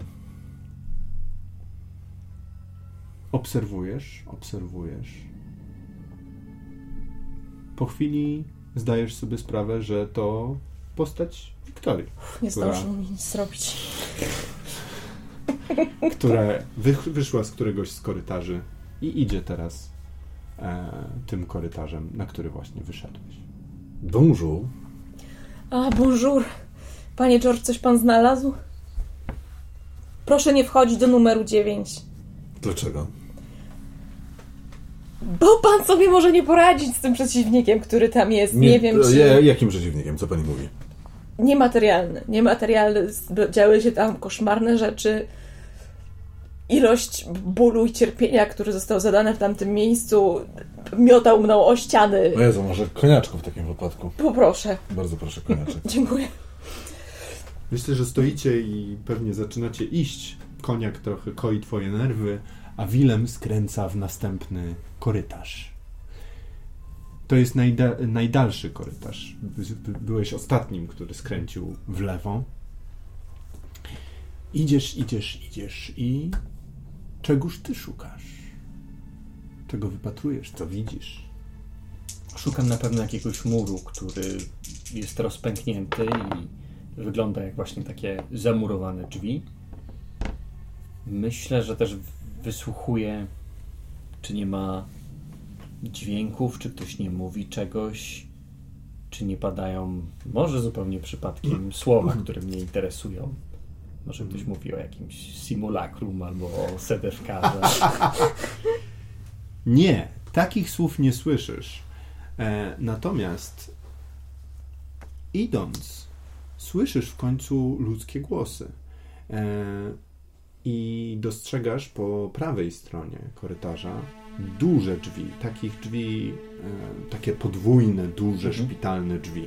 Obserwujesz, obserwujesz. Po chwili zdajesz sobie sprawę, że to postać Wiktorii, Nie która- zdążył mi nic zrobić. która wy, wyszła z któregoś z korytarzy i idzie teraz e, tym korytarzem, na który właśnie wyszedłeś. Bonjour. A, bonjour. Panie George, coś pan znalazł? Proszę nie wchodzić do numeru dziewięć. Dlaczego? Bo pan sobie może nie poradzić z tym przeciwnikiem, który tam jest. Nie, wiem, to czy... ja- Jakim przeciwnikiem? Co pani mówi? Niematerialny. Niematerialny. Działy się tam koszmarne rzeczy. Ilość bólu i cierpienia, który został zadany w tamtym miejscu, miotał mną o ściany. O Jezu, może koniaczku w takim wypadku. Poproszę. Bardzo proszę, koniaczek. Dziękuję. Myślę, że stoicie i pewnie zaczynacie iść. Koniak trochę koi twoje nerwy, a Willem skręca w następny korytarz. To jest najda- najdalszy korytarz. By- Byłeś ostatnim, który skręcił w lewo. Idziesz, idziesz, idziesz i czegoż ty szukasz? Czego wypatrujesz? Co widzisz? Szukam na pewno jakiegoś muru, który jest rozpęknięty i wygląda jak właśnie takie zamurowane drzwi. Myślę, że też wysłuchuję, czy nie ma dźwięków, czy ktoś nie mówi czegoś, czy nie padają może zupełnie przypadkiem słowa, które mnie interesują. Może ktoś mówi o jakimś simulakrum albo o sedewkarze. Nie, takich słów nie słyszysz. E, natomiast idąc, słyszysz w końcu ludzkie głosy. E, I dostrzegasz po prawej stronie korytarza duże drzwi, takich drzwi, e, takie podwójne, duże, mhm. szpitalne drzwi.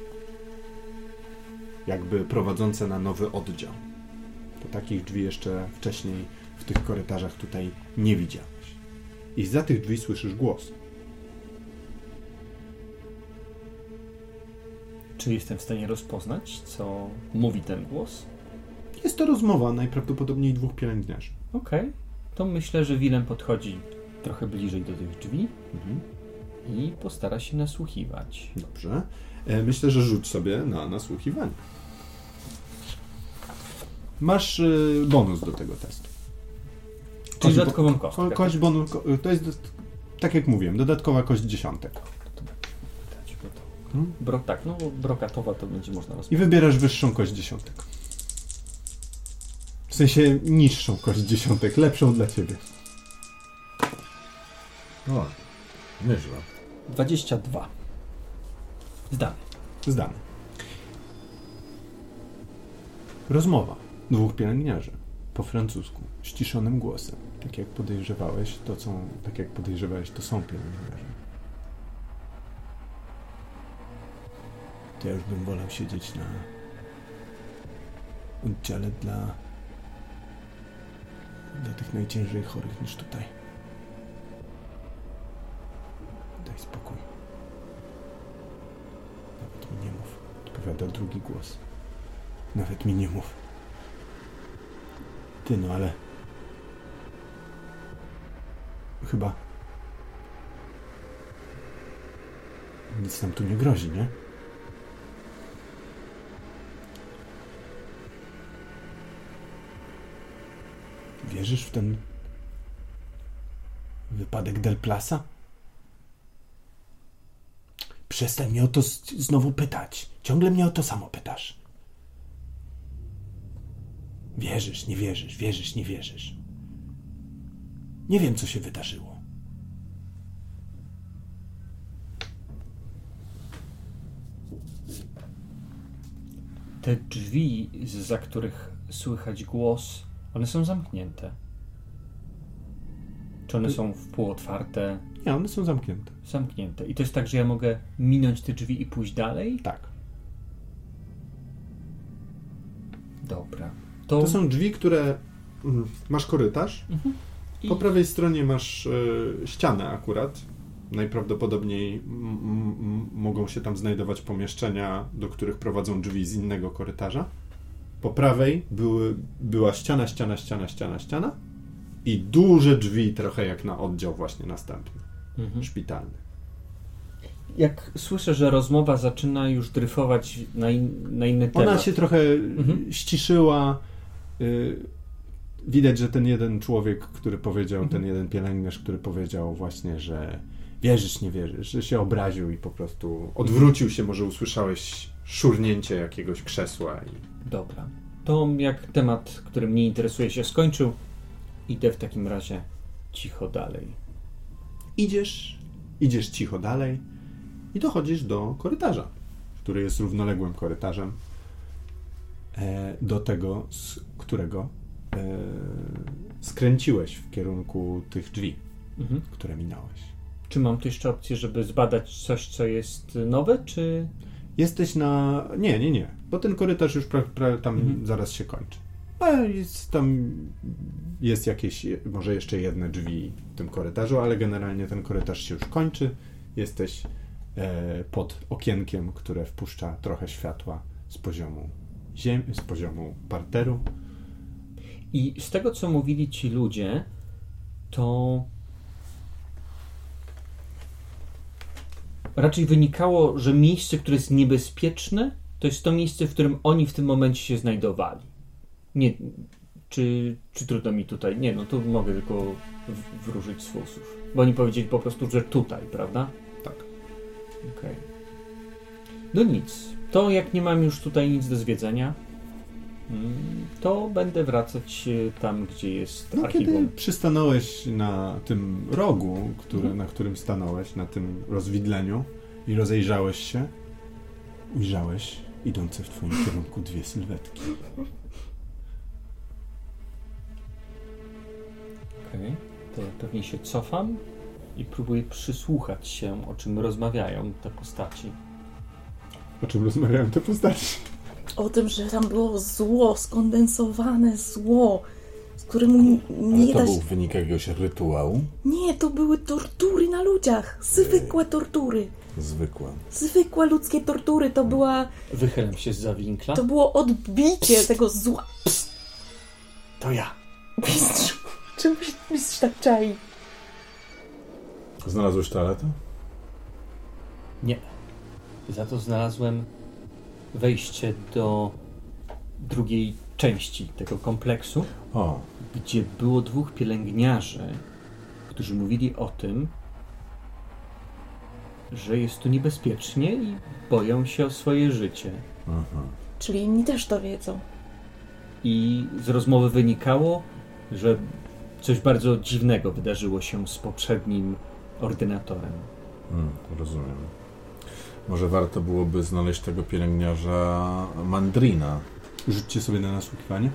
Jakby prowadzące na nowy oddział. To takich drzwi jeszcze wcześniej w tych korytarzach tutaj nie widziałeś. I zza tych drzwi słyszysz głos. Czy jestem w stanie rozpoznać, co mówi ten głos? Jest to rozmowa najprawdopodobniej dwóch pielęgniarzy. Okej. Okay. To myślę, że Willem podchodzi trochę bliżej do tych drzwi mhm. i postara się nasłuchiwać. Dobrze. E, myślę, że rzuć sobie na nasłuchiwanie. Masz y, bonus do tego testu. Czyli dodatkową bo, kostkę. Ko, kość bonus, ko, to jest, tak jak mówiłem, dodatkowa kość dziesiątek. Hmm? Bro, tak, no brokatowa to będzie można rozpoznać. I wybierasz wyższą kość dziesiątek. W sensie niższą kość dziesiątek, lepszą dla ciebie. No, nieźle. dwadzieścia dwa. Zdany. Zdany. Rozmowa dwóch pielęgniarzy po francusku, ściszonym głosem. Tak jak podejrzewałeś, to są, tak jak podejrzewałeś, to są pielęgniarze. To ja już bym wolał siedzieć na oddziale dla dla tych najciężej chorych niż tutaj. Daj spokój. Nawet mi nie mów. Odpowiada drugi głos. Nawet mi nie mów. Ty no, ale chyba nic nam tu nie grozi, nie? Wierzysz w ten wypadek Del Plasa? Przestań mnie o to z- znowu pytać. Ciągle mnie o to samo pytasz. Wierzysz, nie wierzysz, wierzysz, nie wierzysz. Nie wiem, co się wydarzyło. Te drzwi, za których słychać głos, one są zamknięte. Czy one są wpółotwarte? Nie, one są zamknięte. Zamknięte. I to jest tak, że ja mogę minąć te drzwi i pójść dalej? Tak. Dobra. To, To są drzwi, które... mm, Masz korytarz. Mhm. I... Po prawej stronie masz y, ścianę akurat. Najprawdopodobniej m- m- mogą się tam znajdować pomieszczenia, do których prowadzą drzwi z innego korytarza. Po prawej były, była ściana, ściana, ściana, ściana, ściana i duże drzwi, trochę jak na oddział właśnie następny, Mhm. szpitalny. Jak słyszę, że rozmowa zaczyna już dryfować na, in, na inny temat. Ona się trochę Mhm. ściszyła. Y, widać, że ten jeden człowiek, który powiedział, Mhm. ten jeden pielęgniarz, który powiedział właśnie, że wierzysz, nie wierzysz, że się obraził i po prostu odwrócił się, może usłyszałeś szurnięcie jakiegoś krzesła. I... Dobra. To jak temat, który mnie interesuje, się skończył, idę w takim razie cicho dalej. Idziesz, idziesz cicho dalej i dochodzisz do korytarza, który jest równoległym korytarzem e, do tego, z którego e, skręciłeś w kierunku tych drzwi, Mhm. które minąłeś. Czy mam tu jeszcze opcję, żeby zbadać coś, co jest nowe, czy... Jesteś na... Nie, nie, nie, bo ten korytarz już pra, pra, tam Mhm. zaraz się kończy. A jest tam jest jakieś, może jeszcze jedne drzwi w tym korytarzu, ale generalnie ten korytarz się już kończy. Jesteś e, pod okienkiem, które wpuszcza trochę światła z poziomu ziemi, z poziomu parteru. I z tego, co mówili ci ludzie, to raczej wynikało, że miejsce, które jest niebezpieczne, to jest to miejsce, w którym oni w tym momencie się znajdowali. Nie, czy, czy trudno mi tutaj? Nie, no to mogę tylko w, wróżyć z fusów. Bo oni powiedzieli po prostu, że tutaj, prawda? Tak. Okej. Okay. No nic. To jak nie mam już tutaj nic do zwiedzenia, to będę wracać e, tam, gdzie jest No, archiwum. kiedy przystanąłeś na tym rogu, który, na którym stanąłeś, na tym rozwidleniu i rozejrzałeś się, ujrzałeś idące w twoim kierunku dwie sylwetki. Okej, okay. To pewnie się cofam i próbuję przysłuchać się, o czym rozmawiają te postaci. O czym rozmawiają te postaci? O tym, że tam było zło, skondensowane zło, z którym Ale nie to da był się... wynik jakiegoś rytuału? Nie, to były tortury na ludziach. Zwykłe tortury. Zwykłe. Zwykłe ludzkie tortury. To była... Wychylam się zza winkla. To było odbicie tego zła. To ja. Mistrz, czemu się mistrz tak czai? Znalazłeś toaletę? Nie. Za to znalazłem wejście do drugiej części tego kompleksu, O, gdzie było dwóch pielęgniarzy, którzy mówili o tym, że jest tu niebezpiecznie i boją się o swoje życie. aha. Czyli inni też to wiedzą. I z rozmowy wynikało, że coś bardzo dziwnego wydarzyło się z poprzednim ordynatorem. Hmm, rozumiem. Może warto byłoby znaleźć tego pielęgniarza Mandrina. Rzućcie sobie na nasłuchiwanie.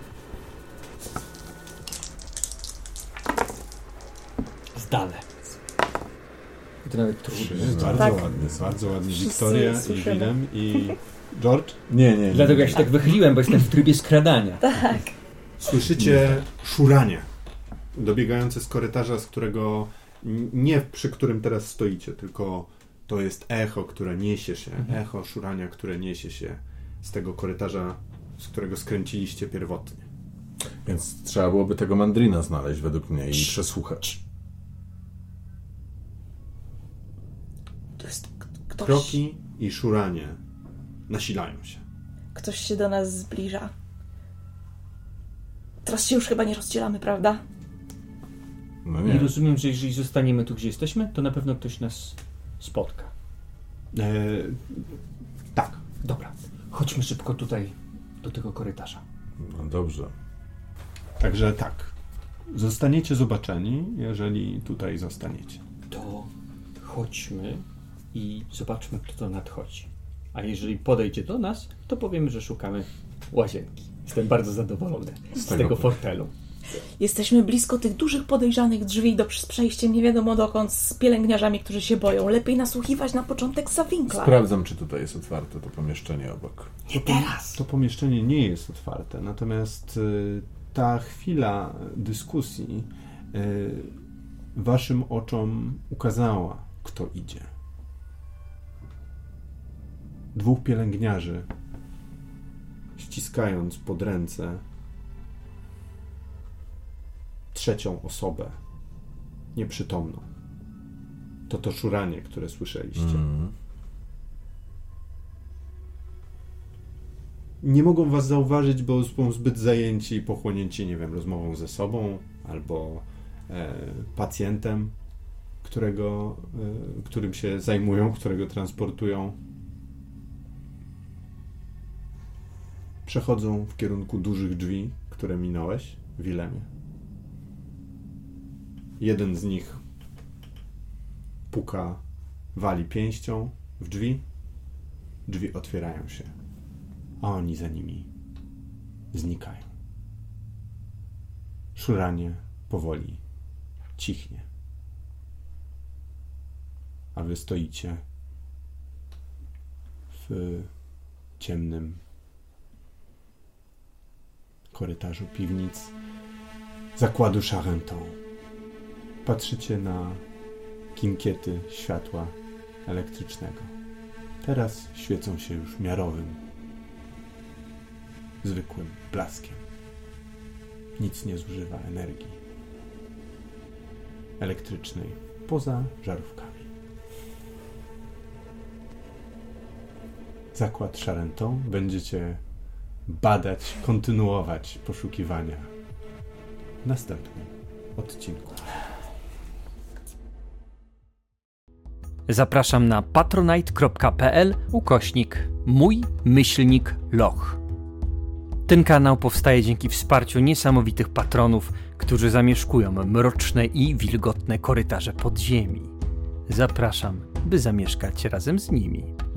Zdane. To nawet trudne. Bardzo Tak. ładnie, bardzo ładnie. Wszyscy Wiktoria i słyszymy. Willem i George. Nie, nie, nie. Dlatego ja się tak wychyliłem, bo jestem w trybie skradania. Tak. Słyszycie szuranie dobiegające z korytarza, z którego nie przy którym teraz stoicie, tylko to jest echo, które niesie się, Mhm. echo szurania, które niesie się z tego korytarza, z którego skręciliście pierwotnie. Więc trzeba byłoby tego Mandrina znaleźć według mnie i przesłuchać. To jest k- ktoś, Kroki i szuranie nasilają się. ktoś się do nas zbliża. Teraz się już chyba nie rozdzielamy, prawda? No I nie. rozumiem, że jeżeli zostaniemy tu, gdzie jesteśmy, to na pewno ktoś nas spotka. E, tak. Dobra, chodźmy szybko tutaj do tego korytarza. No dobrze. Także tak. Zostaniecie zobaczeni, jeżeli tutaj zostaniecie. To chodźmy i zobaczmy, kto to nadchodzi. A jeżeli podejdzie do nas, to powiemy, że szukamy łazienki. Jestem bardzo zadowolony z, Z tego, tego fortelu. Jesteśmy blisko tych dużych podejrzanych drzwi do z przejściem nie wiadomo dokąd z pielęgniarzami, którzy się boją. Lepiej nasłuchiwać na początek za winkla. Sprawdzam, czy tutaj jest otwarte to pomieszczenie obok. Nie teraz! To pomieszczenie nie jest otwarte, natomiast y, ta chwila dyskusji y, waszym oczom ukazała, kto idzie. Dwóch pielęgniarzy, ściskając pod ręce trzecią osobę, nieprzytomną. To to szuranie, które słyszeliście. Mm. Nie mogą was zauważyć, bo są zbyt zajęci i pochłonięci, nie wiem, rozmową ze sobą albo e, pacjentem, którego, e, którym się zajmują, którego transportują. Przechodzą w kierunku dużych drzwi, które minąłeś, Willemie. Jeden z nich puka, wali pięścią w drzwi. Drzwi otwierają się, a oni za nimi znikają. Szuranie powoli cichnie, a wy stoicie w ciemnym korytarzu piwnic zakładu Charenton. Patrzycie na kinkiety światła elektrycznego. Teraz świecą się już miarowym, zwykłym blaskiem. Nic nie zużywa energii elektrycznej poza żarówkami. Zakład Charenton będziecie badać, kontynuować poszukiwania w następnym odcinku. Zapraszam na patronite kropka pl ukośnik mój myślnik loch. Ten kanał powstaje dzięki wsparciu niesamowitych patronów, którzy zamieszkują mroczne i wilgotne korytarze podziemi. Zapraszam, by zamieszkać razem z nimi.